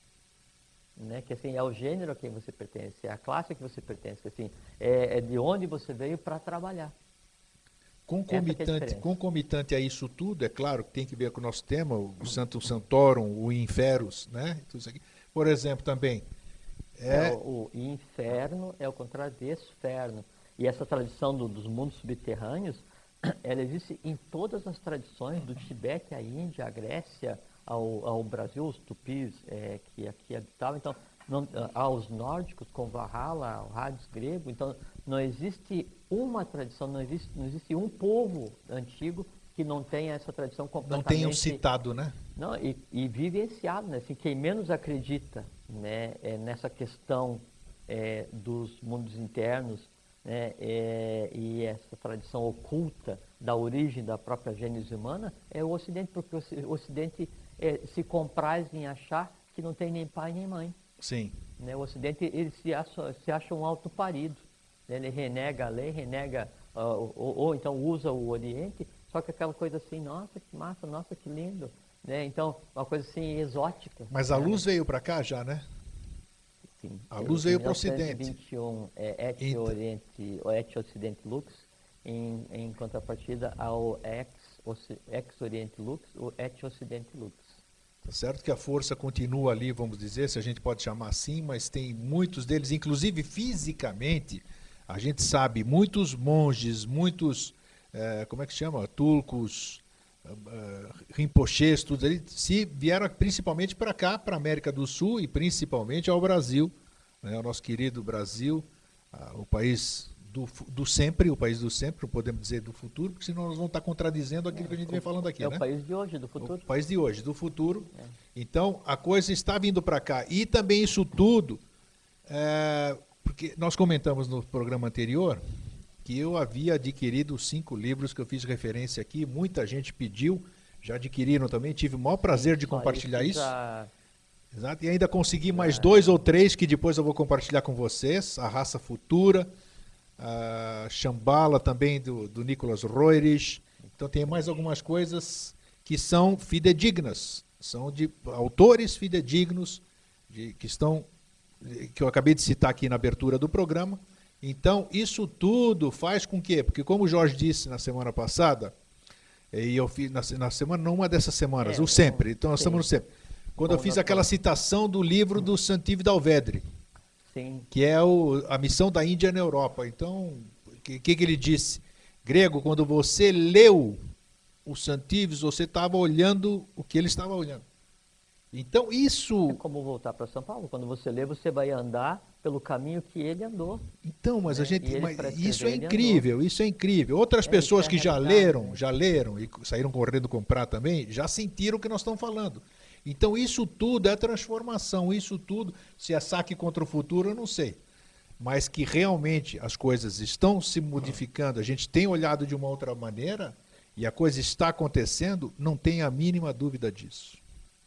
Né? Que assim, é o gênero a quem você pertence, é a classe a que você pertence, que, assim, é, é de onde você veio para trabalhar. Concomitante, é a concomitante a isso tudo, é claro que tem que ver com o nosso tema, o Santo Santorum, o Inferus, né? Tudo isso aqui. Por exemplo, também. É... É... O, o inferno é o contrário de esferno. E essa tradição do, dos mundos subterrâneos, ela existe em todas as tradições, do Tibete à Índia, à Grécia, ao, ao Brasil, os tupis é, que aqui habitavam. Então, não, aos nórdicos, com Valhalla, o Hades grego. Então, não existe uma tradição, não existe, não existe um povo antigo que não tenha essa tradição completamente... Não tenham citado, né? Não, e, e vivenciado, né? Assim, quem menos acredita, né, é, nessa questão é, dos mundos internos, né, é, e essa tradição oculta da origem da própria gênese humana, é o Ocidente, porque o Ocidente é, se compraz em achar que não tem nem pai nem mãe. Sim. Né? O Ocidente ele se, acha, se acha um autoparido. Né? Ele renega a lei, renega, uh, ou, ou então usa o Oriente, só que aquela coisa assim, nossa, que massa, nossa, que lindo. Né? Então, uma coisa assim, exótica. Mas a né? luz veio para cá já, né? Sim. A luz veio para o Ocidente. Ocidente. Em mil novecentos e vinte e um, é, Et Oriente, o Et Ocidente Lux, em, em contrapartida ao Ex, Ex Oriente Lux, o Et Ocidente Lux. Tá certo que a força continua ali, vamos dizer, se a gente pode chamar assim, mas tem muitos deles, inclusive fisicamente, a gente sabe, muitos monges, muitos, é, como é que chama? Turcos, uh, rinpochês, tudo ali, se vieram principalmente para cá, para a América do Sul e principalmente ao Brasil, né, o nosso querido Brasil, uh, o país do, do sempre, o país do sempre, não podemos dizer do futuro, porque senão nós vamos estar contradizendo aquilo é, que a gente vem falando aqui, é né? o país de hoje, do futuro. O país de hoje, do futuro. É. Então, a coisa está vindo para cá. E também isso tudo, é, porque nós comentamos no programa anterior que eu havia adquirido os cinco livros que eu fiz referência aqui, muita gente pediu, já adquiriram também, tive o maior prazer de compartilhar isso. Já... Exato, e ainda consegui mais dois ou três que depois eu vou compartilhar com vocês, A Raça Futura, a Shambhala também do, do Nicholas Roerich. Então tem mais algumas coisas que são fidedignas, são de autores fidedignos de, que estão, que eu acabei de citar aqui na abertura do programa. Então isso tudo faz com que, porque como o Jorge disse na semana passada, e eu fiz na, na semana, não uma dessas semanas, é, o sempre, então nós sim. estamos no sempre. Quando Bom, eu fiz aquela citação do livro do Santive Dalvedre, Sim. que é o, a missão da Índia na Europa. Então, o que, que, que ele disse? Grego, quando você leu o Santives, você estava olhando o que ele estava olhando. Então, isso... É como voltar para São Paulo. Quando você lê, você vai andar pelo caminho que ele andou. Então, mas né? a gente... Mas isso é ele incrível, andou. isso é incrível. Outras é, pessoas é que já realidade, leram, né? já leram e saíram correndo comprar também, já sentiram o que nós estamos falando. Então, isso tudo é transformação, isso tudo, se é saque contra o futuro, eu não sei. Mas que realmente as coisas estão se modificando, a gente tem olhado de uma outra maneira e a coisa está acontecendo, não tem a mínima dúvida disso.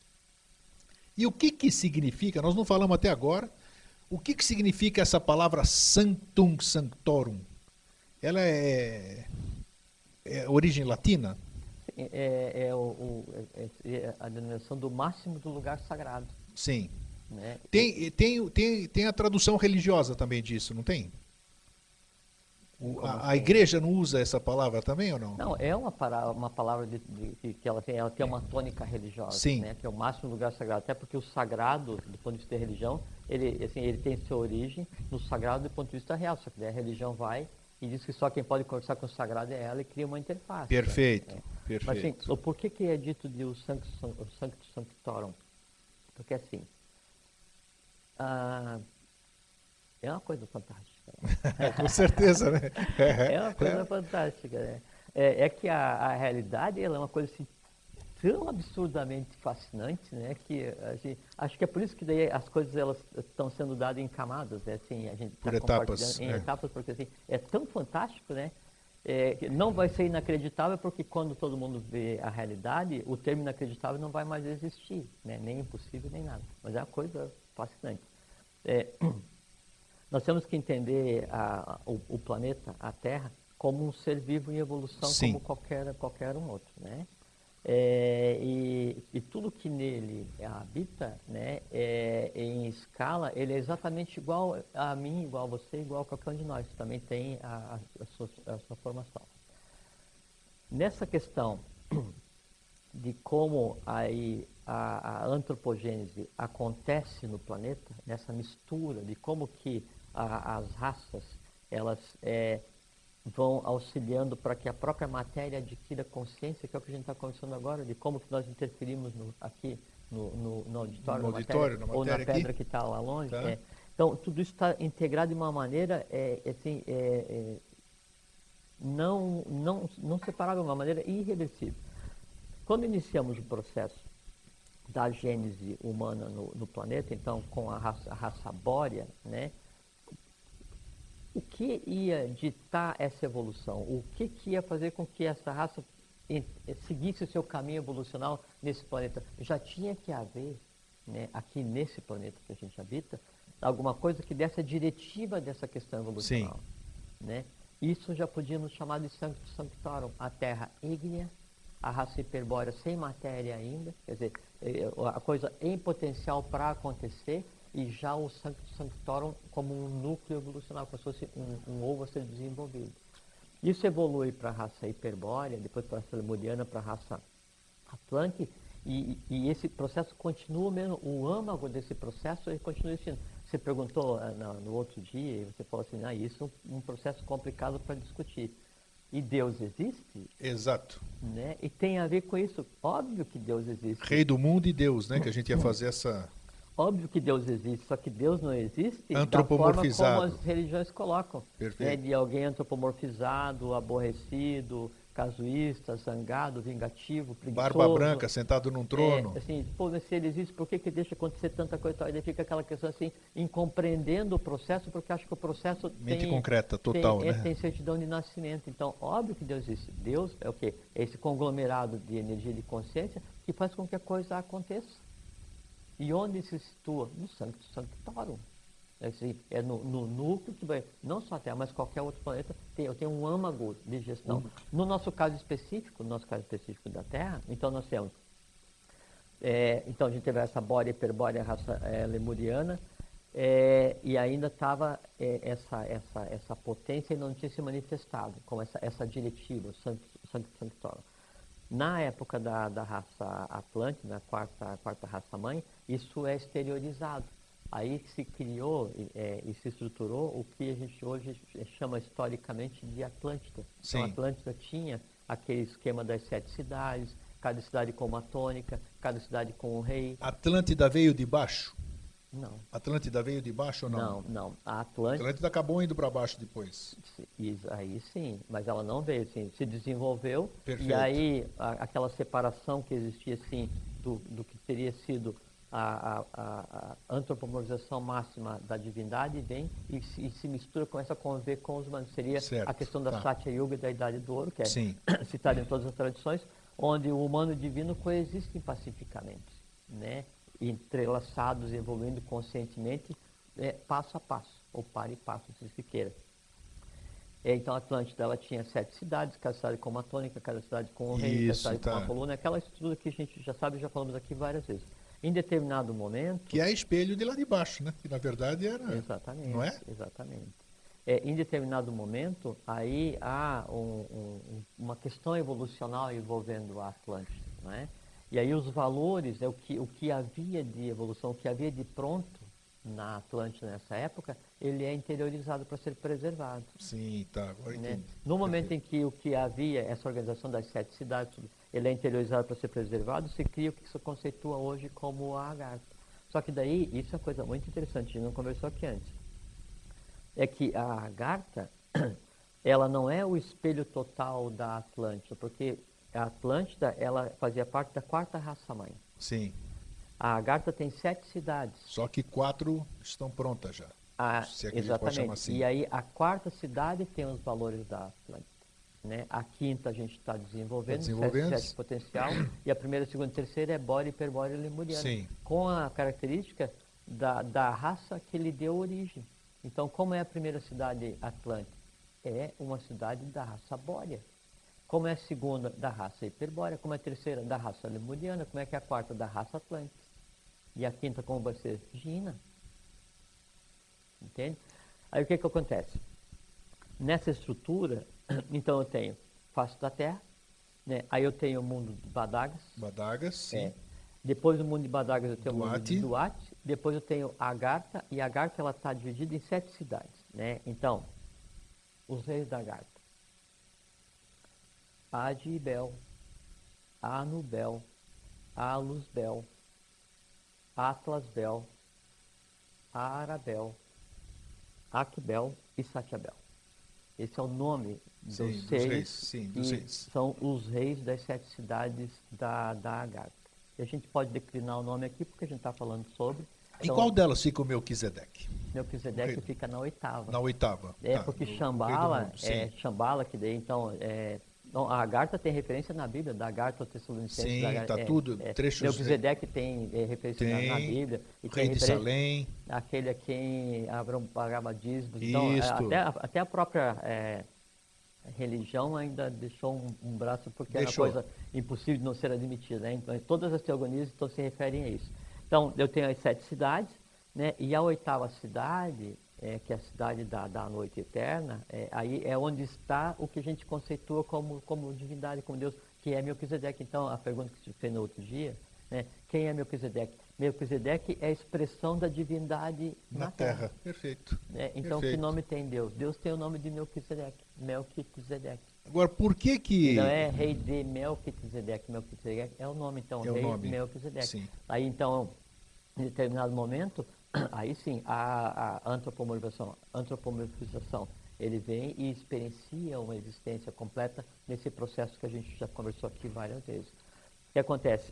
E o que que significa, nós não falamos até agora, o que que significa essa palavra Sanctum Sanctorum? Ela é, é origem latina? É, é, o, o, é, é a denominação do máximo do lugar sagrado. Sim. Né? Tem, tem, tem, tem a tradução religiosa também disso, não tem? O, a, a assim? igreja não usa essa palavra também ou não? Não, é uma, para, uma palavra de, de, de, que ela tem, ela tem uma tônica religiosa, Sim. né? Que é o máximo lugar sagrado. Até porque o sagrado, do ponto de vista da religião, ele, assim, ele tem sua origem no sagrado do ponto de vista real. Só que daí a religião vai e diz que só quem pode conversar com o sagrado é ela e cria uma interface. Perfeito, né? perfeito. Mas assim, o porquê que é dito de o Sanctus, o Sanctus Sanctorum? Porque assim, ah, é uma coisa fantástica. É, com certeza, né? É uma coisa fantástica, né? É, é que a, a realidade ela é uma coisa assim, tão absurdamente fascinante, né? Que assim, acho que é por isso que daí as coisas elas estão sendo dadas em camadas, né? Assim, a gente Por tá etapas, em é. etapas, porque assim, é tão fantástico, né? É, que não vai ser inacreditável porque quando todo mundo vê a realidade, o termo inacreditável não vai mais existir, né? Nem impossível, nem nada. Mas é uma coisa fascinante. É, nós temos que entender a, o, o planeta, a Terra, como um ser vivo em evolução, Sim. como qualquer, qualquer um outro, né? É, e, e tudo que nele habita, né, é, em escala, ele é exatamente igual a mim, igual a você, igual a qualquer um de nós. Também tem a, a, sua, a sua formação. Nessa questão de como aí a, a antropogênese acontece no planeta, nessa mistura de como que a, as raças elas é, vão auxiliando para que a própria matéria adquira consciência, que é o que a gente está conversando agora, de como que nós interferimos no, aqui no, no, no auditório, No na auditório, matéria, na ou na matéria pedra aqui. que está lá longe. Tá. É. Então, tudo isso está integrado de uma maneira é, assim, é, é, não, não, não separável, de uma maneira irreversível. Quando iniciamos o processo da gênese humana no, no planeta, então com a raça, a raça bórea, né? O que ia ditar essa evolução? O que, que ia fazer com que essa raça seguisse o seu caminho evolucional nesse planeta? Já tinha que haver, né, aqui nesse planeta que a gente habita, alguma coisa que desse a diretiva dessa questão evolucional. Sim. Né? Isso já podíamos chamar de Sanctus Sanctorum, a Terra ígnea, a raça hiperbórea sem matéria ainda, quer dizer, a coisa em potencial para acontecer, e já o Sanctus Sanctorum como um núcleo evolucional, como se fosse um, um ovo a ser desenvolvido. Isso evolui para a raça hiperbórea, depois para a raça lemuriana, para a raça atlântica, e, e esse processo continua mesmo, o âmago desse processo ele continua existindo. Você perguntou uh, no, no outro dia, e você falou assim, ah, isso é um, um processo complicado para discutir. E Deus existe? Exato. Né? E tem a ver com isso. Óbvio que Deus existe. Rei do mundo e Deus, né? Que a gente ia fazer essa... Óbvio que Deus existe, só que Deus não existe da forma Antropomorfizado. como as religiões colocam. Perfeito. Né? De alguém antropomorfizado, aborrecido, casuísta, zangado, vingativo, preguiçoso. Barba branca, sentado num trono. É, assim, pô, mas se ele existe, por que, que deixa acontecer tanta coisa? Aí fica aquela questão assim, incompreendendo o processo, porque acho que o processo Mente tem... concreta, total, tem, né? É, tem certidão de nascimento. Então, óbvio que Deus existe. Deus é o quê? É esse conglomerado de energia e de consciência que faz com que a coisa aconteça. E onde se situa? No Sanctus Sanctorum. É, assim, é no, no núcleo que vai, não só a Terra, mas qualquer outro planeta, tem, eu tenho um âmago de gestão. Uhum. No nosso caso específico, no nosso caso específico da Terra, então nós temos, é, então a gente teve essa bórea, hiperbórea, raça é, lemuriana, é, e ainda estava é, essa, essa, essa potência e não tinha se manifestado, como essa, essa diretiva, o Sanctus Sanctorum. Na época da, da raça Atlântida, a quarta, a quarta raça-mãe, isso é exteriorizado. Aí se criou é, e se estruturou o que a gente hoje chama historicamente de Atlântida. Sim. Então, a Atlântida tinha aquele esquema das sete cidades, cada cidade com uma tônica, cada cidade com um rei. Atlântida veio de baixo? Não. Atlântida veio de baixo ou não? Não, não. A Atlântida... Atlântida acabou indo para baixo depois. Isso, aí sim, mas ela não veio, assim, se desenvolveu. Perfeito. E aí a, aquela separação que existia assim, do, do que teria sido a, a, a, a antropomorfização máxima da divindade vem e se, e se mistura, começa a conviver com os humanos. Seria certo. A questão da tá. Satya Yuga e da Idade do Ouro, que é sim. citada em todas as tradições, onde o humano e o divino coexistem pacificamente, né? Entrelaçados, evoluindo conscientemente, é, passo a passo, ou para e passo, se se queira. É, então a Atlântida ela tinha sete cidades, cada cidade com uma tônica, cada cidade com um rei, cada cidade tá. com uma coluna, aquela estrutura que a gente já sabe, já falamos aqui várias vezes. Em determinado momento... Que é espelho de lá de baixo, né? Que na verdade era... Exatamente. Não é? Exatamente. É, em determinado momento, aí há um, um, uma questão evolucional envolvendo a Atlântida, não é? E aí os valores, é o que, o que havia de evolução, o que havia de pronto na Atlântida nessa época, ele é interiorizado para ser preservado. Sim, tá. Agora Né? entendi. No momento Perfeito. em que o que havia, essa organização das sete cidades, ele é interiorizado para ser preservado, se cria o que se conceitua hoje como a Agartha. Só que daí, isso é uma coisa muito interessante, a gente não conversou aqui antes. É que a Agartha, ela não é o espelho total da Atlântida, porque a Atlântida, ela fazia parte da quarta raça-mãe. Sim. A Agartha tem sete cidades. Só que quatro estão prontas já. A, Se é que a gente pode chamar exatamente. assim. E aí a quarta cidade tem os valores da Atlântida. Né? A quinta a gente está desenvolvendo, Tá desenvolvendo. sete, sete potencial. E a primeira, segunda e terceira é bórea, hiperbórea e lemuriana. Sim. Com a característica da, da raça que lhe deu origem. Então, como é a primeira cidade Atlântida? É uma cidade da raça bórea. Como é a segunda da raça hiperbórea? Como é a terceira da raça lemuriana? Como é que é a quarta da raça Atlântida? E a quinta como vai ser? Gina. Entende? Aí o que que acontece? Nessa estrutura, então eu tenho face da Terra, né? Aí eu tenho o mundo de Badagas. Badagas, sim. É. Depois do mundo de Badagas eu tenho o mundo Duarte. de Duarte. Depois eu tenho a Agartha, e a Agartha ela está dividida em sete cidades, né? Então, os reis da Agartha. Adibel, Anubel, Alusbel, Atlasbel, Arabel, Aquibel e Satiabel. Esse é o nome dos, Sim, dos seis, reis, sim, dos que reis. são os reis das sete cidades da, da Agartha. E a gente pode declinar o nome aqui porque a gente está falando sobre. Em Então, qual delas fica o Melquisedeque? Melquisedeque rei- fica na oitava. Na oitava. É, Tá, porque no- no Shambhala, rei do mundo, sim. é Shambhala, que daí então, é, não, a Agartha tem referência na Bíblia, da Agartha aos Tessalonicenses. Sim, da Agar- tá é, tudo, é, trechos- Melquisedeque tem é, referência na, na Tem, Bíblia. E o tem rei de referência Salém. aquele a quem Abraão pagava dízimos. Então, é, Isto. até, a- até a própria é, religião ainda deixou um, um braço, porque Deixou. era uma coisa impossível de não ser admitida. Né? Então, todas as teogonias então, se referem a isso. Então, eu tenho as sete cidades, né? E a oitava cidade, é, que é a cidade da, da noite eterna, é, aí é onde está o que a gente conceitua como, como divindade, como Deus, que é Melquisedeque. Então, a pergunta que se fez no outro dia, né? Quem é Melquisedeque? Melquisedeque é a expressão da divindade na, Na terra. terra. Perfeito. né? Então, Perfeito. que nome tem Deus? Deus tem o nome de Melquisedeque, Melquisedeque. Agora, por que que... Não é rei de Melquisedeque, Melquisedeque é o nome, então, É o rei nome. Melquisedeque. Sim. Aí, então, em determinado momento, aí sim, a, a antropomorfização, antropomorfização, ele vem e experiencia uma existência completa nesse processo que a gente já conversou aqui várias vezes. O que acontece?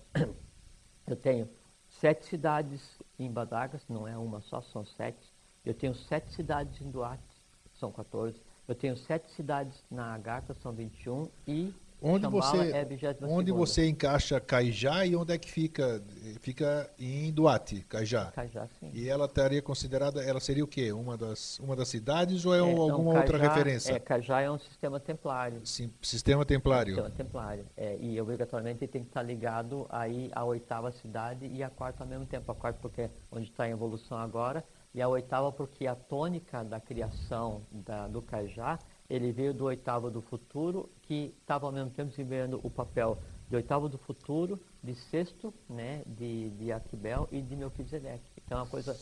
Eu tenho sete cidades em Badagas, não é uma só, são sete. Eu tenho sete cidades em Duarte, são quatorze. Eu tenho sete cidades na Agartha, são vinte e um. E Onde Shambhala você, é a vigésima onde segunda. você encaixa Caijá e onde é que fica? Fica em Duarte, Caijá. Cajá, sim. E ela estaria considerada, ela seria o quê? Uma das, uma das cidades ou é, É, um- não, alguma Cajá- outra referência? É, Cajá é um sistema templário. Sim, sistema templário. Sistema templário. É, e obrigatoriamente ele tem que estar ligado aí à oitava cidade e à quarta ao mesmo tempo. A quarta porque é onde está em evolução agora, e a oitava porque a tônica da criação da, do Cajá, ele veio do oitavo do futuro, que estava ao mesmo tempo desempenhando o papel de oitavo do futuro, de sexto, né, de, de Aquibel e de Melquisedeque. Então é uma coisa...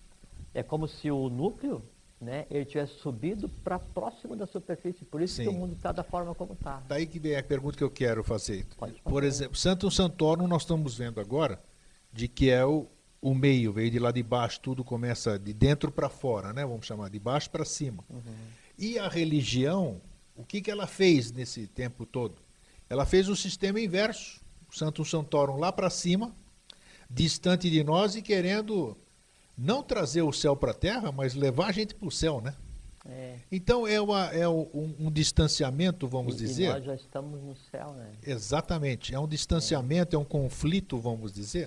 É como se o núcleo, né, ele tivesse subido para próximo da superfície. Por isso Sim. que o mundo está da forma como está. Daí que vem a pergunta que eu quero fazer. Pode fazer. Por exemplo, Santo Santorum nós estamos vendo agora de que é o, o meio, veio de lá de baixo, tudo começa de dentro para fora, né? Vamos chamar de baixo para cima. Uhum. E a religião, o que, que ela fez nesse tempo todo? Ela fez o sistema inverso, o Santo Santorum lá para cima, distante de nós e querendo não trazer o céu para a terra, mas levar a gente para o céu, né? É. Então é, uma, é um, um distanciamento, vamos e, dizer. E nós já estamos no céu, né? Exatamente, é um distanciamento, é, um conflito, vamos dizer,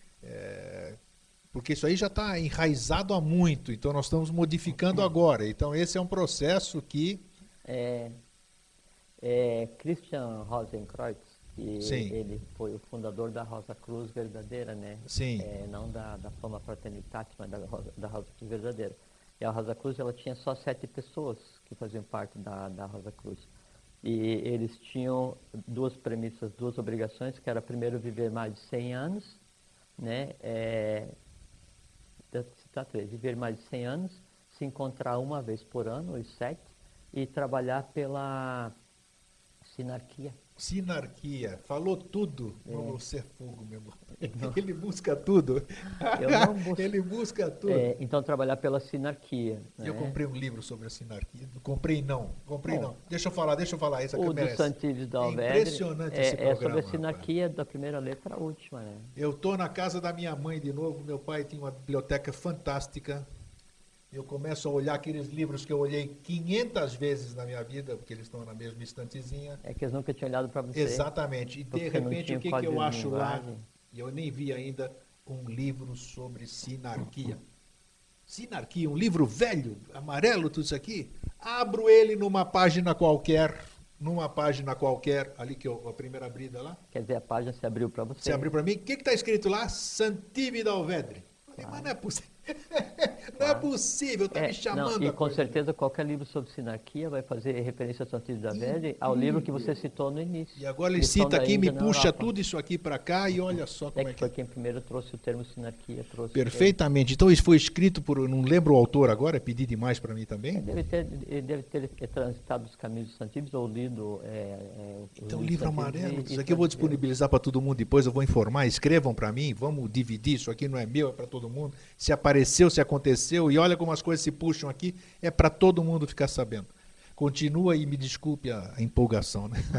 é, porque isso aí já está enraizado há muito, então nós estamos modificando agora. Então esse é um processo que... É, é, Christian Rosenkreuz, que Sim. ele foi o fundador da Rosa Cruz verdadeira, né? Sim. É, não da, da Fama Fraternitatis, mas da, Rosa- da Rosa Cruz verdadeira. E a Rosa Cruz, ela tinha só sete pessoas que faziam parte da, da Rosa Cruz. E eles tinham duas premissas, duas obrigações, que era primeiro viver mais de cem anos, né? É, citar três, viver mais de cem anos, se encontrar uma vez por ano, os sete, e trabalhar pela sinarquia. Sinarquia, falou tudo. É. Vamos ser fogo, meu irmão. Ele busca tudo. Eu não busco. Ele busca tudo. É, então, trabalhar pela sinarquia. Eu né? comprei um livro sobre a sinarquia. Comprei não, comprei Bom, não. Deixa eu falar, deixa eu falar. Essa O câmera do Santílios da é Alvedre impressionante é, esse é programa. sobre a rapaz. sinarquia da primeira letra à última. Né? Eu tô na casa da minha mãe de novo. Meu pai tinha uma biblioteca fantástica. Eu começo a olhar aqueles livros que eu olhei quinhentas vezes na minha vida, porque eles estão na mesma estantezinha. É que eles nunca tinham olhado para você. Exatamente. E porque de não repente, tinha o que, que código eu de acho lá? linguagem. E eu nem vi ainda um livro sobre sinarquia. Sinarquia, um livro velho, amarelo, tudo isso aqui. Abro ele numa página qualquer, numa página qualquer, ali que eu, a primeira abrida lá. Quer dizer, a página se abriu para você. Você abriu para mim, o que está escrito lá? Santivi da Alvedre. Falei, Claro. mas não é possível. Não Claro. é possível, tá É, me chamando não, e a com coisa. certeza qualquer livro sobre sinarquia vai fazer referência ao Santílio da Velha ao livro que você citou no início. E agora ele Missão cita da aqui, me Índia na puxa Europa. tudo isso aqui para cá e olha só É como que é que foi é. quem primeiro trouxe o termo sinarquia. Trouxe Perfeitamente. Então isso foi escrito por, eu não lembro o autor agora, pedi demais para mim Ele também. deve ter, ele deve ter transitado os caminhos dos Santílios ou lido. É, é, o Então, livro livro dos Santílios amarelo, e- isso e aqui eu vou transcreveu. disponibilizar para todo mundo depois, eu vou informar, escrevam para mim, vamos dividir, isso aqui não é meu, é para todo mundo. Se apareceu, se aconteceu, e olha como as coisas se puxam aqui, é para todo mundo ficar sabendo. Continua e me desculpe a, a empolgação, né?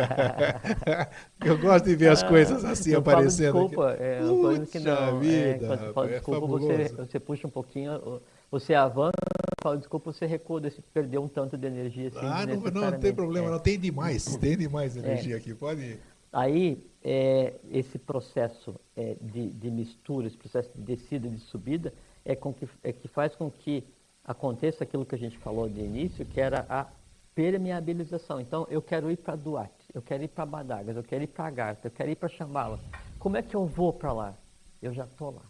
Eu gosto de ver as coisas assim não fala aparecendo desculpa, aqui. é uma coisa que Puxa não. vida, é, quando você fala rapaz, é desculpa, você, fabuloso. você puxa um pouquinho, você avança, fala desculpa, você recua, você perdeu um tanto de energia. Assim, Ah, não, não tem desnecessariamente. problema, É. não, tem demais, tem demais energia aqui, pode ir. Aí, é, esse processo é, de, de mistura, esse processo de descida e de subida, é, com que, é que faz com que aconteça aquilo que a gente falou de início, que era a permeabilização. Então, eu quero ir para Duarte, eu quero ir para Badagas, eu quero ir para Agartha, eu quero ir para Shambhala. Como é que eu vou para lá? Eu já estou lá.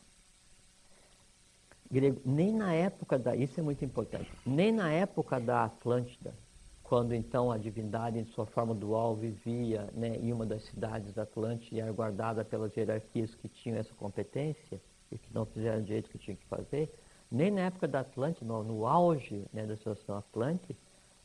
Grego, nem na época da, isso é muito importante, nem na época da Atlântida, quando então a divindade em sua forma dual vivia, né, em uma das cidades da Atlântida e era guardada pelas hierarquias que tinham essa competência e que não fizeram do jeito que tinham que fazer, nem na época da Atlântida, no, no auge, né, da situação Atlântica,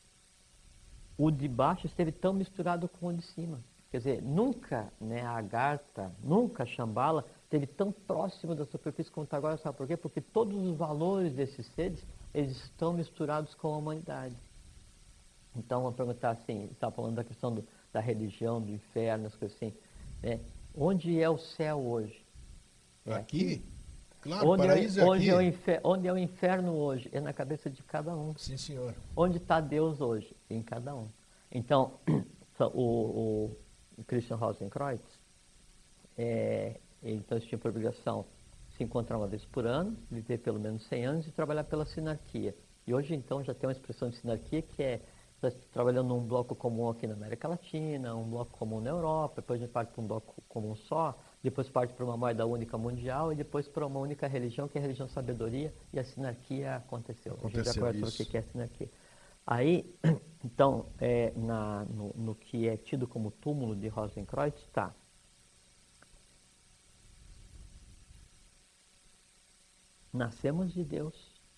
o de baixo esteve tão misturado com o de cima. Quer dizer, nunca, né, a Agartha, nunca a Shambhala esteve tão próximo da superfície como está agora. Sabe por quê? Porque todos os valores desses seres, eles estão misturados com a humanidade. Então, vamos perguntar assim, você estava falando da questão do, da religião, do inferno, as coisas assim. Né? Onde é o céu hoje? É Aqui? Claro, onde, paraíso é, é onde, aqui. é o infer, onde é o inferno hoje? É na cabeça de cada um. Sim, senhor. Onde está Deus hoje? Em cada um. Então, o, o, o Christian Rosenkreuz, é, então eles tinham por obrigação se encontrar uma vez por ano, viver pelo menos cem anos e trabalhar pela sinarquia. E hoje, então, já tem uma expressão de sinarquia que é está trabalhando num bloco comum aqui na América Latina, um bloco comum na Europa, depois a gente parte para um bloco comum só, depois parte para uma moeda única mundial e depois para uma única religião, que é a religião sabedoria, e a sinarquia aconteceu. Aconteceu a gente já conversa isso. o que é a sinarquia. Aí, então, é, na, no, no que é tido como túmulo de Rosenkreuz, está nascemos de Deus,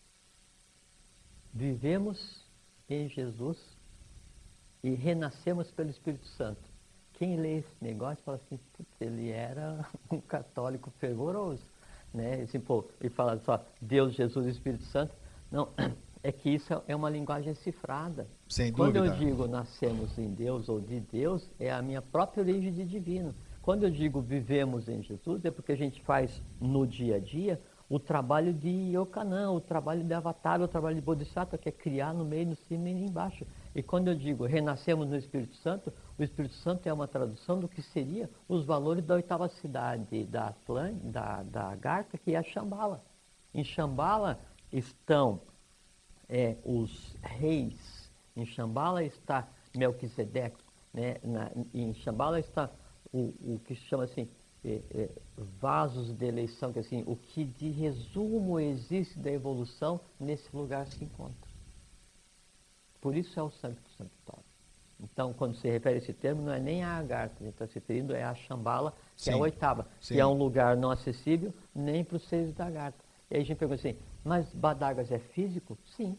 vivemos em Jesus e renascemos pelo Espírito Santo. Quem lê esse negócio fala assim, putz, ele era um católico fervoroso, né? Assim, pô, e fala só, Deus, Jesus e Espírito Santo. Não, é que isso é uma linguagem cifrada. Sem Quando dúvida. eu digo nascemos em Deus ou de Deus, é a minha própria origem de divino. Quando eu digo vivemos em Jesus, é porque a gente faz no dia a dia o trabalho de Yokanã, o trabalho de Avatar, o trabalho de Bodhisattva, que é criar no meio, no cima e embaixo. E quando eu digo renascemos no Espírito Santo, o Espírito Santo é uma tradução do que seria os valores da oitava cidade da, Atlân, da, da Agartha, que é a Shambhala. Em Shambhala estão é, os reis, em Shambhala está Melquisedeque, né? Na, em Shambhala está o, o que se chama assim, é, é, vasos de eleição, que assim, o que de resumo existe da evolução, nesse lugar se encontra. Por isso é o Sancto Sanctorum. Então, quando se refere a esse termo, não é nem a Agartha, a gente está se referindo é a Shambhala, que sim, é a oitava, sim. que é um lugar não acessível nem para os seis da Agartha. E aí a gente pergunta assim, mas Badagas é físico? Sim.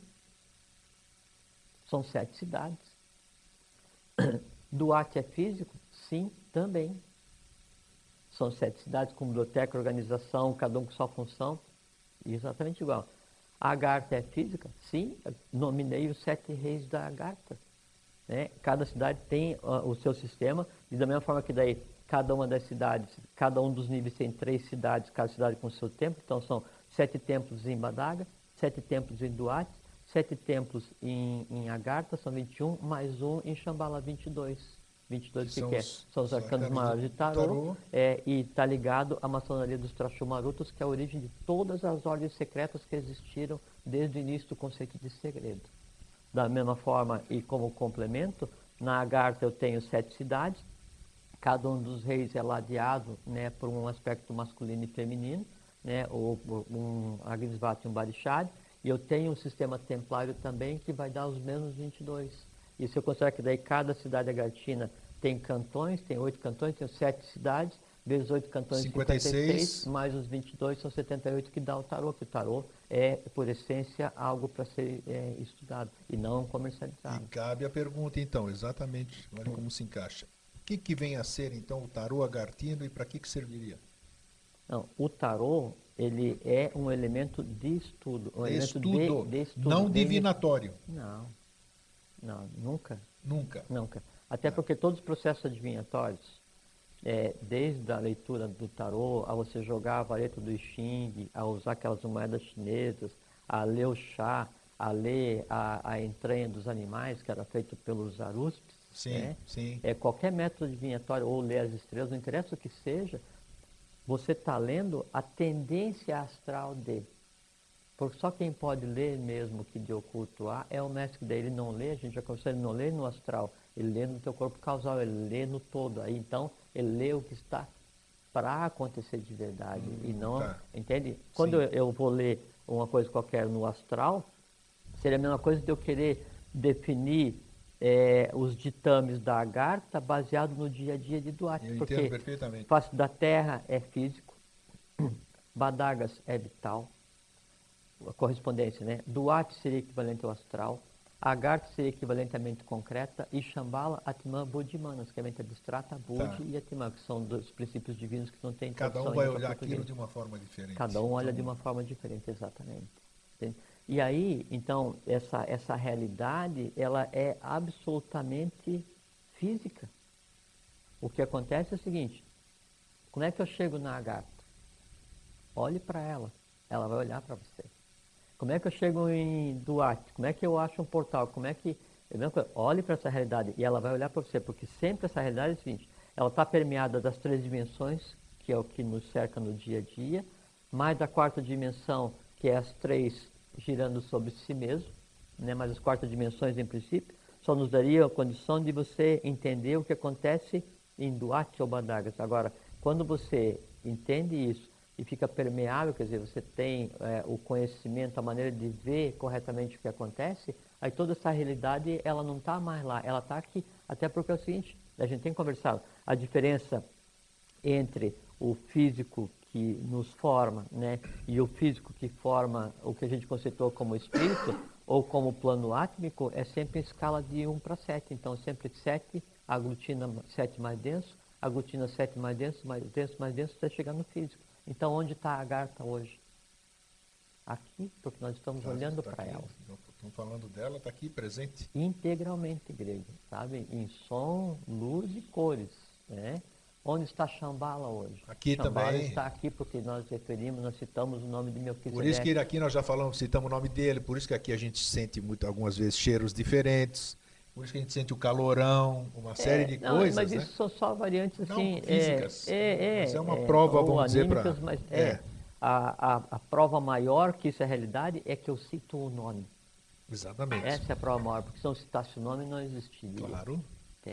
São sete cidades. Duat é físico? Sim, também. São sete cidades com biblioteca, organização, cada um com sua função, exatamente igual. A Agartha é física? Sim, nominei os sete reis da Agartha. Né? Cada cidade tem uh, o seu sistema, e da mesma forma que daí cada uma das cidades, cada um dos níveis tem três cidades, cada cidade com o seu templo, então são sete templos em Badaga, sete templos em Duat, sete templos em, em Agartha, são vinte e um, mais um em Shambhala, vinte e dois. vinte e dois que, que, que é? São os arcanos maiores de Tarô, tarô. É, e está ligado à maçonaria dos Trashumarutas, que é a origem de todas as ordens secretas que existiram desde o início do conceito de segredo. Da mesma forma, e como complemento, na Agartha eu tenho sete cidades, cada um dos reis é ladeado, né, por um aspecto masculino e feminino, né, ou por um Agnisvati e um Barishad, e eu tenho um sistema templário também que vai dar os mesmos vinte e dois. E se eu considerar que daí cada cidade agartina tem cantões, tem oito cantões, tem sete cidades, vezes oito cantões, cinquenta e seis, cinquenta e seis, mais os vinte e dois, são setenta e oito, que dá o tarô, que o tarô é, por essência, algo para ser é, estudado e não comercializado. E cabe a pergunta, então, exatamente, olha como se encaixa. O que, que vem a ser, então, o tarô agartino e para que, que serviria? Não, o tarô, ele é um elemento de estudo. Um de, elemento estudo, de, de estudo, não divinatório. Não, não, nunca. Nunca. Nunca. Até não. Porque todos os processos adivinhatórios, é, desde a leitura do tarô, a você jogar a vareta do I Ching, a usar aquelas moedas chinesas, a ler o chá, a ler a, a entranha dos animais, que era feito pelos Zaruspes, sim, né? sim. É, qualquer método adivinhatório, ou ler as estrelas, não interessa o que seja, você está lendo a tendência astral de. Porque só quem pode ler mesmo que de oculto há é o mestre, que daí ele não lê, a gente já conversou, ele não lê no astral, ele lê no teu corpo causal, ele lê no todo. Aí então ele lê o que está para acontecer de verdade. Hum, e não, tá. Entende? Quando eu, eu vou ler uma coisa qualquer no astral, seria a mesma coisa de eu querer definir é, os ditames da Agartha baseado no dia a dia de Duat. Eu porque entendo perfeitamente. Face da Terra é físico, Badagas é vital, a correspondência, né? Duat seria equivalente ao astral, Agartha seria equivalente à mente concreta, e Shambhala, Atman, Buddhimanas, que é a mente abstrata, Buddhi tá. e Atman, que são dois princípios divinos que não tem Cada um vai olhar aquilo de uma forma diferente. Cada um olha então... de uma forma diferente, exatamente. Entende? E aí, então, essa, essa realidade, ela é absolutamente física. O que acontece é o seguinte, como é que eu chego na Agartha? Olhe para ela, ela vai olhar para você. Como é que eu chego em Duat? Como é que eu acho um portal? Como é que... Olhe para essa realidade e ela vai olhar para você, porque sempre essa realidade é o seguinte, ela está permeada das três dimensões, que é o que nos cerca no dia a dia, mais da quarta dimensão, que é as três girando sobre si mesmo, né? Mas as quartas dimensões, em princípio, só nos daria a condição de você entender o que acontece em Duat ou Badagas. Agora, quando você entende isso e fica permeável, quer dizer, você tem é, o conhecimento, a maneira de ver corretamente o que acontece, aí toda essa realidade, ela não está mais lá, ela está aqui. Até porque é o seguinte, a gente tem conversado, a diferença entre o físico que nos forma, né, e o físico que forma o que a gente conceitou como espírito, ou como plano átmico, é sempre em escala de um para sete. Então, sempre sete aglutina sete mais denso, aglutina sete mais denso, mais denso, mais denso, até chegar no físico. Então, onde está a Agartha hoje? Aqui, porque nós estamos tá, olhando tá para ela. Estamos falando dela, está aqui presente. Integralmente, grego, sabe? Em som, luz e cores, né? Onde está Shambhala hoje? Aqui Shambhala também. está aqui porque nós referimos, nós citamos o nome de Melquisedeque. Por isso que aqui nós já falamos, citamos o nome dele, por isso que aqui a gente sente muito, algumas vezes cheiros diferentes, por isso que a gente sente o calorão, uma série é, de não, coisas, mas né? isso são só variantes assim, não físicas, é, é, mas é uma é, prova, ou vamos dizer, para... mas é, é. A, a, a prova maior que isso é realidade é que eu cito o nome. Exatamente. Essa é a prova maior, porque se não citasse o nome não existiria. Claro. Entende?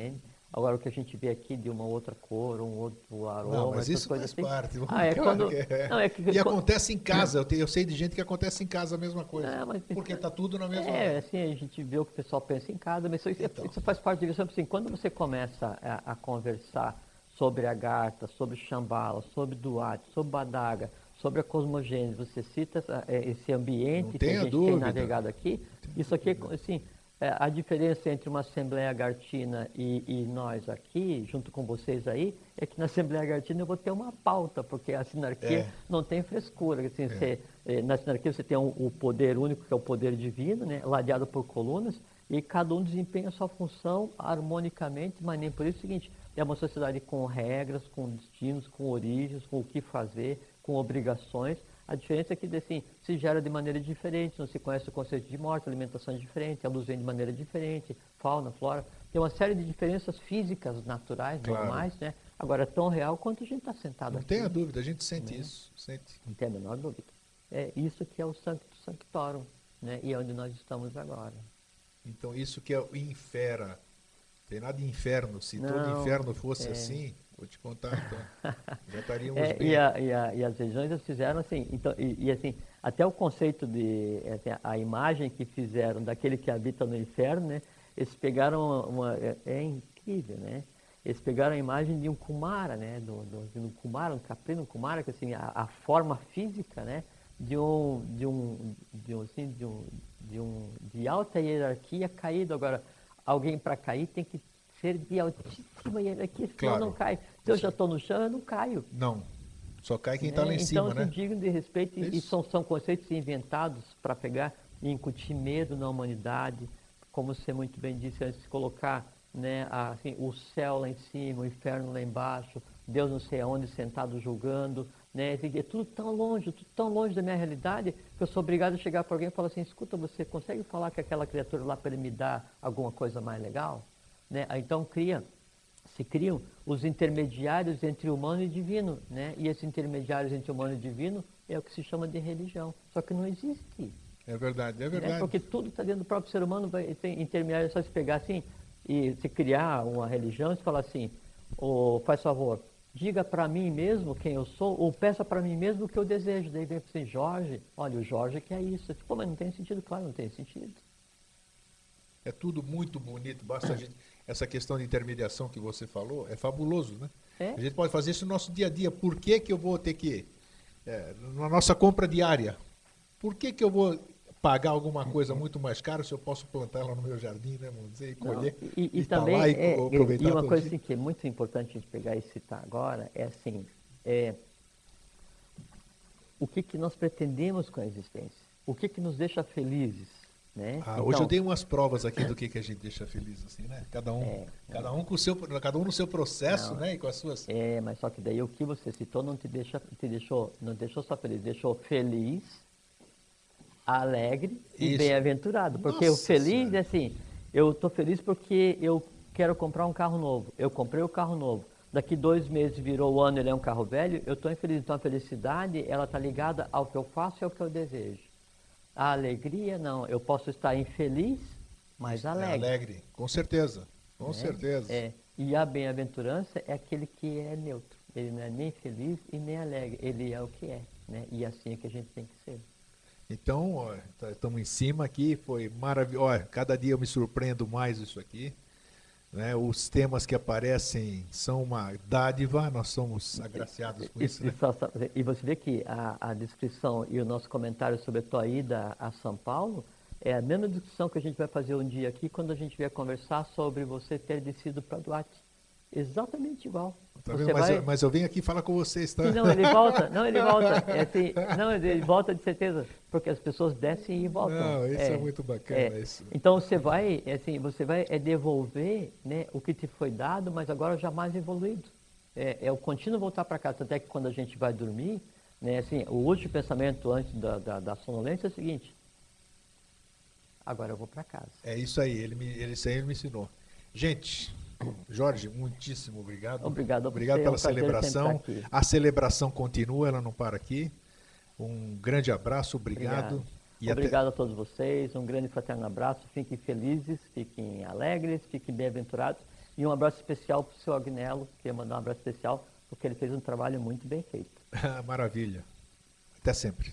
Agora, o que a gente vê aqui de uma outra cor, um outro aroma, Não, mas essas isso coisas faz assim. parte. Ah, é Claro quando... que é. Não, é que... E acontece em casa. Eu, te- eu sei de gente que acontece em casa a mesma coisa. É, mas- Porque está tudo na mesma... É, assim, a gente vê o que o pessoal pensa em casa, mas isso, Então. isso faz parte da diversão. Assim, quando você começa a, a conversar sobre a Agartha, sobre Shambhala, sobre Duarte, sobre Badaga, sobre a cosmogênese, você cita essa, é, esse ambiente Não que a tenha gente dúvida. tem navegado aqui, isso aqui, assim, é, a diferença entre uma Assembleia Agartina e, e nós aqui, junto com vocês aí, é que na Assembleia Agartina eu vou ter uma pauta, porque a sinarquia É. não tem frescura. Assim, você, eh, na sinarquia você tem um, o poder único, que é o poder divino, né, ladeado por colunas, e cada um desempenha a sua função harmonicamente, mas nem por isso é o seguinte, é uma sociedade com regras, com destinos, com origens, com o que fazer, com obrigações. A diferença é que assim, se gera de maneira diferente, não se conhece o conceito de morte, a alimentação é diferente, a luz vem de maneira diferente, fauna, flora. Tem uma série de diferenças físicas, naturais, Claro. normais, né? Agora, é tão real quanto a gente está sentado Não aqui. tenha dúvida, a gente sente Né? isso. Sente. Não tem a menor dúvida. É isso que é o Sancto Sanctorum, né? E é onde nós estamos agora. Então, isso que é o infera. Tem nada de inferno. Se todo Não, inferno fosse é. assim, vou te contar, então. Já estaríamos É, bem. e, a, e, a, e as religiões elas fizeram assim, então, e, e assim, até o conceito de, assim, a imagem que fizeram daquele que habita no inferno, né? Eles pegaram uma, uma- é, é incrível, né? Eles pegaram a imagem de um Kumara, né? Do, do, de um Kumara, um caprino, um Kumara, que assim, a, a forma física, né? De um, de um, de um, assim, de um, de um, de alta hierarquia caído. Agora, alguém para cair tem que ser de altíssima hierarquia, senão Claro. não cai. Se eu já estou no chão, eu não caio. Não. Só cai quem está lá em Né? cima, Então, né? assim, digno de respeito, e- e Isso. são, são conceitos inventados para pegar e incutir medo na humanidade, como você muito bem disse antes, colocar, né, a- assim, o céu lá em cima, o inferno lá embaixo, Deus não sei aonde sentado julgando, né? Assim, é tudo tão longe, tudo tão longe da minha realidade, que eu sou obrigado a chegar para alguém e falar assim, escuta, você consegue falar que aquela criatura lá para ele me dar alguma coisa mais legal? Né? Aí, então cria se criam os intermediários entre humano e divino, né? E esses intermediários entre humano e divino é o que se chama de religião. Só que não existe, É verdade, é né? verdade. Porque tudo está dentro do próprio ser humano. Vai, tem intermediário, é só se pegar assim e se criar uma religião e se falar assim, oh, faz favor, diga para mim mesmo quem eu sou, ou peça para mim mesmo o que eu desejo. Daí vem assim, Jorge, olha, o Jorge que é isso. Pô, mas não tem sentido, claro, não tem sentido. É tudo muito bonito, basta a gente... Essa questão de intermediação que você falou é fabuloso, né? É? A gente pode fazer isso no nosso dia a dia. Por que que eu vou ter que... É, na nossa compra diária, por que que eu vou pagar alguma coisa muito mais cara se eu posso plantar ela no meu jardim, né? Vamos dizer, e colher, Não, e, e e tá também, lá e é, co- e- aproveitar e uma todo coisa dia. assim, que é muito importante a gente pegar e citar agora, é assim, é, o que, que nós pretendemos com a existência? O que, que nos deixa felizes? Né? Ah, Então, hoje eu dei umas provas aqui do que, que a gente deixa feliz, assim, né? Cada um, É, cada um com o seu, cada um no seu processo, Não. né? E com as suas. É, mas só que daí o que você citou não te deixa, te deixou, não deixou só feliz, deixou feliz, alegre e Isso. bem-aventurado. Porque o Nossa feliz Senhora. é assim, eu estou feliz porque eu quero comprar um carro novo. Eu comprei o carro novo. Daqui dois meses virou o ano, ele é um carro velho, eu estou infeliz. Então a felicidade, ela está ligada ao que eu faço e ao que eu desejo. A alegria, não. Eu posso estar infeliz, mas É alegre. alegre, com certeza. Com né? certeza. É. E a bem-aventurança é aquele que é neutro. Ele não é nem feliz e nem alegre. Ele é o que é. Né? E assim é que a gente tem que ser. Então, estamos em cima aqui, foi maravilhoso. Olha, cada dia eu me surpreendo mais isso aqui. Né? Os temas que aparecem são uma dádiva, nós somos agraciados com E, isso. e Né? só- só- e você vê que a, a descrição e o nosso comentário sobre a tua ida a São Paulo é a mesma discussão que a gente vai fazer um dia aqui quando a gente vier conversar sobre você ter descido para Duarte. Exatamente igual. Tá Você vendo? Mas, vai- eu, mas eu venho aqui falar com vocês, tá? Sim, não, ele volta, não, ele volta. É assim, não, ele volta de certeza, porque as pessoas descem e voltam. Não, isso é muito bacana, é. isso. Então você vai, é assim, você vai é devolver, né, o que te foi dado, mas agora já mais evoluído. É, é o contínuo voltar para casa, até que quando a gente vai dormir, né, assim, o último pensamento antes da, da, da sonolência é o seguinte: agora eu vou para casa. É isso aí, ele me, ele, isso aí ele me ensinou. Gente, Jorge, muitíssimo obrigado. Obrigado a você, Obrigado é um pela prazer celebração. sempre estar aqui. A celebração continua, ela não para aqui. Um grande abraço, obrigado. E Obrigado a todos vocês, um grande fraterno abraço, fiquem felizes, fiquem alegres, fiquem bem-aventurados. E um abraço especial para o seu Agnello, queria mandar um abraço especial, porque ele fez um trabalho muito bem feito. Maravilha. Até sempre.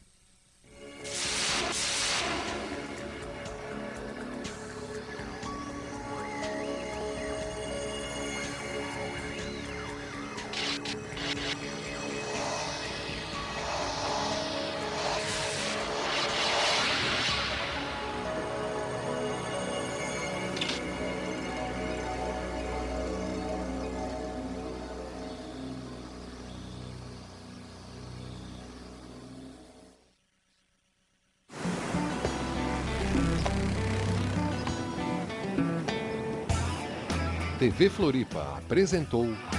T V Floripa apresentou